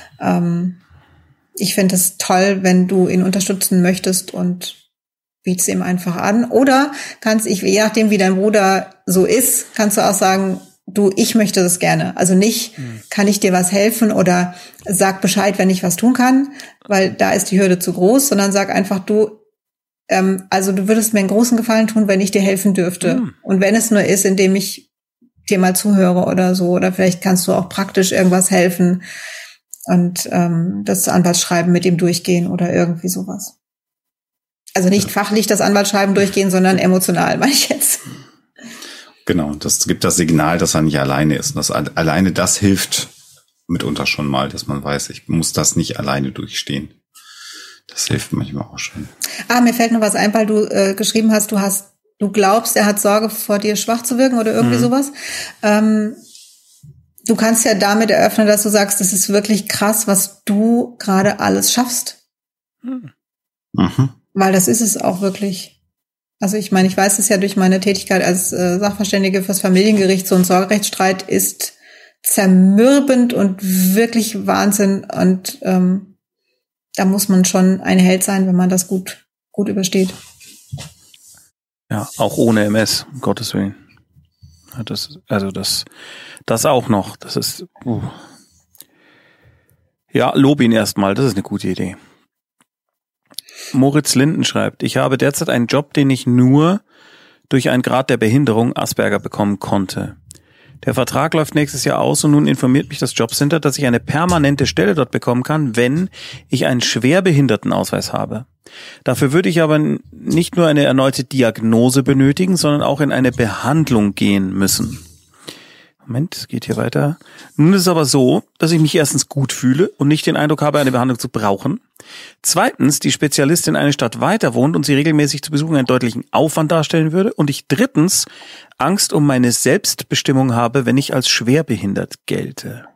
ich finde es toll, wenn du ihn unterstützen möchtest und biet's ihm einfach an. Oder je nachdem wie dein Bruder so ist, kannst du auch sagen, du, ich möchte das gerne. Also nicht, kann ich dir was helfen oder sag Bescheid, wenn ich was tun kann, weil da ist die Hürde zu groß, sondern sag einfach, du, also du würdest mir einen großen Gefallen tun, wenn ich dir helfen dürfte. Und wenn es nur ist, indem ich dir mal zuhöre oder so, oder vielleicht kannst du auch praktisch irgendwas helfen und das Anwaltsschreiben mit ihm durchgehen oder irgendwie sowas. Also nicht fachlich das Anwaltsschreiben durchgehen, sondern emotional, meine ich jetzt. Genau, das gibt das Signal, dass er nicht alleine ist. Und alleine das hilft mitunter schon mal, dass man weiß, ich muss das nicht alleine durchstehen. Das hilft manchmal auch schon. Mir fällt noch was ein, weil du geschrieben hast, du glaubst, er hat Sorge vor dir schwach zu wirken oder irgendwie sowas. Du kannst ja damit eröffnen, dass du sagst, das ist wirklich krass, was du gerade alles schaffst. Weil das ist es auch wirklich. Also ich meine, ich weiß es ja durch meine Tätigkeit als Sachverständige fürs Familiengericht, so ein Sorgerechtsstreit ist zermürbend und wirklich Wahnsinn und da muss man schon ein Held sein, wenn man das gut übersteht. Ja, auch ohne MS, um Gottes Willen. Das auch noch. Das ist. Ja, lob ihn erstmal, das ist eine gute Idee. Moritz Linden schreibt, ich habe derzeit einen Job, den ich nur durch einen Grad der Behinderung Asperger bekommen konnte. Der Vertrag läuft nächstes Jahr aus und nun informiert mich das Jobcenter, dass ich eine permanente Stelle dort bekommen kann, wenn ich einen Schwerbehindertenausweis habe. Dafür würde ich aber nicht nur eine erneute Diagnose benötigen, sondern auch in eine Behandlung gehen müssen. Moment, es geht hier weiter. Nun ist es aber so, dass ich mich erstens gut fühle und nicht den Eindruck habe, eine Behandlung zu brauchen. Zweitens, die Spezialistin eine Stadt weiter wohnt und sie regelmäßig zu besuchen einen deutlichen Aufwand darstellen würde. Und ich drittens Angst um meine Selbstbestimmung habe, wenn ich als schwerbehindert gelte.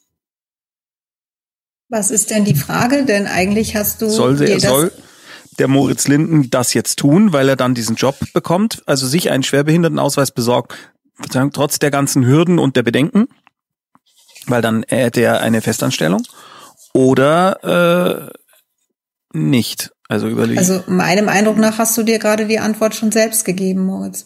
Was ist denn die Frage? Denn eigentlich hast du... Soll der Moritz Linden das jetzt tun, weil er dann diesen Job bekommt, also sich einen Schwerbehindertenausweis besorgt, trotz der ganzen Hürden und der Bedenken, weil dann hätte er eine Festanstellung oder nicht. Also meinem Eindruck nach hast du dir gerade die Antwort schon selbst gegeben, Moritz.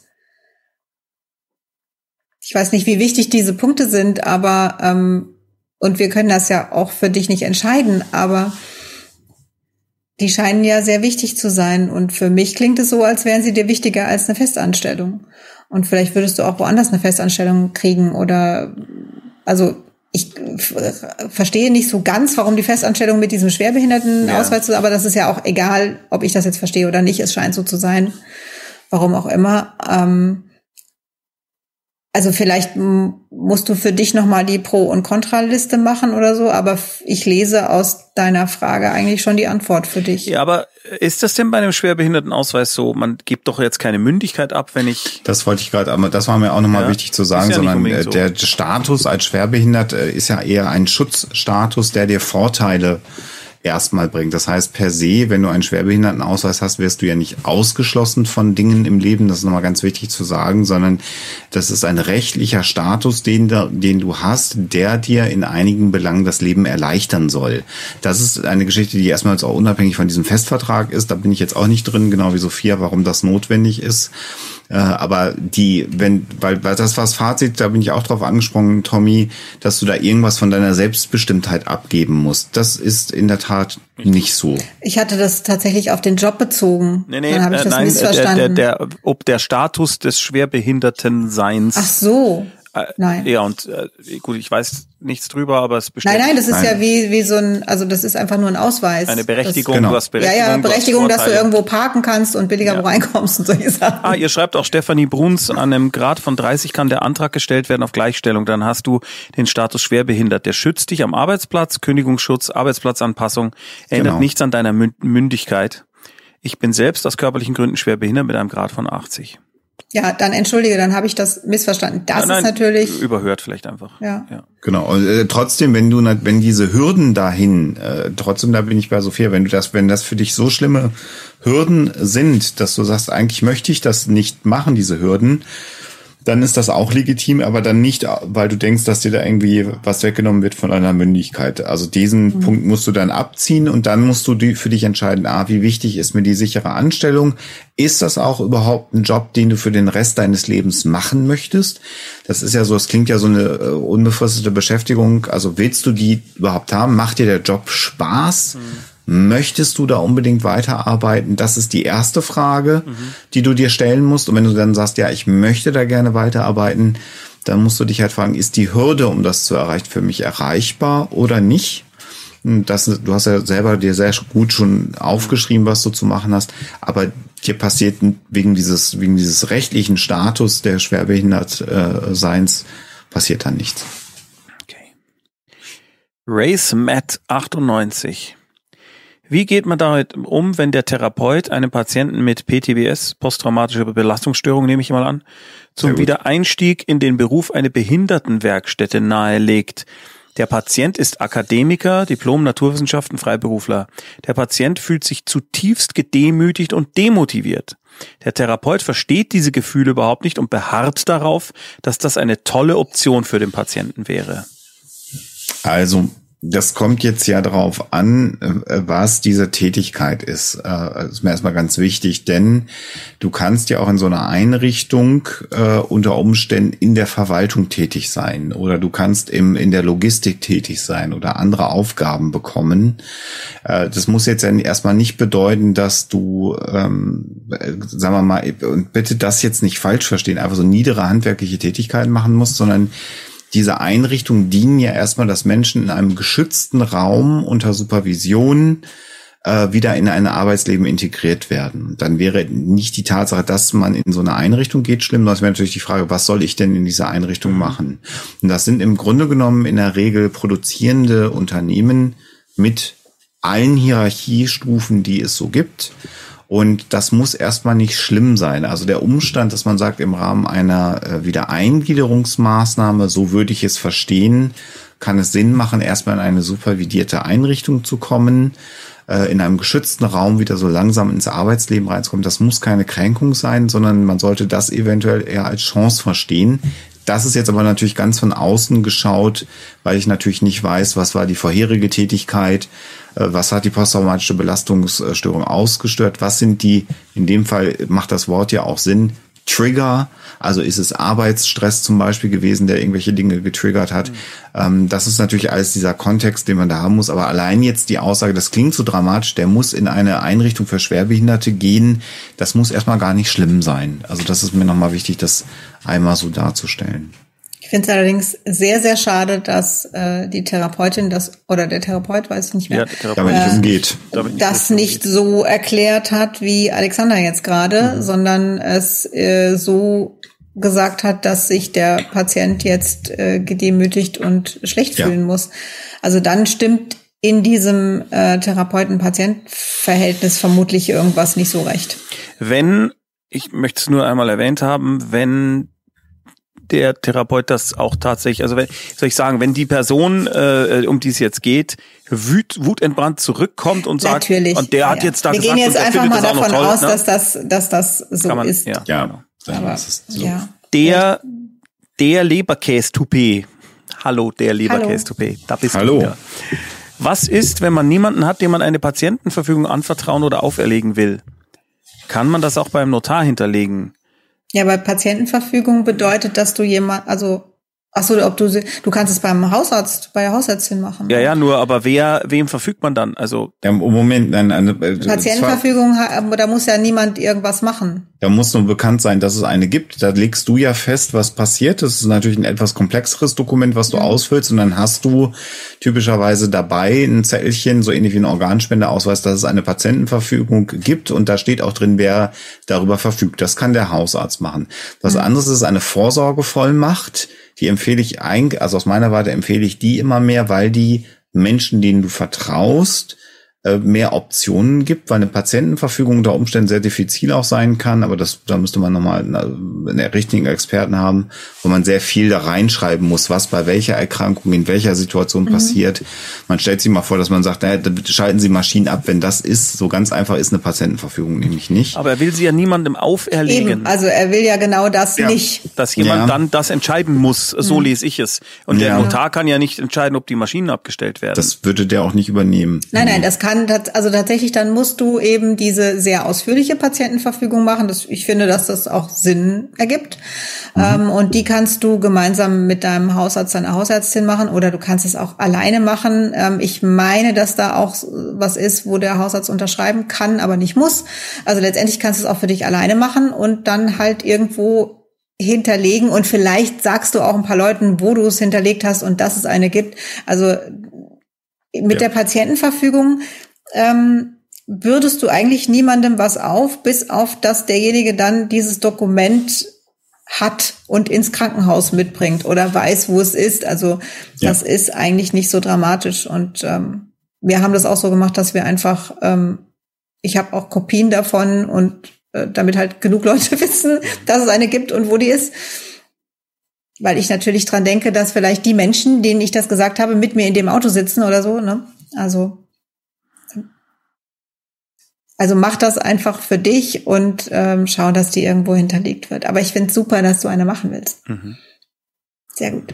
Ich weiß nicht, wie wichtig diese Punkte sind, aber und wir können das ja auch für dich nicht entscheiden, aber die scheinen ja sehr wichtig zu sein und für mich klingt es so, als wären sie dir wichtiger als eine Festanstellung. Und vielleicht würdest du auch woanders eine Festanstellung kriegen oder, also ich verstehe nicht so ganz, warum die Festanstellung mit diesem Schwerbehindertenausweis ist, aber das ist ja auch egal, ob ich das jetzt verstehe oder nicht, es scheint so zu sein, warum auch immer. Also vielleicht musst du für dich nochmal die Pro- und Kontraliste machen oder so, aber ich lese aus deiner Frage eigentlich schon die Antwort für dich. Ja, aber ist das denn bei einem Schwerbehindertenausweis so? Man gibt doch jetzt keine Mündigkeit ab, wenn ich... Das wollte ich gerade, aber das war mir auch nochmal wichtig zu sagen, sondern der Status als schwerbehindert ist ja eher ein Schutzstatus, der dir Vorteile erstmal bringt. Das heißt, per se, wenn du einen Schwerbehindertenausweis hast, wirst du ja nicht ausgeschlossen von Dingen im Leben. Das ist nochmal ganz wichtig zu sagen, sondern das ist ein rechtlicher Status, den du hast, der dir in einigen Belangen das Leben erleichtern soll. Das ist eine Geschichte, die erstmal auch unabhängig von diesem Festvertrag ist. Da bin ich jetzt auch nicht drin, genau wie Sophia, warum das notwendig ist. Aber weil das war das Fazit, da bin ich auch drauf angesprungen, Tommy, dass du da irgendwas von deiner Selbstbestimmtheit abgeben musst. Das ist in der Tat nicht so. Ich hatte das tatsächlich auf den Job bezogen. Dann habe ich das missverstanden. Ob der Status des Schwerbehindertenseins. Ach so. Nein. Ja, und gut, ich weiß nichts drüber, aber es besteht. Nein, das ist ja wie so ein, also das ist einfach nur ein Ausweis. Eine Berechtigung, genau. Du hast Berechtigung. Ja, Berechtigung, dass du irgendwo parken kannst und billiger wo reinkommst und solche Sachen. Ihr schreibt auch Stefanie Bruns, an einem Grad von 30 kann der Antrag gestellt werden auf Gleichstellung. Dann hast du den Status schwerbehindert. Der schützt dich am Arbeitsplatz, Kündigungsschutz, Arbeitsplatzanpassung, ändert nichts an deiner Mündigkeit. Ich bin selbst aus körperlichen Gründen schwerbehindert mit einem Grad von 80. Ja, dann entschuldige, dann habe ich das missverstanden. Das Nein, ist natürlich überhört vielleicht einfach. Ja. Genau. Und trotzdem, wenn diese Hürden dahin, trotzdem, da bin ich bei Sophia, wenn das für dich so schlimme Hürden sind, dass du sagst, eigentlich möchte ich das nicht machen, diese Hürden, dann ist das auch legitim, aber dann nicht, weil du denkst, dass dir da irgendwie was weggenommen wird von deiner Mündigkeit. Also diesen Punkt musst du dann abziehen und dann musst du für dich entscheiden, wie wichtig ist mir die sichere Anstellung? Ist das auch überhaupt ein Job, den du für den Rest deines Lebens machen möchtest? Das ist ja so, es klingt ja so eine unbefristete Beschäftigung. Also willst du die überhaupt haben? Macht dir der Job Spaß? Möchtest du da unbedingt weiterarbeiten? Das ist die erste Frage, die du dir stellen musst. Und wenn du dann sagst, ja, ich möchte da gerne weiterarbeiten, dann musst du dich halt fragen, ist die Hürde, um das zu erreichen, für mich erreichbar oder nicht? Du hast ja selber dir sehr gut schon aufgeschrieben, was du zu machen hast. Aber dir passiert wegen dieses rechtlichen Status der Schwerbehindert-Seins passiert dann nichts. Okay. Race Matt 98. Wie geht man damit um, wenn der Therapeut einem Patienten mit PTBS, posttraumatische Belastungsstörung, nehme ich mal an, zum Wiedereinstieg in den Beruf eine Behindertenwerkstätte nahelegt? Der Patient ist Akademiker, Diplom Naturwissenschaften, Freiberufler. Der Patient fühlt sich zutiefst gedemütigt und demotiviert. Der Therapeut versteht diese Gefühle überhaupt nicht und beharrt darauf, dass das eine tolle Option für den Patienten wäre. Also, das kommt jetzt ja darauf an, was diese Tätigkeit ist. Das ist mir erstmal ganz wichtig, denn du kannst ja auch in so einer Einrichtung unter Umständen in der Verwaltung tätig sein oder du kannst in der Logistik tätig sein oder andere Aufgaben bekommen. Das muss jetzt erstmal nicht bedeuten, dass du, sagen wir mal, und bitte das jetzt nicht falsch verstehen, einfach so niedere handwerkliche Tätigkeiten machen musst, sondern diese Einrichtungen dienen ja erstmal, dass Menschen in einem geschützten Raum unter Supervision wieder in ein Arbeitsleben integriert werden. Dann wäre nicht die Tatsache, dass man in so eine Einrichtung geht, schlimm, sondern es wäre natürlich die Frage, was soll ich denn in dieser Einrichtung machen? Und das sind im Grunde genommen in der Regel produzierende Unternehmen mit allen Hierarchiestufen, die es so gibt. Und das muss erstmal nicht schlimm sein. Also der Umstand, dass man sagt, im Rahmen einer Wiedereingliederungsmaßnahme, so würde ich es verstehen, kann es Sinn machen, erstmal in eine supervidierte Einrichtung zu kommen, in einem geschützten Raum wieder so langsam ins Arbeitsleben reinzukommen. Das muss keine Kränkung sein, sondern man sollte das eventuell eher als Chance verstehen. Das ist jetzt aber natürlich ganz von außen geschaut, weil ich natürlich nicht weiß, was war die vorherige Tätigkeit, was hat die posttraumatische Belastungsstörung ausgestört, was sind die, in dem Fall macht das Wort ja auch Sinn, Trigger, also ist es Arbeitsstress zum Beispiel gewesen, der irgendwelche Dinge getriggert hat. Das ist natürlich alles dieser Kontext, den man da haben muss, aber allein jetzt die Aussage, das klingt so dramatisch, der muss in eine Einrichtung für Schwerbehinderte gehen, das muss erstmal gar nicht schlimm sein. Also das ist mir nochmal wichtig, das einmal so darzustellen. Ich finde es allerdings sehr, sehr schade, dass die Therapeutin oder der Therapeut, weiß ich nicht mehr, damit nicht umgeht. Das nicht so erklärt hat, wie Alexander jetzt gerade, sondern es so gesagt hat, dass sich der Patient jetzt gedemütigt und schlecht fühlen muss. Also dann stimmt in diesem Therapeuten-Patient-Verhältnis vermutlich irgendwas nicht so recht. Ich möchte es nur einmal erwähnt haben, wenn der Therapeut das auch tatsächlich, also wenn die Person, um die es jetzt geht, wutentbrannt zurückkommt und sagt, natürlich, und der hat jetzt da gesagt, wir gehen jetzt einfach mal davon aus, dass das so ist. Ja. Aber, Der Leberkäse-Toupet. Hallo, der Leberkäse-Toupet. Da bist du wieder. Was ist, wenn man niemanden hat, dem man eine Patientenverfügung anvertrauen oder auferlegen will? Kann man das auch beim Notar hinterlegen? Ja, bei Patientenverfügung bedeutet, dass du du kannst es bei der Hausärztin machen. Ja, nur, aber wem verfügt man dann? Also Moment, Patientenverfügung, da muss ja niemand irgendwas machen. Da muss nur bekannt sein, dass es eine gibt. Da legst du ja fest, was passiert. Das ist natürlich ein etwas komplexeres Dokument, was du ausfüllst. Und dann hast du typischerweise dabei ein Zettelchen, so ähnlich wie ein Organspendeausweis, dass es eine Patientenverfügung gibt. Und da steht auch drin, wer darüber verfügt. Das kann der Hausarzt machen. Was anderes ist eine Vorsorgevollmacht. Die empfehle ich eigentlich, also aus meiner Warte empfehle ich die immer mehr, weil die Menschen, denen du vertraust, mehr Optionen gibt, weil eine Patientenverfügung unter Umständen sehr diffizil auch sein kann, aber da müsste man nochmal einen richtigen Experten haben, wo man sehr viel da reinschreiben muss, was bei welcher Erkrankung, in welcher Situation passiert. Man stellt sich mal vor, dass man sagt, naja, bitte schalten Sie Maschinen ab, wenn das ist. So ganz einfach ist eine Patientenverfügung nämlich nicht. Aber er will sie ja niemandem auferlegen. Eben, also er will ja genau das nicht. Dass jemand dann das entscheiden muss, so lese ich es. Und der Notar kann ja nicht entscheiden, ob die Maschinen abgestellt werden. Das würde der auch nicht übernehmen. Nein, das kann, also tatsächlich, dann musst du eben diese sehr ausführliche Patientenverfügung machen. Ich finde, dass das auch Sinn ergibt. Und die kannst du gemeinsam mit deinem Hausarzt, deiner Hausärztin machen, oder du kannst es auch alleine machen. Ich meine, dass da auch was ist, wo der Hausarzt unterschreiben kann, aber nicht muss. Also letztendlich kannst du es auch für dich alleine machen und dann halt irgendwo hinterlegen. Und vielleicht sagst du auch ein paar Leuten, wo du es hinterlegt hast und dass es eine gibt. Also mit der Patientenverfügung bürdest du eigentlich niemandem was auf, bis auf, dass derjenige dann dieses Dokument hat und ins Krankenhaus mitbringt oder weiß, wo es ist. Also das ist eigentlich nicht so dramatisch. Und wir haben das auch so gemacht, dass wir einfach, ich habe auch Kopien davon und damit halt genug Leute wissen, dass es eine gibt und wo die ist. Weil ich natürlich dran denke, dass vielleicht die Menschen, denen ich das gesagt habe, mit mir in dem Auto sitzen oder so, ne? Also mach das einfach für dich und schau, dass die irgendwo hinterlegt wird. Aber ich finde es super, dass du eine machen willst. Sehr gut.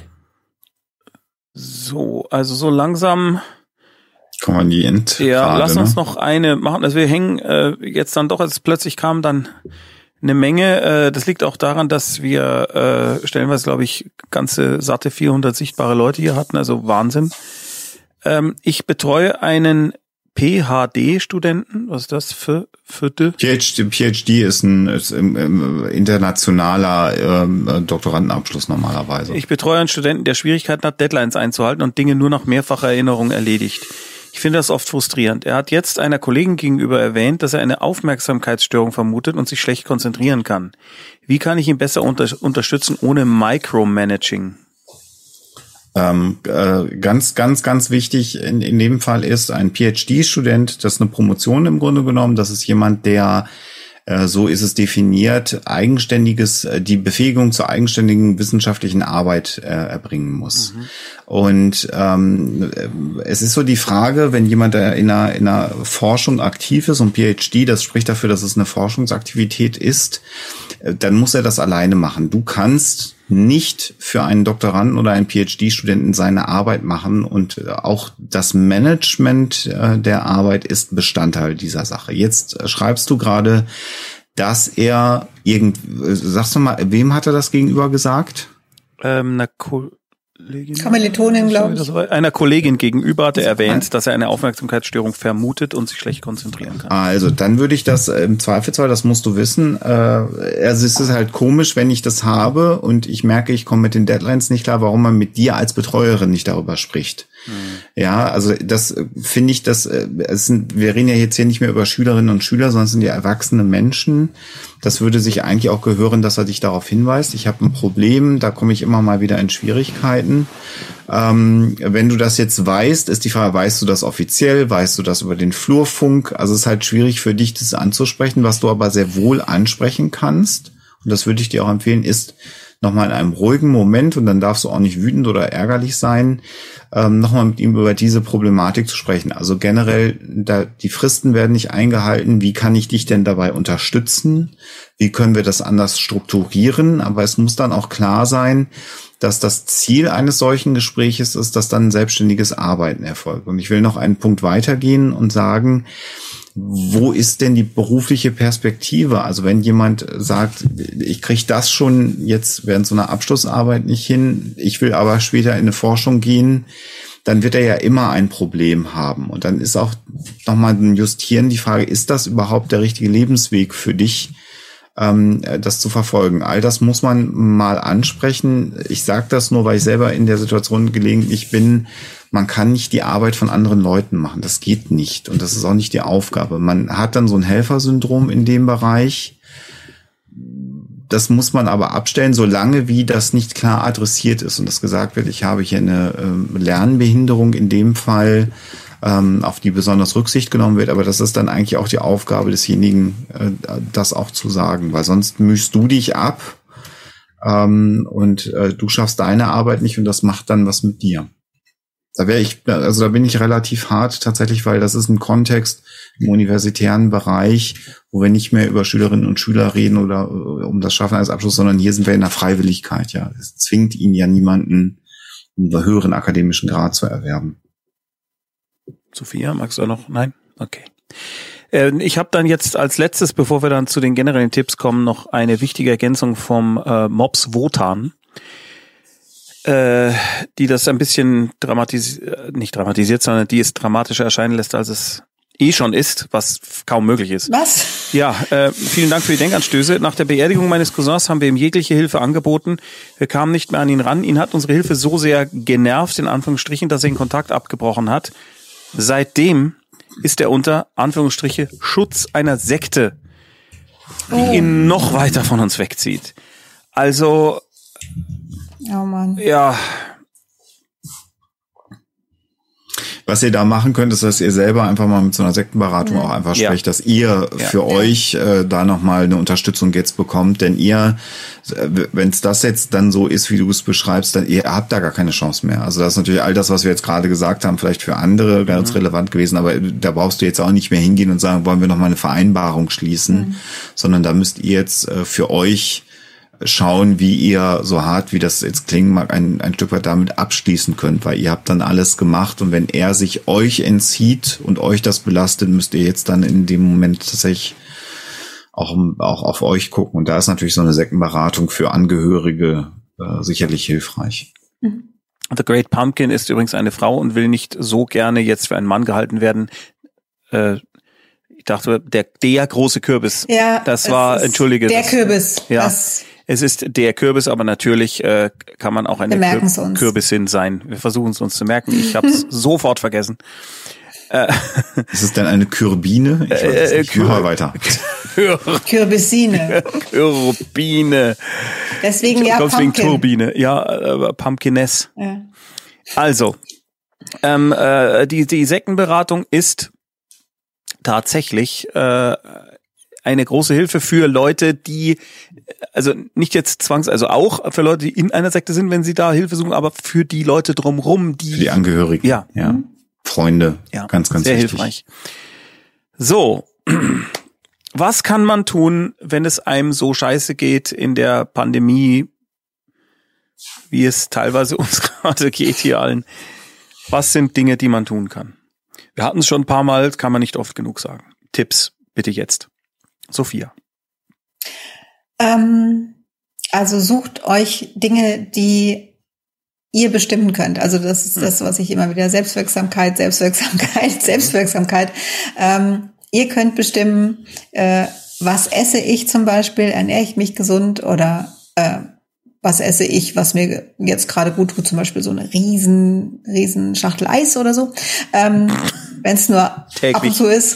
So, also so langsam kommen wir in die Endphase. Ja, lass uns noch eine machen. Also wir hängen jetzt dann doch, als plötzlich kam dann eine Menge. Das liegt auch daran, dass wir stellenweise, glaube ich, ganze satte 400 sichtbare Leute hier hatten. Also Wahnsinn. Ich betreue einen PhD-Studenten, was ist das für PhD ist ein internationaler Doktorandenabschluss normalerweise. Ich betreue einen Studenten, der Schwierigkeiten hat, Deadlines einzuhalten und Dinge nur nach mehrfacher Erinnerung erledigt. Ich finde das oft frustrierend. Er hat jetzt einer Kollegin gegenüber erwähnt, dass er eine Aufmerksamkeitsstörung vermutet und sich schlecht konzentrieren kann. Wie kann ich ihn besser unterstützen ohne Micromanaging? Ganz wichtig in dem Fall ist ein PhD-Student, das ist eine Promotion im Grunde genommen, das ist jemand, der, so ist es definiert, die Befähigung zur eigenständigen wissenschaftlichen Arbeit erbringen muss. Und es ist so die Frage, wenn jemand in einer Forschung aktiv ist und PhD, das spricht dafür, dass es eine Forschungsaktivität ist, dann muss er das alleine machen. Du kannst nicht für einen Doktoranden oder einen PhD-Studenten seine Arbeit machen und auch das Management der Arbeit ist Bestandteil dieser Sache. Jetzt schreibst du gerade, dass er sagst du mal, wem hat er das gegenüber gesagt? Einer Kollegin, Kommilitonin, glaube ich. Einer Kollegin gegenüber hat er erwähnt, dass er eine Aufmerksamkeitsstörung vermutet und sich schlecht konzentrieren kann. Also, dann würde ich das im Zweifelsfall, das musst du wissen, also es ist halt komisch, wenn ich das habe und ich merke, ich komme mit den Deadlines nicht klar, warum man mit dir als Betreuerin nicht darüber spricht. Ja, also das finde ich, wir reden ja jetzt hier nicht mehr über Schülerinnen und Schüler, sondern es sind ja erwachsene Menschen. Das würde sich eigentlich auch gehören, dass er dich darauf hinweist. Ich habe ein Problem, da komme ich immer mal wieder in Schwierigkeiten. Wenn du das jetzt weißt, ist die Frage, weißt du das offiziell? Weißt du das über den Flurfunk? Also es ist halt schwierig für dich, das anzusprechen. Was du aber sehr wohl ansprechen kannst, und das würde ich dir auch empfehlen, ist nochmal in einem ruhigen Moment, und dann darfst du auch nicht wütend oder ärgerlich sein, nochmal mit ihm über diese Problematik zu sprechen. Also generell, die Fristen werden nicht eingehalten. Wie kann ich dich denn dabei unterstützen? Wie können wir das anders strukturieren? Aber es muss dann auch klar sein, dass das Ziel eines solchen Gespräches ist, dass dann ein selbstständiges Arbeiten erfolgt. Und ich will noch einen Punkt weitergehen und sagen, wo ist denn die berufliche Perspektive? Also wenn jemand sagt, ich kriege das schon jetzt während so einer Abschlussarbeit nicht hin, ich will aber später in eine Forschung gehen, dann wird er ja immer ein Problem haben. Und dann ist auch nochmal ein Justieren die Frage, ist das überhaupt der richtige Lebensweg für dich? das zu verfolgen. All das muss man mal ansprechen. Ich sage das nur, weil ich selber in der Situation gelegentlich bin. Man kann nicht die Arbeit von anderen Leuten machen. Das geht nicht. Und das ist auch nicht die Aufgabe. Man hat dann so ein Helfersyndrom in dem Bereich. Das muss man aber abstellen, solange wie das nicht klar adressiert ist und das gesagt wird, ich habe hier eine Lernbehinderung in dem Fall, auf die besonders Rücksicht genommen wird. Aber das ist dann eigentlich auch die Aufgabe desjenigen, das auch zu sagen, weil sonst mühst du dich ab und du schaffst deine Arbeit nicht und das macht dann was mit dir. Da bin ich relativ hart tatsächlich, weil das ist ein Kontext im universitären Bereich, wo wir nicht mehr über Schülerinnen und Schüler reden oder um das Schaffen eines Abschlusses, sondern hier sind wir in der Freiwilligkeit, ja. Es zwingt ihn ja niemanden, einen höheren akademischen Grad zu erwerben. Sophia, magst du noch? Nein? Okay. Ich habe dann jetzt als letztes, bevor wir dann zu den generellen Tipps kommen, noch eine wichtige Ergänzung vom Mops Wotan, die das ein bisschen nicht dramatisiert, sondern die es dramatischer erscheinen lässt, als es schon ist, was kaum möglich ist. Was? Ja, vielen Dank für die Denkanstöße. Nach der Beerdigung meines Cousins haben wir ihm jegliche Hilfe angeboten. Wir kamen nicht mehr an ihn ran. Ihn hat unsere Hilfe so sehr genervt, in Anführungsstrichen, dass er den Kontakt abgebrochen hat. Seitdem ist er unter Anführungsstriche Schutz einer Sekte, die ihn noch weiter von uns wegzieht. Also, oh Mann. Ja. Was ihr da machen könnt, ist, dass ihr selber einfach mal mit so einer Sektenberatung auch einfach sprecht, dass ihr für euch da nochmal eine Unterstützung jetzt bekommt. Denn ihr, wenn es das jetzt dann so ist, wie du es beschreibst, dann ihr habt da gar keine Chance mehr. Also das ist natürlich all das, was wir jetzt gerade gesagt haben, vielleicht für andere ganz relevant gewesen, aber da brauchst du jetzt auch nicht mehr hingehen und sagen, wollen wir nochmal eine Vereinbarung schließen, sondern da müsst ihr jetzt für euch schauen, wie ihr, so hart wie das jetzt klingen mag, ein Stück weit damit abschließen könnt, weil ihr habt dann alles gemacht und wenn er sich euch entzieht und euch das belastet, müsst ihr jetzt dann in dem Moment tatsächlich auch auf euch gucken und da ist natürlich so eine Sektenberatung für Angehörige sicherlich hilfreich. The Great Pumpkin ist übrigens eine Frau und will nicht so gerne jetzt für einen Mann gehalten werden. Ich dachte, der große Kürbis. Ja, das war, entschuldige. Der Kürbis. Ja. Es ist der Kürbis, aber natürlich kann man auch eine Kürbissin sein. Wir versuchen es uns zu merken. Ich habe es sofort vergessen. Ist es denn eine Kürbine? Ich weiß nicht. Mach weiter. Kürbisine. Kürbine. Deswegen ja Pumpkin. Wegen Turbine. Ja, Pumpkiness. Ja. Also, die Sektenberatung ist tatsächlich eine große Hilfe für Leute, die, also nicht jetzt also auch für Leute, die in einer Sekte sind, wenn sie da Hilfe suchen, aber für die Leute drumherum, die... Für die Angehörigen. Ja. Freunde. Ja. Ganz, ganz sehr wichtig. Hilfreich. So. Was kann man tun, wenn es einem so scheiße geht in der Pandemie, wie es teilweise uns gerade geht hier allen? Was sind Dinge, die man tun kann? Wir hatten es schon ein paar Mal, kann man nicht oft genug sagen. Tipps, bitte jetzt. Sophia. Also sucht euch Dinge, die ihr bestimmen könnt. Also das ist das, was ich immer wieder, Selbstwirksamkeit. Ihr könnt bestimmen, was esse ich zum Beispiel, ernähre ich mich gesund oder was esse ich, was mir jetzt gerade gut tut, zum Beispiel so eine riesen Schachtel Eis oder so, wenn es nur täglich ab und zu ist.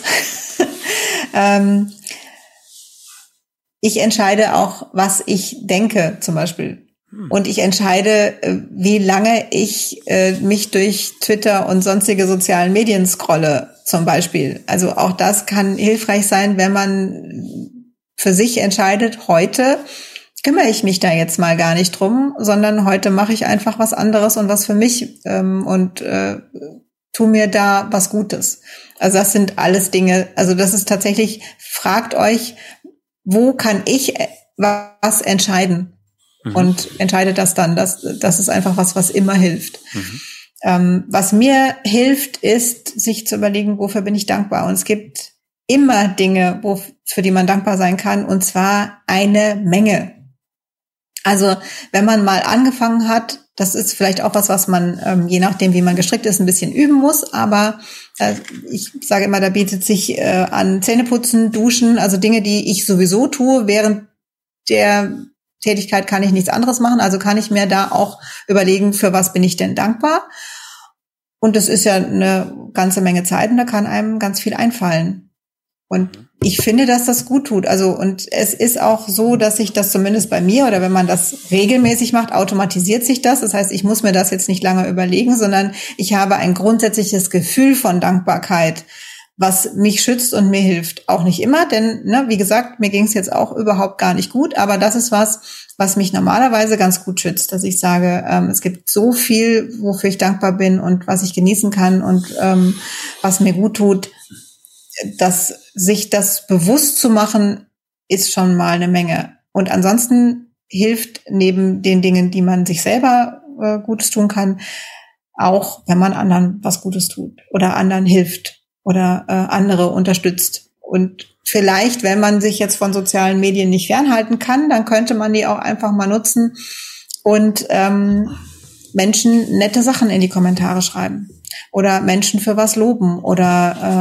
Ich entscheide auch, was ich denke, zum Beispiel. Und ich entscheide, wie lange ich mich durch Twitter und sonstige sozialen Medien scrolle, zum Beispiel. Also auch das kann hilfreich sein, wenn man für sich entscheidet, heute kümmere ich mich da jetzt mal gar nicht drum, sondern heute mache ich einfach was anderes und was für mich und tu mir da was Gutes. Also das sind alles Dinge, also das ist tatsächlich, fragt euch, wo kann ich was entscheiden? Und entscheidet das dann. Das ist einfach was immer hilft. Was mir hilft, ist, sich zu überlegen, wofür bin ich dankbar? Und es gibt immer Dinge, für die man dankbar sein kann, und zwar eine Menge. Also wenn man mal angefangen hat, das ist vielleicht auch was man, je nachdem, wie man gestrickt ist, ein bisschen üben muss. Aber ich sage immer, da bietet sich an Zähneputzen, Duschen, also Dinge, die ich sowieso tue. Während der Tätigkeit kann ich nichts anderes machen. Also kann ich mir da auch überlegen, für was bin ich denn dankbar. Und das ist ja eine ganze Menge Zeit und da kann einem ganz viel einfallen. Und ich finde, dass das gut tut. Also, und es ist auch so, dass sich das zumindest bei mir oder wenn man das regelmäßig macht, automatisiert sich das. Das heißt, ich muss mir das jetzt nicht lange überlegen, sondern ich habe ein grundsätzliches Gefühl von Dankbarkeit, was mich schützt und mir hilft. Auch nicht immer, denn, wie gesagt, mir ging es jetzt auch überhaupt gar nicht gut. Aber das ist was mich normalerweise ganz gut schützt, dass ich sage, es gibt so viel, wofür ich dankbar bin und was ich genießen kann und was mir gut tut. Dass sich das bewusst zu machen, ist schon mal eine Menge. Und ansonsten hilft neben den Dingen, die man sich selber Gutes tun kann, auch, wenn man anderen was Gutes tut oder anderen hilft oder andere unterstützt. Und vielleicht, wenn man sich jetzt von sozialen Medien nicht fernhalten kann, dann könnte man die auch einfach mal nutzen und Menschen nette Sachen in die Kommentare schreiben. Oder Menschen für was loben oder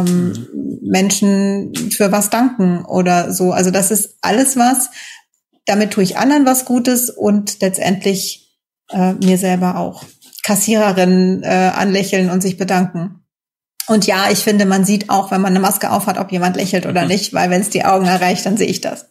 Menschen für was danken oder so. Also das ist alles damit tue ich anderen was Gutes und letztendlich mir selber auch. Kassiererinnen anlächeln und sich bedanken. Und ja, ich finde, man sieht auch, wenn man eine Maske aufhat, ob jemand lächelt oder nicht, weil wenn es die Augen erreicht, dann sehe ich das.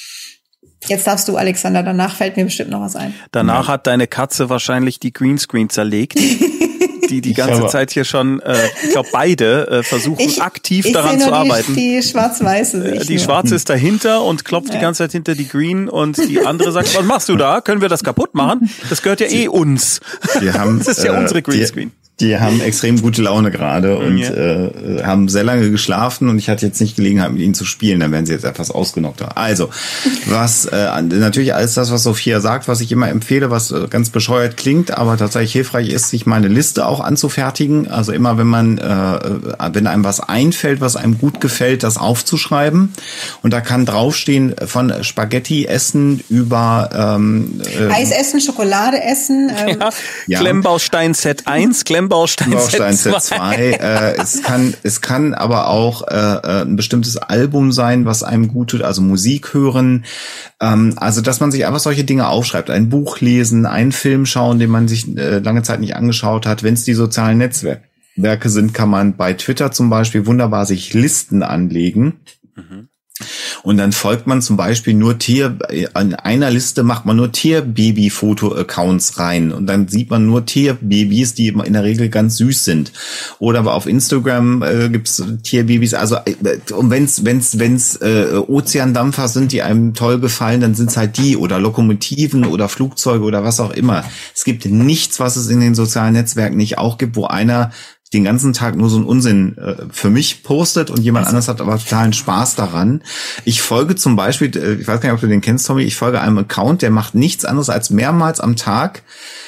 Jetzt darfst du, Alexander, danach fällt mir bestimmt noch was ein. Danach hat deine Katze wahrscheinlich die Greenscreen zerlegt. Die ganze Zeit hier schon, ich glaube beide versuchen aktiv daran zu arbeiten. Die schwarz-weiße. Die schwarze ist dahinter und klopft die ganze Zeit hinter die Green und die andere sagt, was machst du da? Können wir das kaputt machen? Das gehört ja uns. Das ist ja unsere Greenscreen. Die haben extrem gute Laune gerade und haben sehr lange geschlafen und ich hatte jetzt nicht Gelegenheit, mit ihnen zu spielen. Dann werden sie jetzt etwas ausgenockter. Also, was natürlich alles das, was Sophia sagt, was ich immer empfehle, was ganz bescheuert klingt, aber tatsächlich hilfreich ist, sich mal eine Liste auch anzufertigen. Also immer, wenn einem was einfällt, was einem gut gefällt, das aufzuschreiben. Und da kann draufstehen von Spaghetti essen über Eis essen, Schokolade essen. Klemmbaustein Set 1, Klemmbaustein Set 2. Es kann aber auch ein bestimmtes Album sein, was einem gut tut, also Musik hören. Also, dass man sich einfach solche Dinge aufschreibt. Ein Buch lesen, einen Film schauen, den man sich lange Zeit nicht angeschaut hat. Wenn es die sozialen Netzwerke sind, kann man bei Twitter zum Beispiel wunderbar sich Listen anlegen. Mhm. Und dann folgt man zum Beispiel an einer Liste macht man nur Tierbaby-Foto-Accounts rein und dann sieht man nur Tierbabys, die in der Regel ganz süß sind. Oder aber auf Instagram gibt's Tierbabys, also und wenn's Ozeandampfer sind, die einem toll gefallen, dann sind's halt die oder Lokomotiven oder Flugzeuge oder was auch immer. Es gibt nichts, was es in den sozialen Netzwerken nicht auch gibt, wo einer den ganzen Tag nur so einen Unsinn für mich postet und jemand anderes hat aber totalen Spaß daran. Ich folge zum Beispiel, ich weiß gar nicht, ob du den kennst, Tommy, ich folge einem Account, der macht nichts anderes als mehrmals am Tag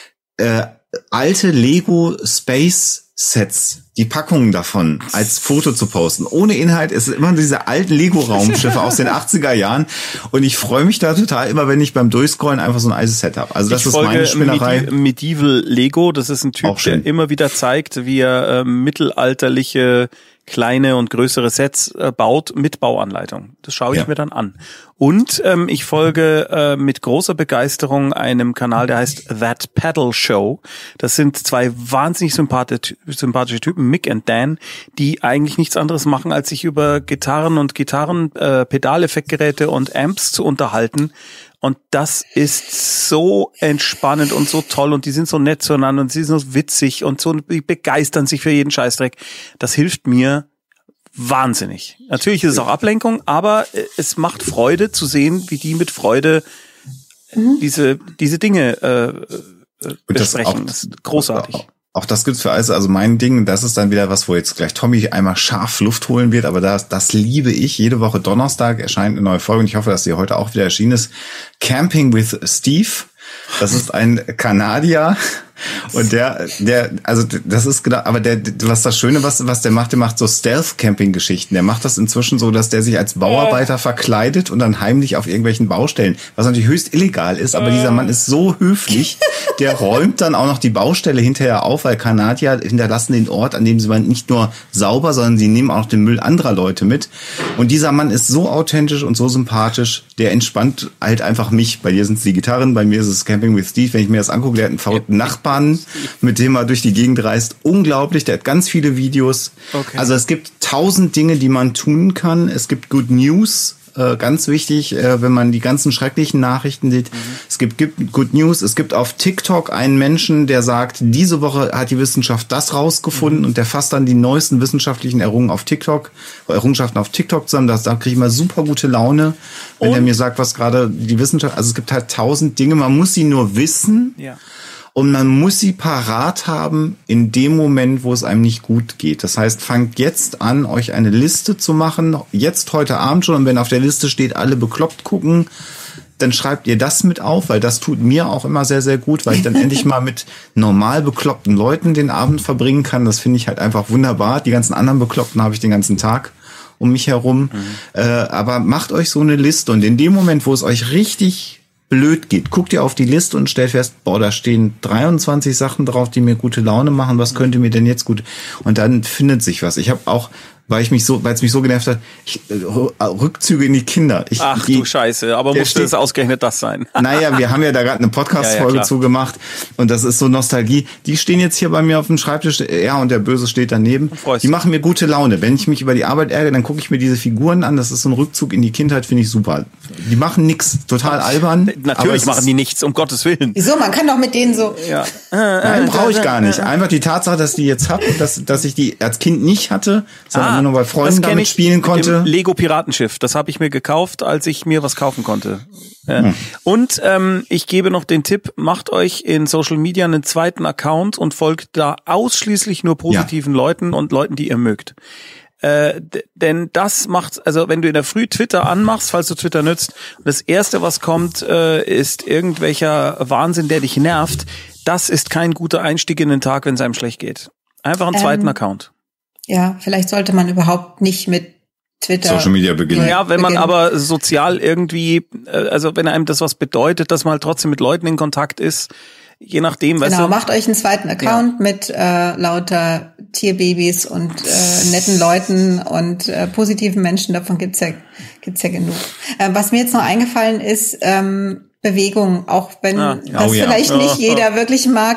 alte Lego Space Sets, die Packungen davon als Foto zu posten. Ohne Inhalt, es sind immer diese alten Lego-Raumschiffe aus den 80er Jahren und ich freue mich da total immer, wenn ich beim Durchscrollen einfach so ein altes Set habe. Also das ist meine Spinnerei. Medieval Lego, das ist ein Typ, der immer wieder zeigt, wie er mittelalterliche kleine und größere Sets baut mit Bauanleitung. Das schaue ich mir dann an. Und ich folge mit großer Begeisterung einem Kanal, der heißt That Pedal Show. Das sind zwei wahnsinnig sympathische Typen, Mick und Dan, die eigentlich nichts anderes machen, als sich über Gitarren und Pedaleffektgeräte und Amps zu unterhalten. Und das ist so entspannend und so toll und die sind so nett zueinander und sie sind so witzig und so, die begeistern sich für jeden Scheißdreck. Das hilft mir wahnsinnig. Natürlich ist es auch Ablenkung, aber es macht Freude zu sehen, wie die mit Freude diese Dinge besprechen. Das ist großartig. Auch das gibt's für alles. Also mein Ding, das ist dann wieder was, wo jetzt gleich Tommy einmal scharf Luft holen wird, aber das liebe ich. Jede Woche Donnerstag erscheint eine neue Folge und ich hoffe, dass die heute auch wieder erschienen ist. Camping with Steve. Das ist ein Kanadier, Und also das ist genau, aber was das Schöne, was der macht so Stealth-Camping-Geschichten. Der macht das inzwischen so, dass der sich als Bauarbeiter verkleidet und dann heimlich auf irgendwelchen Baustellen, was natürlich höchst illegal ist, aber dieser Mann ist so höflich, der räumt dann auch noch die Baustelle hinterher auf, weil Kanadier hinterlassen den Ort, an dem sie nicht nur sauber, sondern sie nehmen auch noch den Müll anderer Leute mit. Und dieser Mann ist so authentisch und so sympathisch, der entspannt halt einfach mich. Bei dir sind es die Gitarren, bei mir ist es Camping with Steve. Wenn ich mir das angucke, der hat einen verrückten Nachbarn, mit dem er durch die Gegend reist. Unglaublich, der hat ganz viele Videos. Okay. Also es gibt 1000 Dinge, die man tun kann. Es gibt Good News. Ganz wichtig, wenn man die ganzen schrecklichen Nachrichten sieht. Es gibt Good News. Es gibt auf TikTok einen Menschen, der sagt, diese Woche hat die Wissenschaft das rausgefunden und der fasst dann die neuesten wissenschaftlichen Errungenschaften auf TikTok zusammen. Da kriege ich immer super gute Laune, wenn er mir sagt, was gerade die Wissenschaft, also es gibt halt 1000 Dinge, man muss sie nur wissen. Ja. Und man muss sie parat haben in dem Moment, wo es einem nicht gut geht. Das heißt, fangt jetzt an, euch eine Liste zu machen. Jetzt heute Abend schon. Und wenn auf der Liste steht, alle bekloppt gucken, dann schreibt ihr das mit auf, weil das tut mir auch immer sehr, sehr gut, weil ich dann endlich mal mit normal bekloppten Leuten den Abend verbringen kann. Das finde ich halt einfach wunderbar. Die ganzen anderen Bekloppten habe ich den ganzen Tag um mich herum. Aber macht euch so eine Liste. Und in dem Moment, wo es euch richtig blöd geht, guckt ihr auf die Liste und stellt fest, da stehen 23 Sachen drauf, die mir gute Laune machen, was könnte mir denn jetzt gut? Und dann findet sich was. Ich habe auch, weil es mich so genervt hat, Rückzüge in die Kinder. Du Scheiße, aber musste es ausgerechnet das sein? Naja, wir haben ja da gerade eine Podcast-Folge zugemacht und das ist so Nostalgie. Die stehen jetzt hier bei mir auf dem Schreibtisch, er und der Böse steht daneben. Die machen mir gute Laune. Wenn ich mich über die Arbeit ärgere, dann gucke ich mir diese Figuren an. Das ist so ein Rückzug in die Kindheit, finde ich super. Die machen nix, total albern. Natürlich machen die nichts, um Gottes Willen. Wieso? Man kann doch mit denen so... Ja. Nein, brauche ich gar nicht. Einfach die Tatsache, dass die jetzt habe, dass ich die als Kind nicht hatte, sondern nur bei Freunden damit spielen konnte. Lego Piratenschiff, das habe ich mir gekauft, als ich mir was kaufen konnte. Und ich gebe noch den Tipp, macht euch in Social Media einen zweiten Account und folgt da ausschließlich nur positiven Leuten und Leuten, die ihr mögt. Denn das macht, also wenn du in der Früh Twitter anmachst, falls du Twitter nützt, und das Erste, was kommt, ist irgendwelcher Wahnsinn, der dich nervt, das ist kein guter Einstieg in den Tag, wenn es einem schlecht geht. Einfach einen zweiten Account. Ja, vielleicht sollte man überhaupt nicht mit Twitter Social Media beginnen. Ja, wenn man aber sozial irgendwie, also wenn einem das was bedeutet, dass man halt trotzdem mit Leuten in Kontakt ist, je nachdem, weißt du. Genau, macht euch einen zweiten Account mit lauter Tierbabys und netten Leuten und positiven Menschen, davon gibt's ja genug. Was mir jetzt noch eingefallen ist, Bewegung, auch wenn das vielleicht nicht jeder wirklich mag,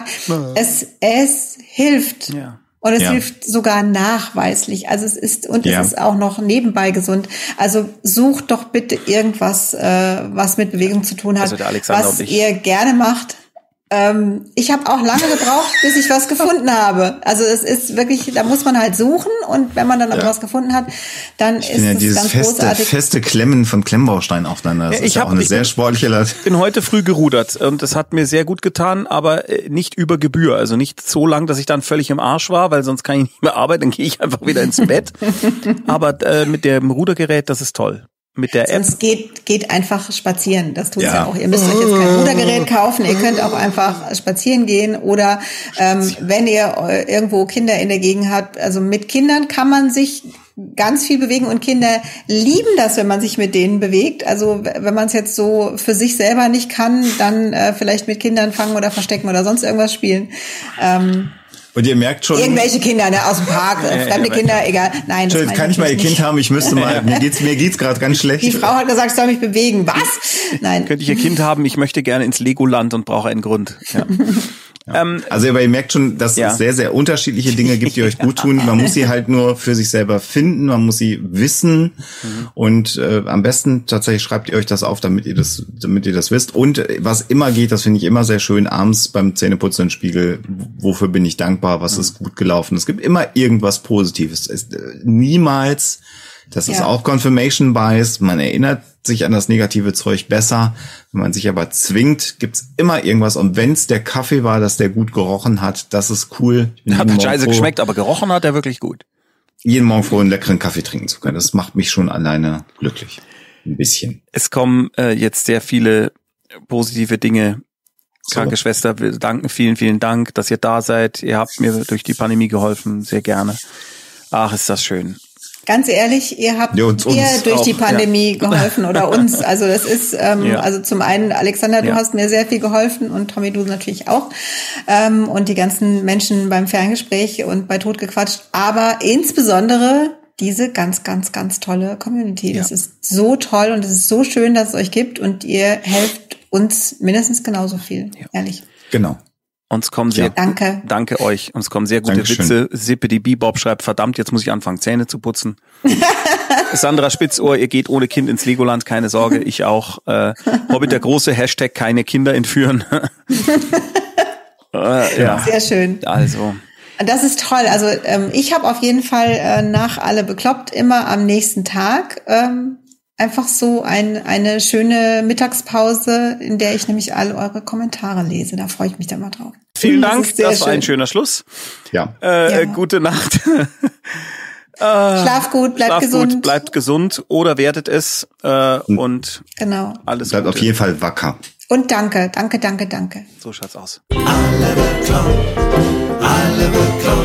es hilft. Ja. Und es hilft sogar nachweislich. Also es ist auch noch nebenbei gesund. Also sucht doch bitte irgendwas, was mit Bewegung zu tun hat, also der Alexander was ihr gerne macht. Ich habe auch lange gebraucht, bis ich was gefunden habe. Also es ist wirklich, da muss man halt suchen und wenn man dann aber was gefunden hat, dann ist es ganz großartig. Feste Klemmen von Klemmbausteinen aufeinander. Das ist ja auch eine sehr sportliche Leistung. Ich bin heute früh gerudert und das hat mir sehr gut getan, aber nicht über Gebühr. Also nicht so lang, dass ich dann völlig im Arsch war, weil sonst kann ich nicht mehr arbeiten, dann gehe ich einfach wieder ins Bett. Aber mit dem Rudergerät, das ist toll. Mit der App. Sonst geht einfach spazieren. Das tut's ja auch. Ihr müsst euch jetzt kein Rudergerät kaufen. Ihr könnt auch einfach spazieren gehen oder wenn ihr irgendwo Kinder in der Gegend habt. Also mit Kindern kann man sich ganz viel bewegen und Kinder lieben das, wenn man sich mit denen bewegt. Also wenn man es jetzt so für sich selber nicht kann, dann vielleicht mit Kindern fangen oder verstecken oder sonst irgendwas spielen. Und ihr merkt schon... Irgendwelche Kinder, ne, aus dem Park, fremde Kinder, egal. Nein, das kann ich mal ihr Kind haben? Ich müsste mal, mir geht's gerade ganz schlecht. Die Frau hat gesagt, ich soll mich bewegen. Was? Nein. Könnte ich ihr Kind haben? Ich möchte gerne ins Legoland und brauche einen Grund. Ja. Also ihr merkt schon, dass es sehr, sehr unterschiedliche Dinge gibt, die euch gut tun. Man muss sie halt nur für sich selber finden, man muss sie wissen und am besten tatsächlich schreibt ihr euch das auf, damit ihr das wisst. Und was immer geht, das finde ich immer sehr schön, abends beim Zähneputzen im Spiegel, wofür bin ich dankbar, was ist gut gelaufen. Es gibt immer irgendwas Positives. Es ist niemals... Das ist auch Confirmation Bias. Man erinnert sich an das negative Zeug besser. Wenn man sich aber zwingt, gibt's immer irgendwas. Und wenn's der Kaffee war, dass der gut gerochen hat, das ist cool. Hat scheiße geschmeckt, aber gerochen hat er wirklich gut. Jeden Morgen froh einen leckeren Kaffee trinken zu können. Das macht mich schon alleine glücklich. Ein bisschen. Es kommen jetzt sehr viele positive Dinge Krankenschwester, wir danken, vielen, vielen Dank, dass ihr da seid. Ihr habt mir durch die Pandemie geholfen, sehr gerne. Ach, ist das schön. Ganz ehrlich, ihr habt mir durch die Pandemie geholfen oder uns. Also das ist, also zum einen, Alexander, du hast mir sehr viel geholfen und Tommy, du natürlich auch. Und die ganzen Menschen beim Ferngespräch und bei Totgequatscht. Aber insbesondere diese ganz, ganz, ganz tolle Community. Das ist so toll und es ist so schön, dass es euch gibt und ihr helft uns mindestens genauso viel, ehrlich. Genau. Uns kommen danke euch. Uns kommen sehr gute Witze. Sippidi Bebop schreibt, verdammt, jetzt muss ich anfangen, Zähne zu putzen. Sandra Spitzohr, ihr geht ohne Kind ins Legoland, keine Sorge, ich auch. Hobbit der Große, Hashtag keine Kinder entführen. Sehr schön. Also. Das ist toll. Also ich habe auf jeden Fall nach Alle bekloppt immer am nächsten Tag einfach so eine schöne Mittagspause, in der ich nämlich alle eure Kommentare lese. Da freue ich mich dann mal drauf. Vielen Dank, das war ein schöner Schluss. Ja. Gute Nacht. Schlaf gut, bleibt gesund. Gut, bleibt gesund oder werdet es und alles Bleibt Gute. auf jeden Fall wacker. Und danke. So schaut's aus. Alle bekloppt.